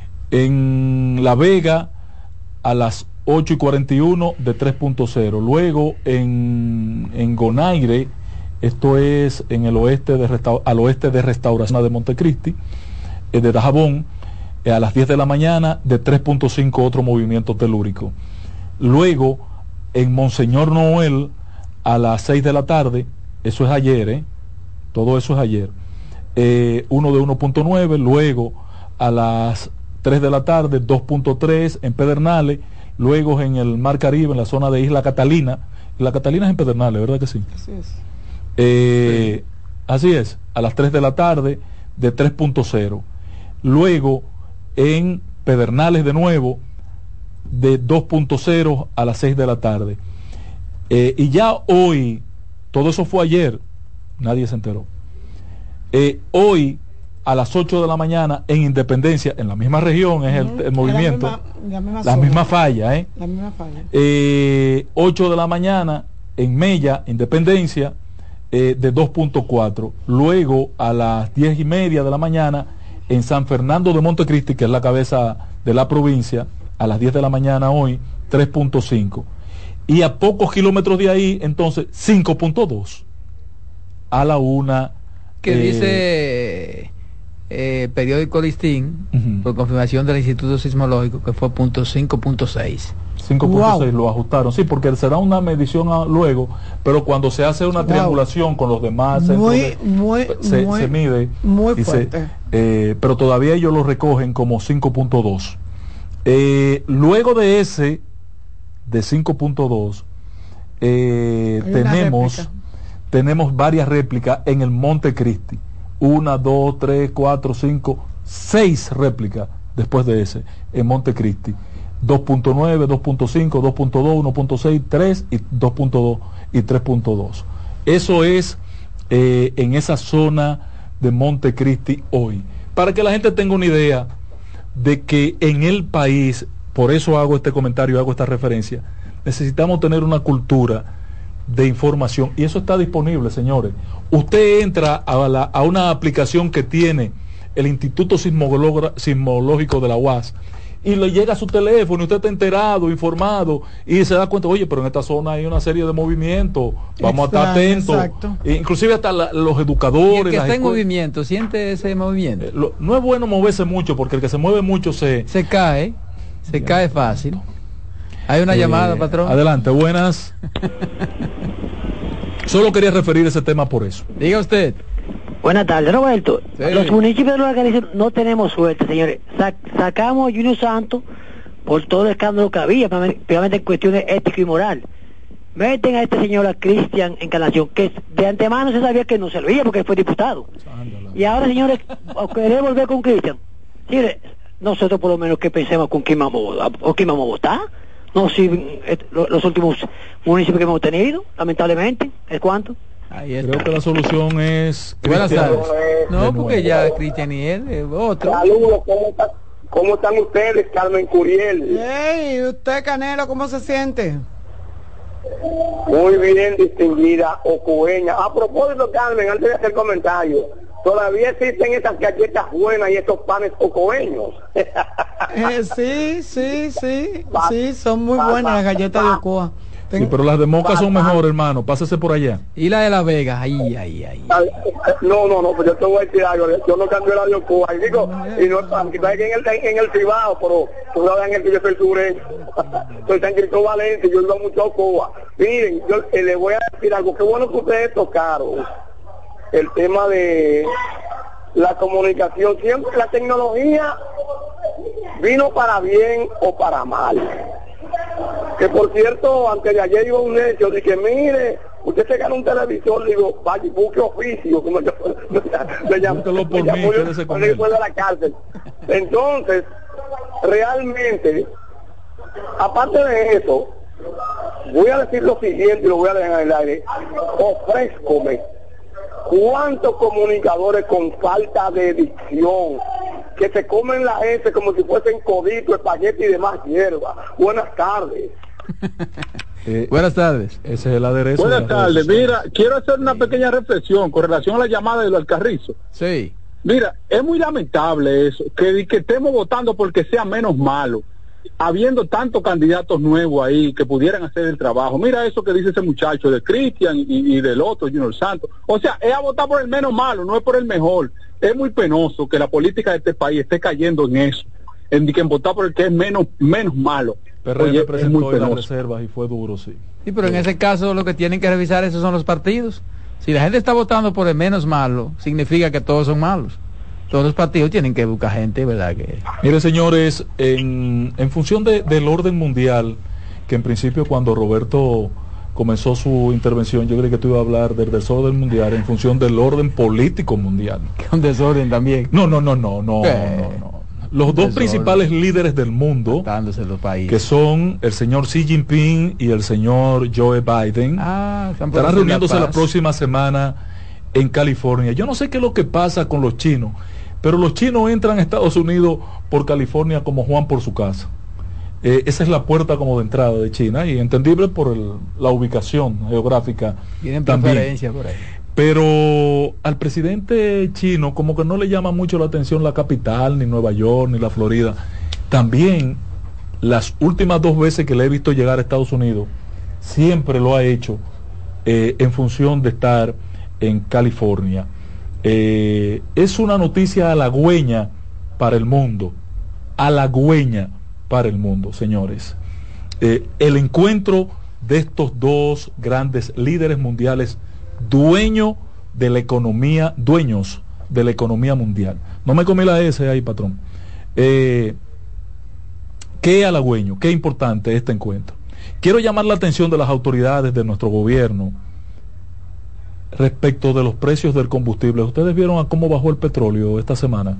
en La Vega, a las ocho y cuarenta y uno, de tres punto cero. Luego, en, en Gonaire, esto es en el oeste de resta- al oeste de Restauración de Montecristi, eh, de Dajabón, eh, a las diez de la mañana, de tres punto cinco, otro movimiento telúrico. Luego, en Monseñor Noel, a las seis de la tarde, eso es ayer, ¿eh? Todo eso es ayer. Eh, uno de uno punto nueve, luego a las tres de la tarde, dos punto tres en Pedernales, luego en el Mar Caribe, en la zona de Isla Catalina. La Catalina es en Pedernales, ¿verdad que sí? Así es. Eh, sí. Así es, a las tres de la tarde, de tres punto cero. Luego en Pedernales de nuevo, de dos punto cero a las seis de la tarde. Eh, y ya hoy, todo eso fue ayer, nadie se enteró. Eh, hoy, a las ocho de la mañana, en Independencia, en la misma región, es el, el movimiento, la misma, la misma, la misma falla, ¿eh? La misma falla. Eh, ocho de la mañana, en Mella, Independencia, eh, de dos punto cuatro. Luego, a las diez y media de la mañana, en San Fernando de Montecristi, que es la cabeza de la provincia, a las diez de la mañana hoy, tres punto cinco. Y a pocos kilómetros de ahí, entonces, cinco punto dos. A la una. Que eh, dice eh, periódico Listín, uh-huh, por confirmación del Instituto Sismológico, que fue punto cinco punto seis. cinco punto seis, wow, lo ajustaron. Sí, porque será una medición a, luego, pero cuando se hace una wow, triangulación con los demás, muy, de, muy, se, muy, se mide. Muy dice, fuerte. Eh, pero todavía ellos lo recogen como cinco punto dos. Eh, luego de ese, de cinco punto dos, eh, tenemos, tenemos varias réplicas en el Monte Cristi. Una, dos, tres, cuatro, cinco, seis réplicas después de ese, en Monte Cristi. dos punto nueve, dos punto cinco, dos punto dos, uno punto seis, tres y dos punto dos y tres punto dos. Eso es eh, en esa zona de Monte Cristi hoy. Para que la gente tenga una idea de que en el país, por eso hago este comentario, hago esta referencia, necesitamos tener una cultura de información, y eso está disponible, señores. Usted entra a, la, a una aplicación que tiene el Instituto Sismológico de la U A S y le llega a su teléfono y usted está enterado, informado y se da cuenta, oye, pero en esta zona hay una serie de movimientos, vamos Extraño, a estar atentos. Exacto. E inclusive hasta la, los educadores. Y el que está en movimiento, siente ese movimiento. Eh, lo, no es bueno moverse mucho porque el que se mueve mucho se... Se cae, se ya. cae fácil. Hay una eh, llamada, patrón. Adelante, buenas. Solo quería referir ese tema por eso. Diga usted. Buenas tardes, Roberto. Sí. Los municipios de los organizaciones no tenemos suerte, señores. Sac sacamos a Junior Santos por todo el escándalo que había, primeramente en cuestiones éticas y moral. Meten a este señor, a Cristian Encarnación, que de antemano se sabía que no servía porque fue diputado. Sándala. Y ahora, señores, queremos volver con Cristian. Señores, nosotros por lo menos que pensemos con quién vamos, o quién vamos a votar. No, si los últimos municipios que hemos tenido, lamentablemente, ¿es cuánto? Ahí está. Creo que la solución es buenas tardes. No, porque ya Cristian y él es otro. Saludos, ¿cómo, está, ¿cómo están ustedes, Carmen Curiel? Hey, usted, Canelo, ¿cómo se siente? Muy bien, distinguida Ocoeña. A propósito, Carmen, antes de hacer comentario, todavía existen estas galletas buenas y estos panes ocoeños. eh, sí, sí, sí, sí, son muy buenas las galletas de Ocoa. Sí, pero las de Moca son mejores, hermano. Pásese por allá. Y la de La Vega, ahí, ahí, ahí. No, no, no, pues yo te voy a decir algo. Yo no cambio la de Ocoa. Y digo, y no, aunque está en el, en el Cibao, pero tú sabes en el que yo soy sureño. Soy San Cristóbal Valente, yo iba mucho a Ocoa. Miren, yo eh, le voy a decir algo. Qué bueno que ustedes tocaron el tema de la comunicación. Siempre la tecnología vino para bien o para mal. Que por cierto, antes de ayer iba un hecho, dije, mire, usted se gana un televisor, digo, vaya, busque oficio, como yo, me llamó, me llamó yo, después de la cárcel. Entonces, realmente, aparte de eso, voy a decir lo siguiente y lo voy a dejar en el aire, ofrézcome cuántos comunicadores con falta de dicción que se comen la S como si fuesen codito, espagueti y demás hierba. Buenas tardes. Eh, Buenas tardes. Ese es el aderezo. Buenas tardes. Mira, quiero hacer una pequeña reflexión con relación a la llamada de los Alcarrizo. Sí. Mira, es muy lamentable eso, que, que estemos votando porque sea menos malo, habiendo tantos candidatos nuevos ahí que pudieran hacer el trabajo. Mira eso que dice ese muchacho de Cristian y, y del otro, Junior Santos. O sea, es a votar por el menos malo, no es por el mejor. Es muy penoso que la política de este país esté cayendo en eso, en que en votar por el que es menos menos malo. Pero él presentó en las reservas y fue duro, sí. Sí, pero en ese caso lo que tienen que revisar esos son los partidos. Si la gente está votando por el menos malo, significa que todos son malos. Todos los partidos tienen que buscar gente, ¿verdad? Que... Mire, señores, en, en función de, del orden mundial, que en principio cuando Roberto comenzó su intervención, yo creí que tú ibas a hablar del desorden mundial en función del orden político mundial. Con desorden también. No, no, no, no, no, eh, no, no. Los dos desorden. Principales líderes del mundo, los países, que son el señor Xi Jinping y el señor Joe Biden, ah, estarán reuniéndose la, la próxima semana en California. Yo no sé qué es lo que pasa con los chinos, pero los chinos entran a Estados Unidos por California como Juan por su casa. Eh, esa es la puerta como de entrada de China, y entendible por el, la ubicación geográfica. Tienen preferencia por ahí. Pero al presidente chino como que no le llama mucho la atención la capital, ni Nueva York, ni la Florida. También las últimas dos veces que le he visto llegar a Estados Unidos, siempre lo ha hecho eh, en función de estar en California. Eh, es una noticia halagüeña para el mundo, halagüeña para el mundo, señores. Eh, el encuentro de estos dos grandes líderes mundiales, dueños de la economía, dueños de la economía mundial. No me comí la S ahí, patrón. Eh, qué halagüeño, qué importante este encuentro. Quiero llamar la atención de las autoridades de nuestro gobierno respecto de los precios del combustible. ¿Ustedes vieron a cómo bajó el petróleo esta semana?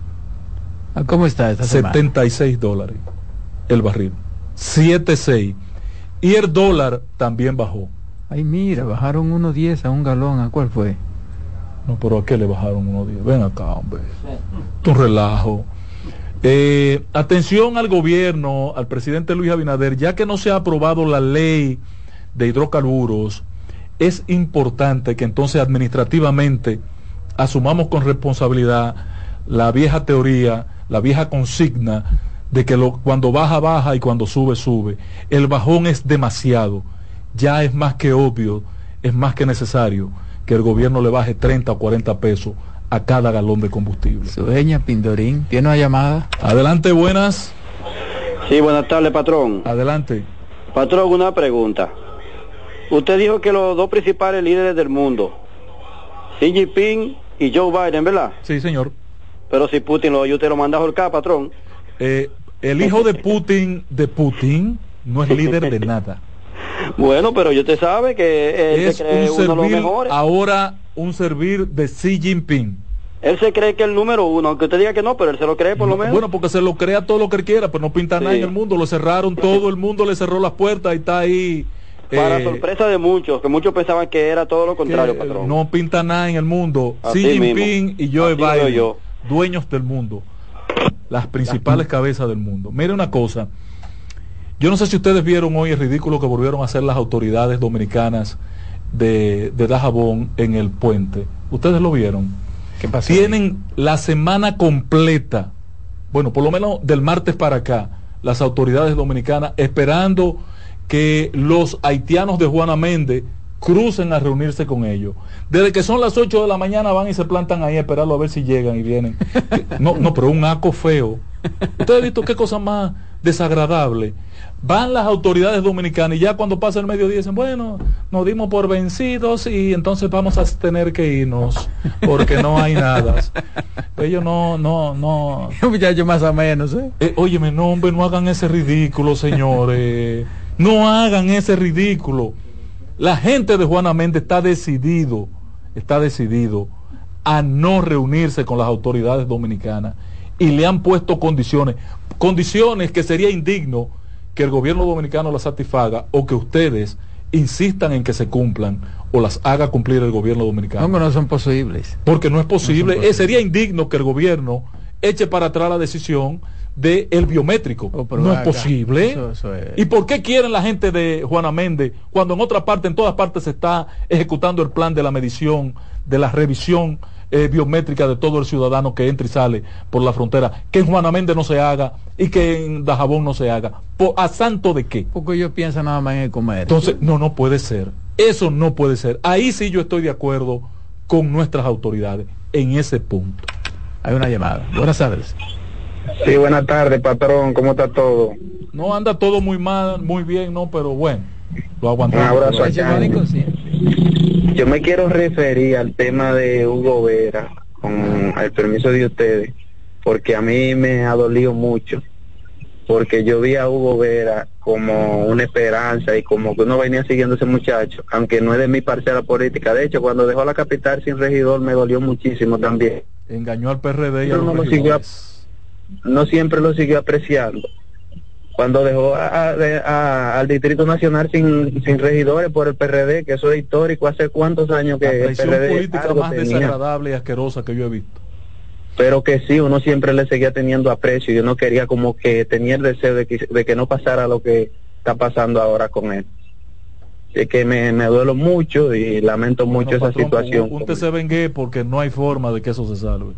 ¿A cómo está esta semana? setenta y seis dólares el barril. setenta y seis. Y el dólar también bajó. Ay, mira, bajaron uno diez a un galón. ¿A cuál fue? No, pero ¿a qué le bajaron uno diez? Ven acá, hombre. Un relajo. Eh, atención al gobierno, al presidente Luis Abinader, ya que no se ha aprobado la ley de hidrocarburos, es importante que entonces administrativamente asumamos con responsabilidad la vieja teoría, la vieja consigna de que lo, cuando baja, baja y cuando sube, sube. El bajón es demasiado. Ya es más que obvio, es más que necesario que el gobierno le baje treinta o cuarenta pesos a cada galón de combustible. Sueña Pindorín, ¿tiene una llamada? Adelante, buenas. Sí, buenas tardes, patrón. Adelante. Patrón, una pregunta. Usted dijo que los dos principales líderes del mundo, Xi Jinping y Joe Biden, ¿verdad? Sí, señor. Pero si Putin lo, usted lo manda a ahorcar, patrón. Eh, el hijo de Putin, de Putin, no es líder de nada. Bueno, pero usted sabe que él es se cree un uno de los servir, mejores. Ahora un servir de Xi Jinping. Él se cree que es el número uno, aunque usted diga que no, pero él se lo cree por lo menos. Bueno, porque se lo crea todo lo que él quiera, pero no pinta Sí. nada en el mundo. Lo cerraron, todo el mundo le cerró las puertas y está ahí. Para eh, sorpresa de muchos, que muchos pensaban que era todo lo contrario, que, patrón. No pinta nada en el mundo. Así Xi Jinping mismo. y Joe Así lo veo Biden, yo. dueños del mundo, las principales cabezas del mundo. Mire una cosa, yo no sé si ustedes vieron hoy el ridículo que volvieron a hacer las autoridades dominicanas de, de Dajabón en el puente. ¿Ustedes lo vieron? ¿Qué pasó? Tienen la semana completa, bueno, por lo menos del martes para acá, las autoridades dominicanas esperando que los haitianos de Juana Méndez crucen a reunirse con ellos. Desde que son las ocho de la mañana van y se plantan ahí a esperarlo a ver si llegan y vienen. No, no, pero un aco feo. Ustedes han visto qué cosa más desagradable. Van las autoridades dominicanas y ya cuando pasa el mediodía dicen, bueno, nos dimos por vencidos y entonces vamos a tener que irnos porque no hay nada. Ellos no, no, no. Muchachos más o menos, ¿eh? eh óyeme, no, hombre, no hagan ese ridículo, señores. No hagan ese ridículo. La gente de Juana Méndez está decidido, está decidido a no reunirse con las autoridades dominicanas y le han puesto condiciones, condiciones que sería indigno que el gobierno dominicano las satisfaga o que ustedes insistan en que se cumplan o las haga cumplir el gobierno dominicano. No, no son posibles. Porque no es posible, No son eh, sería indigno que el gobierno eche para atrás la decisión del el biométrico. Oh, no es acá, posible. Eso, eso es. ¿Y por qué quieren la gente de Juana Méndez cuando en otra parte, en todas partes se está ejecutando el plan de la medición, de la revisión eh, biométrica de todo el ciudadano que entra y sale por la frontera, que en Juana Méndez no se haga y que en Dajabón no se haga? ¿Por, ¿A santo de qué? Porque ellos piensan nada más en el comer. Entonces, no, no puede ser. Eso no puede ser. Ahí sí yo estoy de acuerdo con nuestras autoridades en ese punto. Hay una llamada. Buenas tardes. Sí, buenas tardes, patrón. ¿Cómo está todo? No anda todo muy mal, muy bien, no, pero bueno, lo Un aguantamos. abrazo acá. Yo me quiero referir al tema de Hugo Vera, con el permiso de ustedes, porque a mí me ha dolido mucho, porque yo vi a Hugo Vera como una esperanza y como que uno venía siguiendo a ese muchacho, aunque no es de mi parcela política. De hecho, cuando dejó la capital sin regidor me dolió muchísimo también. Engañó al P R D y a Pero los no lo siguió, regidores. no siempre lo siguió apreciando. Cuando dejó a, a, a, al Distrito Nacional sin, sin regidores por el P R D, que eso es histórico, hace cuántos años que La el traición P R D política algo más tenía. desagradable y asquerosa que yo he visto. Pero que sí, uno siempre le seguía teniendo aprecio y uno quería como que tenía el deseo de que, de que no pasara lo que está pasando ahora con él. Así que me, me duelo mucho y lamento Bueno, mucho patrón, esa situación. Un T C vengue porque no hay forma de que eso se salve.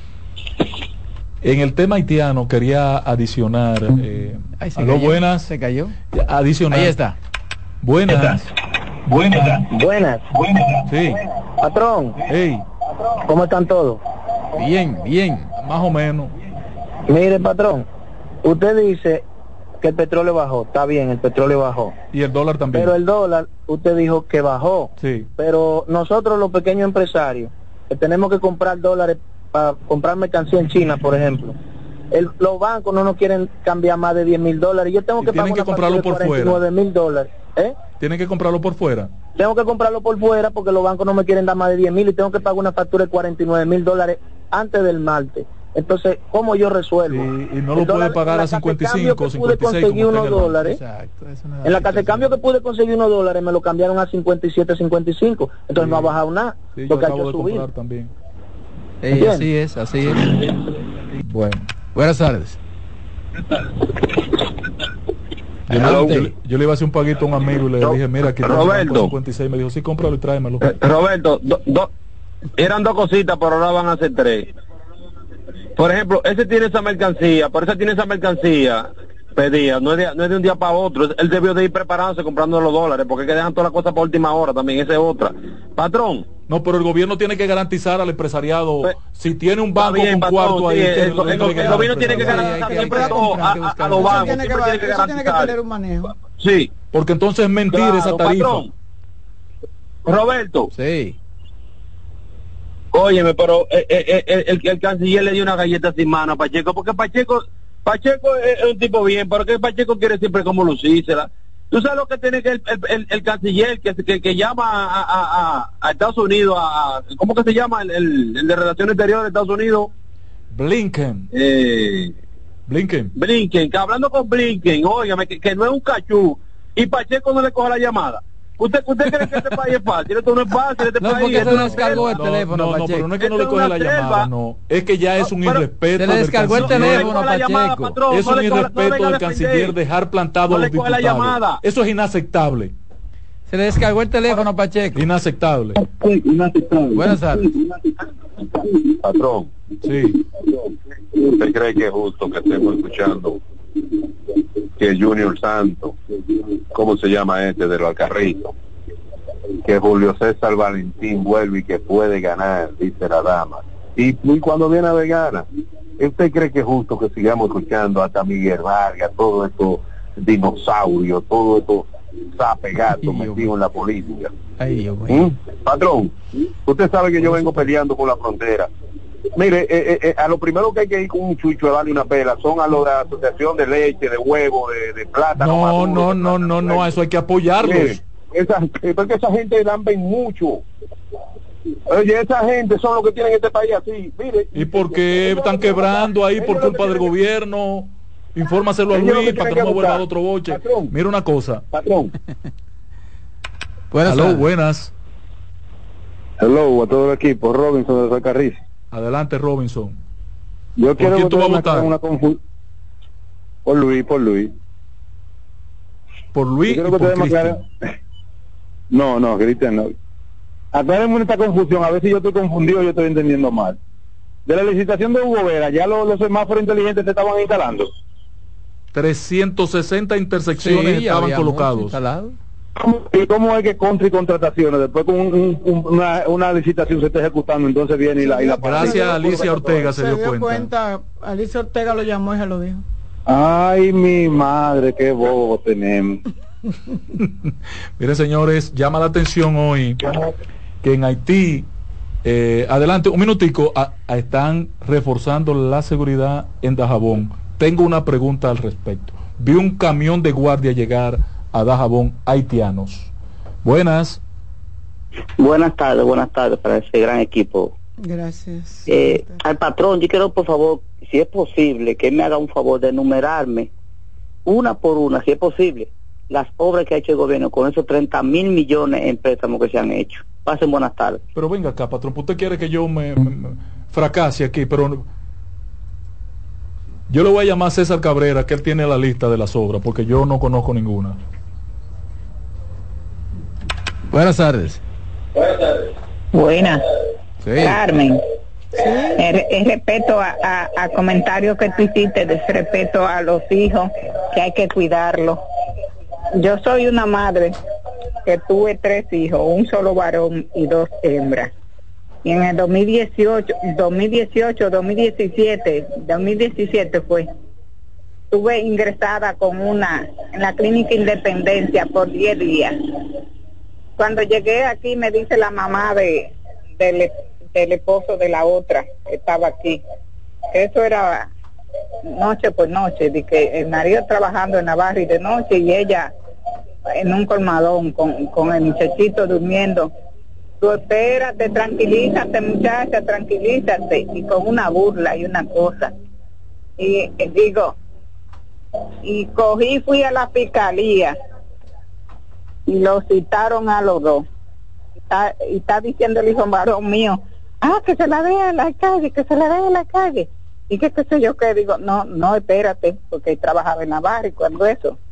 En el tema haitiano quería adicionar. Eh, Ay, se aló, cayó. buenas. Se cayó. Adicionar. Ahí está. Buenas. Buenas. Buenas. Sí. Patrón. Hey. ¿Cómo están todos? Bien, bien. Más o menos. Mire, patrón, usted dice que el petróleo bajó. Está bien, el petróleo bajó. Y el dólar también. Pero el dólar, usted dijo que bajó. Sí. Pero nosotros los pequeños empresarios, que tenemos que comprar dólares para comprar mercancía en China, por ejemplo, el, los bancos no nos quieren cambiar más de diez mil dólares. Yo tengo Y que tienen pagar que una comprarlo factura de por fuera. cuarenta y nueve mil dólares. ¿Eh? Tienen que comprarlo por fuera. Tengo que comprarlo por fuera porque los bancos no me quieren dar más de diez mil y tengo que pagar una factura de cuarenta y nueve mil dólares antes del martes. Entonces, ¿cómo yo resuelvo? Sí, y no lo puede pagar a cincuenta y cinco, cincuenta y seis conseguir como unos está en el banco. dólares. Exacto. Es una En la casa de cambio que pude conseguir unos dólares me lo cambiaron a cincuenta y siete, cincuenta y cinco. Entonces Sí. no ha bajado nada. Sí, yo Lo que ha acabo hecho de subir. comprar también. Eh, Bien. así es, así es. Bueno. Buenas tardes. Yo, Hello. le, yo, le- yo le iba a hacer un paguito a un amigo y le Ro- dije, mira, aquí está Roberto. cincuenta y seis. Me dijo, sí, cómpralo y tráemelo. Eh, Roberto, do- do- eran dos cositas, pero ahora van a ser tres. por ejemplo, ese tiene esa mercancía, por eso tiene esa mercancía pedida, no es de, no es de un día para otro, él debió de ir preparándose comprando los dólares, porque es que dejan todas las cosas para última hora también, esa es otra. Patrón. No, pero el gobierno tiene que garantizar al empresariado, pues, si tiene un banco bien, con patrón, cuarto ahí, sí, que el, el, el, el gobierno tiene que garantizar Sí, siempre que todo a, a, a los bancos, tiene que, siempre tiene que eso garantizar. tiene que tener un manejo. Sí. Porque entonces es mentir Claro, esa tarifa. Patrón. Roberto. Sí. Óyeme, pero eh, eh, el, el, el canciller le dio una galleta sin mano a Pacheco, porque Pacheco Pacheco es, es un tipo bien, pero que Pacheco quiere siempre como lucírsela. Tú sabes lo que tiene que el, el, el, el canciller que, que, que llama a, a, a, a Estados Unidos, a, ¿cómo que se llama? El, el, el de Relaciones Exteriores de Estados Unidos. Blinken. Eh, Blinken. Blinken, que hablando con Blinken, óigame, que, que no es un cachú, y Pacheco no le coge la llamada. ¿Usted, usted cree que este país es fácil? Esto no es fácil, este No, país porque es se una descargó el selva. teléfono, No, no, Pacheco. pero no es que no Esto le es coge una la selva. llamada, no. Es que ya es un Pero- irrespeto Se le del descargó el canciller. teléfono, No le coge la llamada, Pacheco. patrón, Es no un le coge- no irrespeto venga a del defender. canciller dejar plantado No a le los coge la diputados. llamada. Eso es inaceptable. Se le descargó el teléfono, Pacheco. Inaceptable. Buenas tardes. Patrón, Sí. ¿usted cree que es justo que estemos escuchando que Junior Santos, ¿cómo se llama este de los Alcarritos? Que Julio César Valentín vuelve y que puede ganar, dice la dama. Y, y cuando viene a ver gana, ¿usted cree que es justo que sigamos escuchando hasta Miguel Vargas, todo esto dinosaurios, todo esto sape gato metido en la política? Ay, Dios mío. ¿Mm? Patrón, usted sabe que yo vengo peleando con la frontera. Mire, eh, eh, eh, a lo primero que hay que ir con un chucho a darle una pela son a lo de la asociación de leche, de huevo, de, de plátano. No, maduro, no, de no, no, no, a eso hay que apoyarlos. Mire, esa, porque esa gente lamben mucho. Oye, esa gente son los que tienen este país así. Mire, ¿Y por qué están quebrando ahí por culpa del gobierno? Infórmaselo a Ellos lo Luis que para que tienen no me que vuelva a buscar. dar otro boche. Patrón. Mira una cosa. Patrón. Buenas Aló, tardes. buenas. Hello a todo el equipo, Robinson de Salcarriz. Adelante, Robinson. Yo ¿Por quiero quién tú vas a una, votar? una confu- por Luis, por Luis. Por Luis y Yo quiero que por ustedes me Cristian. aclaren- No, no, Cristian no. Aclárenme esta confusión, a ver si yo estoy confundido o yo estoy entendiendo mal. De la licitación de Hugo Vera, ya los, los semáforos inteligentes se estaban instalando. trescientas sesenta intersecciones Sí, ya estaban habíamos colocados. instalado. ¿Y cómo es que contra y contrataciones, después con un- un- un- una, una licitación se está ejecutando, entonces viene y la... Y la Gracias a Alicia Ortega se Se dio dio cuenta. cuenta, Alicia Ortega lo llamó y se lo dijo. Ay, mi madre, qué bobo tenemos. Miren, señores, llama la atención hoy que en Haití, eh, adelante, un minutico, a- a- están reforzando la seguridad en Dajabón. Tengo una pregunta al respecto. Vi un camión de guardia llegar a Dajabón, haitianos. Buenas. Buenas tardes, buenas tardes para ese gran equipo. Gracias. Eh, al patrón, yo quiero, por favor, si es posible, que él me haga un favor de enumerarme una por una, si es posible, las obras que ha hecho el gobierno con esos treinta mil millones en préstamos que se han hecho. Pasen buenas tardes. Pero venga acá, patrón, usted quiere que yo me, me- me fracase aquí, pero yo le voy a llamar a César Cabrera, que él tiene la lista de las obras, porque yo no conozco ninguna. Buenas tardes. Buenas. Sí. Carmen. En, en respeto a, a, a comentarios que tú hiciste de respeto a los hijos, que hay que cuidarlos. Yo soy una madre que tuve tres hijos, un solo varón y dos hembras. Y en el dos mil dieciocho, dos mil dieciocho, dos mil diecisiete, dos mil diecisiete fue, estuve ingresada con una en la clínica Independencia por diez días. Cuando llegué aquí me dice la mamá de del, del esposo de la otra que estaba aquí, que eso era noche por noche, de que el marido trabajando en la barra y de noche y ella en un colmadón con, con el muchachito durmiendo. Tú espérate, tranquilízate muchacha, tranquilízate, y con una burla y una cosa. Y eh, digo, y cogí, fui a la fiscalía y lo citaron a los dos. Y está, y está diciendo el hijo varón mío, ah, que se la vea en la calle, que se la vea en la calle. Y que qué sé yo qué, digo, no, no, espérate, porque él trabajaba en la barra y cuando eso.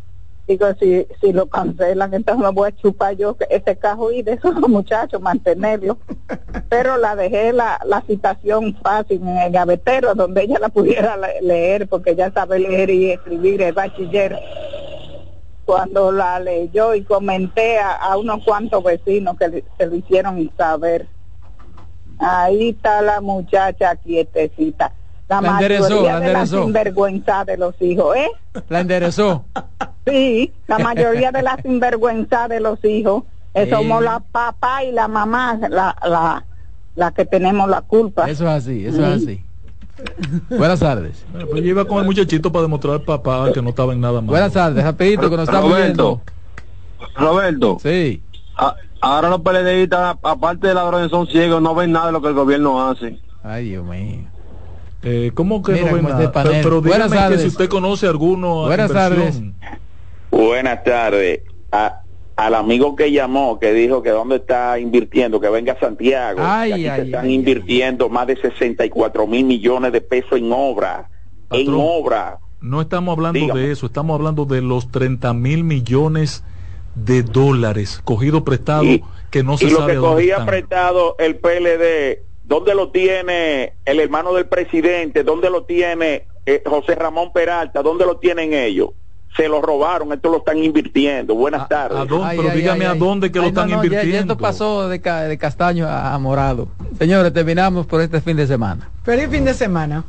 Digo, si si lo cancelan, entonces me voy a chupar yo ese cajo y de esos muchachos, mantenerlo. Pero la dejé la, la citación fácil en el gavetero, donde ella la pudiera le leer, porque ella sabe leer y escribir, es bachiller. Cuando la leyó y comenté a, a unos cuantos vecinos que le, se lo hicieron saber. Ahí está la muchacha quietecita. La, la enderezó, mayoría la de la sinvergüenza de los hijos, ¿eh? La enderezó. Sí, la mayoría de la sinvergüenza de los hijos, eh, somos la papá y la mamá la, la, la que tenemos la culpa. Eso es así, eso ¿sí? es así. Buenas tardes. Bueno, pues yo iba con el muchachito para demostrar al papá que no estaba en nada malo. Buenas tardes, rapidito, que nos estamos viendo. Roberto. Sí. A, ahora los PLDistas, aparte de ladrones, son ciegos, no ven nada de lo que el gobierno hace. Ay, Dios mío. Eh, ¿Cómo que Mira, no ven nada? Pero, pero dígame que si usted conoce alguno. Buenas tardes. Buenas tardes. A, al amigo que llamó, que dijo que dónde está invirtiendo, que venga a Santiago. Ay, aquí ay, se están ay, invirtiendo ay. más de sesenta y cuatro mil millones de pesos en obra. Patrón, en obra. No estamos hablando Dígame. de eso, estamos hablando de los treinta mil millones de dólares cogido prestado y, que no se y sabe lo que cogía prestado el P L D, ¿dónde lo tiene el hermano del presidente? ¿Dónde lo tiene eh, José Ramón Peralta? ¿Dónde lo tienen ellos? Se lo robaron, esto lo están invirtiendo. Buenas a, tardes. ¿A dónde? Ay, Pero ay, dígame ay, a dónde que ay, lo están no, no, invirtiendo. Ya, ya esto pasó de, ca, de castaño a, a morado. Señores, terminamos por este fin de semana. Feliz fin de semana.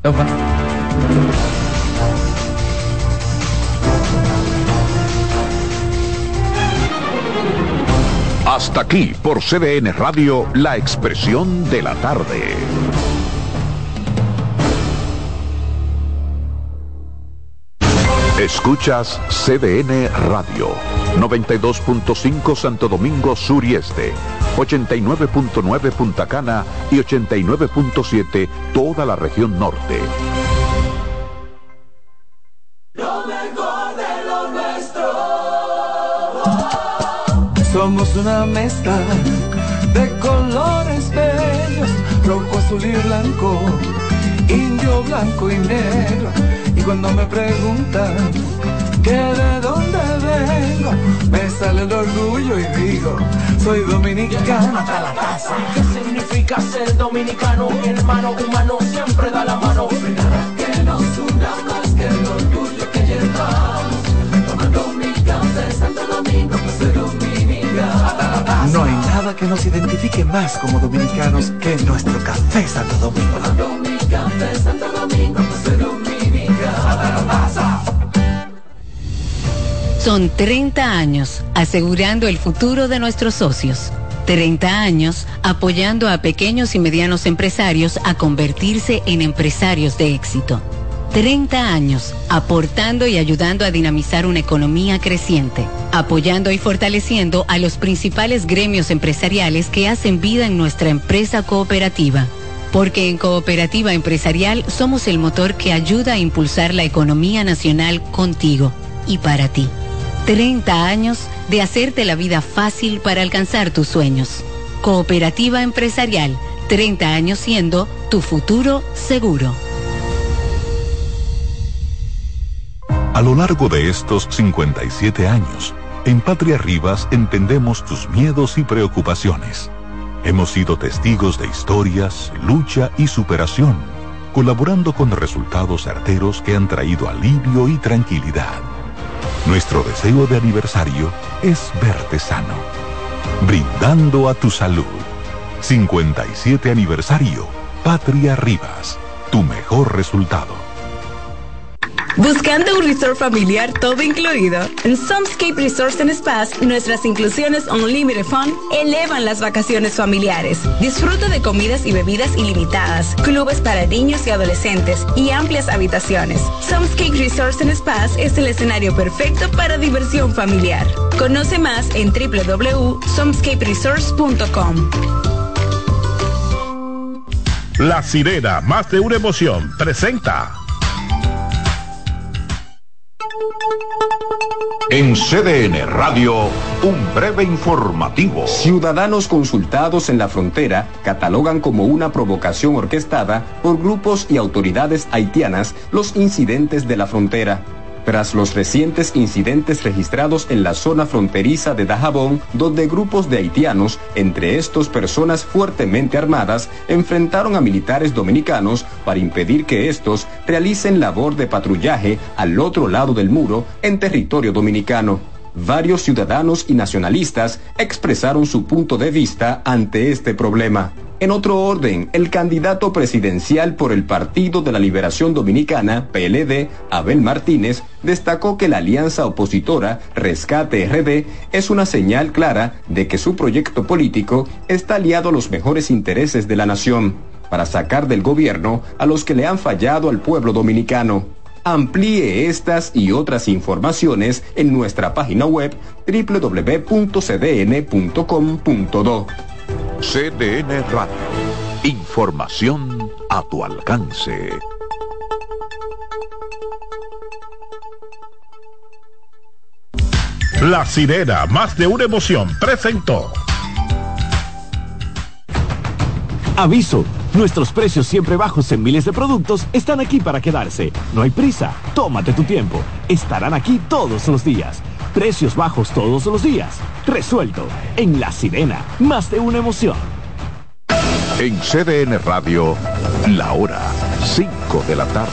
Hasta aquí por C D N Radio, la expresión de la tarde. Escuchas C D N Radio, noventa y dos punto cinco Santo Domingo Sur y Este, ochenta y nueve punto nueve Punta Cana y ochenta y nueve punto siete toda la región norte. Lo mejor de lo nuestro. Somos una mezcla de colores bellos, rojo, azul y blanco, indio, blanco y negro. Y cuando me preguntan que de dónde vengo, me sale el orgullo y digo, soy dominicano hasta la casa. ¿Qué significa ser dominicano? Mi hermano humano siempre da la mano. Nada que nos una más que el orgullo que llevamos. Tomando mi café Santo Domingo, pues soy dominicano. No hay nada que nos identifique más como dominicanos que nuestro café Santo Domingo. Tomando mi café Santo Domingo, pues soy dominicano. Son treinta años asegurando el futuro de nuestros socios. treinta años apoyando a pequeños y medianos empresarios a convertirse en empresarios de éxito. treinta años aportando y ayudando a dinamizar una economía creciente, apoyando y fortaleciendo a los principales gremios empresariales que hacen vida en nuestra empresa cooperativa. Porque en Cooperativa Empresarial somos el motor que ayuda a impulsar la economía nacional contigo y para ti. treinta años de hacerte la vida fácil para alcanzar tus sueños. Cooperativa Empresarial, treinta años siendo tu futuro seguro. A lo largo de estos cincuenta y siete años, en Patria Rivas entendemos tus miedos y preocupaciones. Hemos sido testigos de historias, lucha y superación, colaborando con resultados certeros que han traído alivio y tranquilidad. Nuestro deseo de aniversario es verte sano, brindando a tu salud. cincuenta y siete aniversario, Patria Rivas, tu mejor resultado. Buscando un resort familiar todo incluido. En Somescape Resorts and Spas, nuestras inclusiones Unlimited Fun elevan las vacaciones familiares. Disfruta de comidas y bebidas ilimitadas, clubes para niños y adolescentes y amplias habitaciones. Somescape Resorts and Spas es el escenario perfecto para diversión familiar. Conoce más en w w w punto somescape resorts punto com. La Sirena, más de una emoción, presenta. En C D N Radio, un breve informativo. Ciudadanos consultados en la frontera catalogan como una provocación orquestada por grupos y autoridades haitianas los incidentes de la frontera. tras los recientes incidentes registrados en la zona fronteriza de Dajabón, donde grupos de haitianos, entre estos personas fuertemente armadas, enfrentaron a militares dominicanos para impedir que estos realicen labor de patrullaje al otro lado del muro en territorio dominicano. Varios ciudadanos y nacionalistas expresaron su punto de vista ante este problema. En otro orden, el candidato presidencial por el Partido de la Liberación Dominicana, P L D, Abel Martínez, destacó que la alianza opositora Rescate R D es una señal clara de que su proyecto político está aliado a los mejores intereses de la nación, para sacar del gobierno a los que le han fallado al pueblo dominicano. Amplíe estas y otras informaciones en nuestra página web doble u doble u doble u punto c d n punto com punto do. C D N Radio. Información a tu alcance. La Sirena, más de una emoción, presentó. Aviso, nuestros precios siempre bajos en miles de productos están aquí para quedarse. No hay prisa, tómate tu tiempo. Estarán aquí todos los días. Precios bajos todos los días. Resuelto. En La Sirena, más de una emoción. En C D N Radio, la hora cinco de la tarde.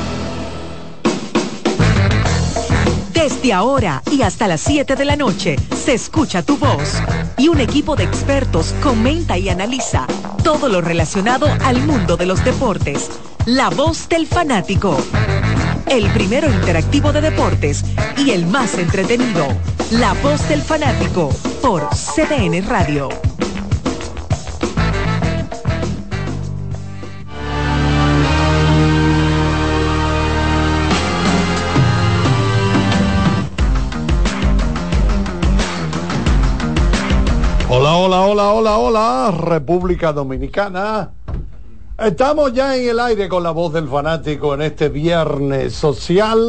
Desde ahora y hasta las siete de la noche se escucha tu voz y un equipo de expertos comenta y analiza todo lo relacionado al mundo de los deportes. La voz del fanático. El primero interactivo de deportes y el más entretenido. La voz del fanático por C D N Radio. Hola, hola, hola, hola, hola, República Dominicana. Estamos ya en el aire con la voz del fanático en este viernes social.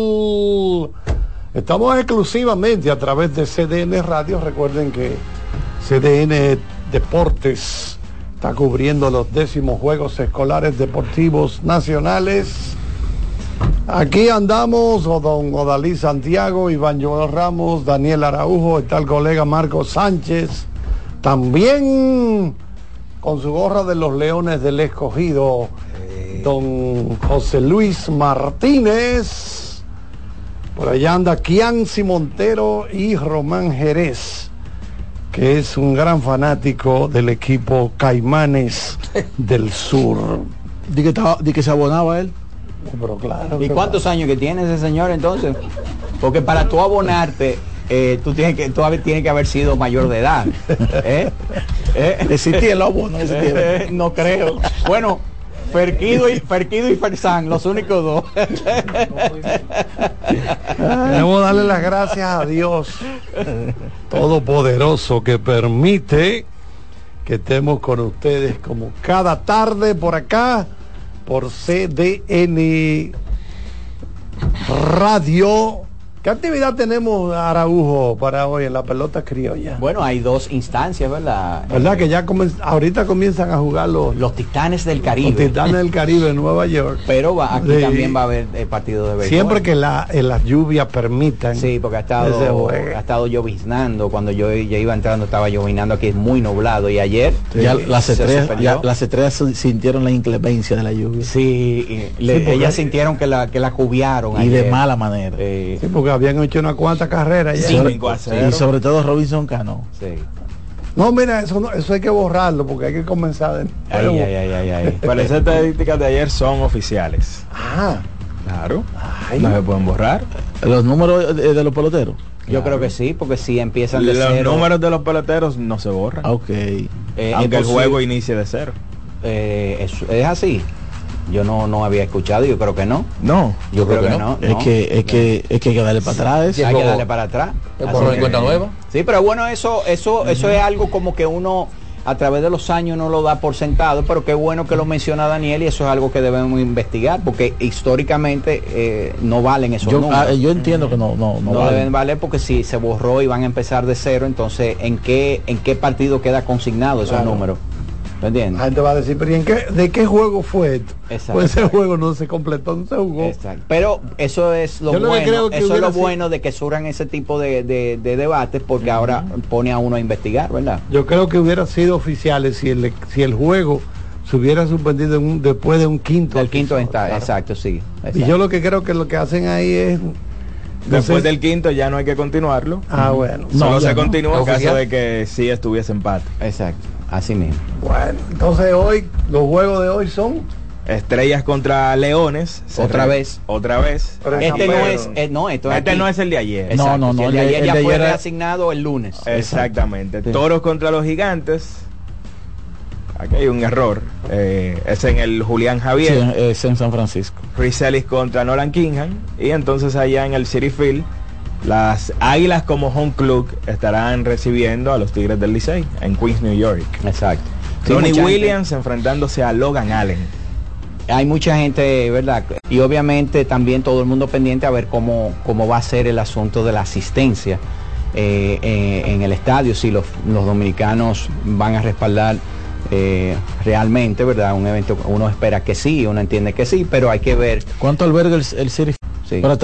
Estamos exclusivamente a través de C D N Radio. Recuerden que C D N Deportes está cubriendo los décimos Juegos Escolares Deportivos Nacionales. Aquí andamos, don Odalí Santiago, Iván Joel Ramos, Daniel Araujo, está el colega Marcos Sánchez, también con su gorra de los Leones del Escogido, don José Luis Martínez, por allá anda Kianci Montero y Román Jerez, que es un gran fanático del equipo Caimanes del Sur. ¿Di que, estaba, di que se abonaba él? Pero claro. ¿Y cuántos claro. años que tiene ese señor entonces? Porque para tú abonarte, eh, tú tienes que, tú tienes que haber sido mayor de edad. ¿Eh? ¿Eh? ¿Existía el abono? Eh, no creo. Bueno, Ferquido y Ferquido y Fersán, los únicos dos. Debemos darle las gracias a Dios Todopoderoso que permite que estemos con ustedes como cada tarde por acá, por C D N Radio. ¿Qué actividad tenemos, Araujo, para hoy en la pelota criolla? Bueno, hay dos instancias, ¿verdad? ¿Verdad eh, que ya comen, ahorita comienzan a jugar los, los Titanes del Caribe? Los Titanes del Caribe en Nueva York. Pero va, aquí de, también va a haber eh, partidos de béisbol. Siempre que la, eh, las lluvias permitan. Sí, porque ha estado, ha estado lloviznando. Cuando yo ya iba entrando estaba llovinando, aquí es muy nublado. Y ayer sí, ya, las estrellas, ya las estrellas sintieron la inclemencia de la lluvia. Sí, y le, sí ellas sintieron que la, que la cubiaron y ayer. de mala manera. Eh, sí, porque habían hecho una cuanta carrera ya. Sí, y sobre todo Robinson Cano. Sí. No, mira, eso no, eso hay que borrarlo porque hay que comenzar de ay, ay, ay, ay, ay. Pero esas estadísticas de ayer son oficiales. Ah, claro. Ay. No se pueden borrar. Los números de, de los peloteros. Yo claro. creo que sí, porque si empiezan de los cero. Los números de los peloteros no se borran. Ok. Eh, aunque el juego inicie de cero. Eh, es, es así. Yo no no había escuchado, yo creo que no. No, yo, yo creo, creo que, que no. Es no. que es que es que hay que darle para atrás. Hay que darle para atrás. ¿Por en cuenta nueva? Sí, pero bueno, eso eso uh-huh. eso es algo como que uno a través de los años no lo da por sentado, pero qué bueno que lo menciona Daniel y eso es algo que debemos investigar porque históricamente eh, no valen esos yo, números. Ah, yo entiendo que no no no, no valen. deben valer porque si se borró y van a empezar de cero, entonces en qué en qué partido queda consignado esos claro. números. ¿Entiendes? La gente va a decir, pero ¿y en qué, de qué juego fue esto? Exacto. Pues ese juego no se completó, no se jugó. Exacto. Pero eso es lo Yo lo que bueno, creo que eso es lo hubiera sido- bueno de que surjan ese tipo de, de- de debates, porque ahora pone a uno a investigar, ¿verdad? Yo creo que hubiera sido oficiales si el, si el juego se hubiera suspendido en un- después de un quinto. El quinto episodio, está, claro. exacto, sí. Y exacto. yo lo que creo que lo que hacen ahí es... Después sé- del quinto ya no hay que continuarlo. Ah, bueno. Solo No, se ya no. continúa en caso Oficial. de que sí estuviese empate. Exacto, así mismo. Bueno, entonces hoy, los juegos de hoy son... Estrellas contra Leones. se Otra re- vez. Otra vez. Pero Este no Pero- es, eh, no, esto es Este aquí. no es el de ayer. Exacto, No, no, si no, el de el de- ayer el ya de fue ayer era- reasignado el lunes. Exactamente. Sí. Toros contra los Gigantes. Aquí hay un error. Eh, es en el Julián Sí, Javier. es en San Francisco. Chris Ellis contra Nolan Kingham. Y entonces allá en el Citi Field, las Águilas como home club estarán recibiendo a los Tigres del Licey en Queens, New York. Exacto. Sí, Tony mucha Williams enfrentándose a Logan Allen. Hay mucha gente, ¿verdad? Y obviamente también todo el mundo pendiente a ver cómo, cómo va a ser el asunto de la asistencia eh, eh, en el estadio, si los, los dominicanos van a respaldar eh, realmente, ¿verdad? Un evento, uno espera que sí, uno entiende que sí, pero hay que ver. ¿Cuánto alberga el, el City? Sí. Pero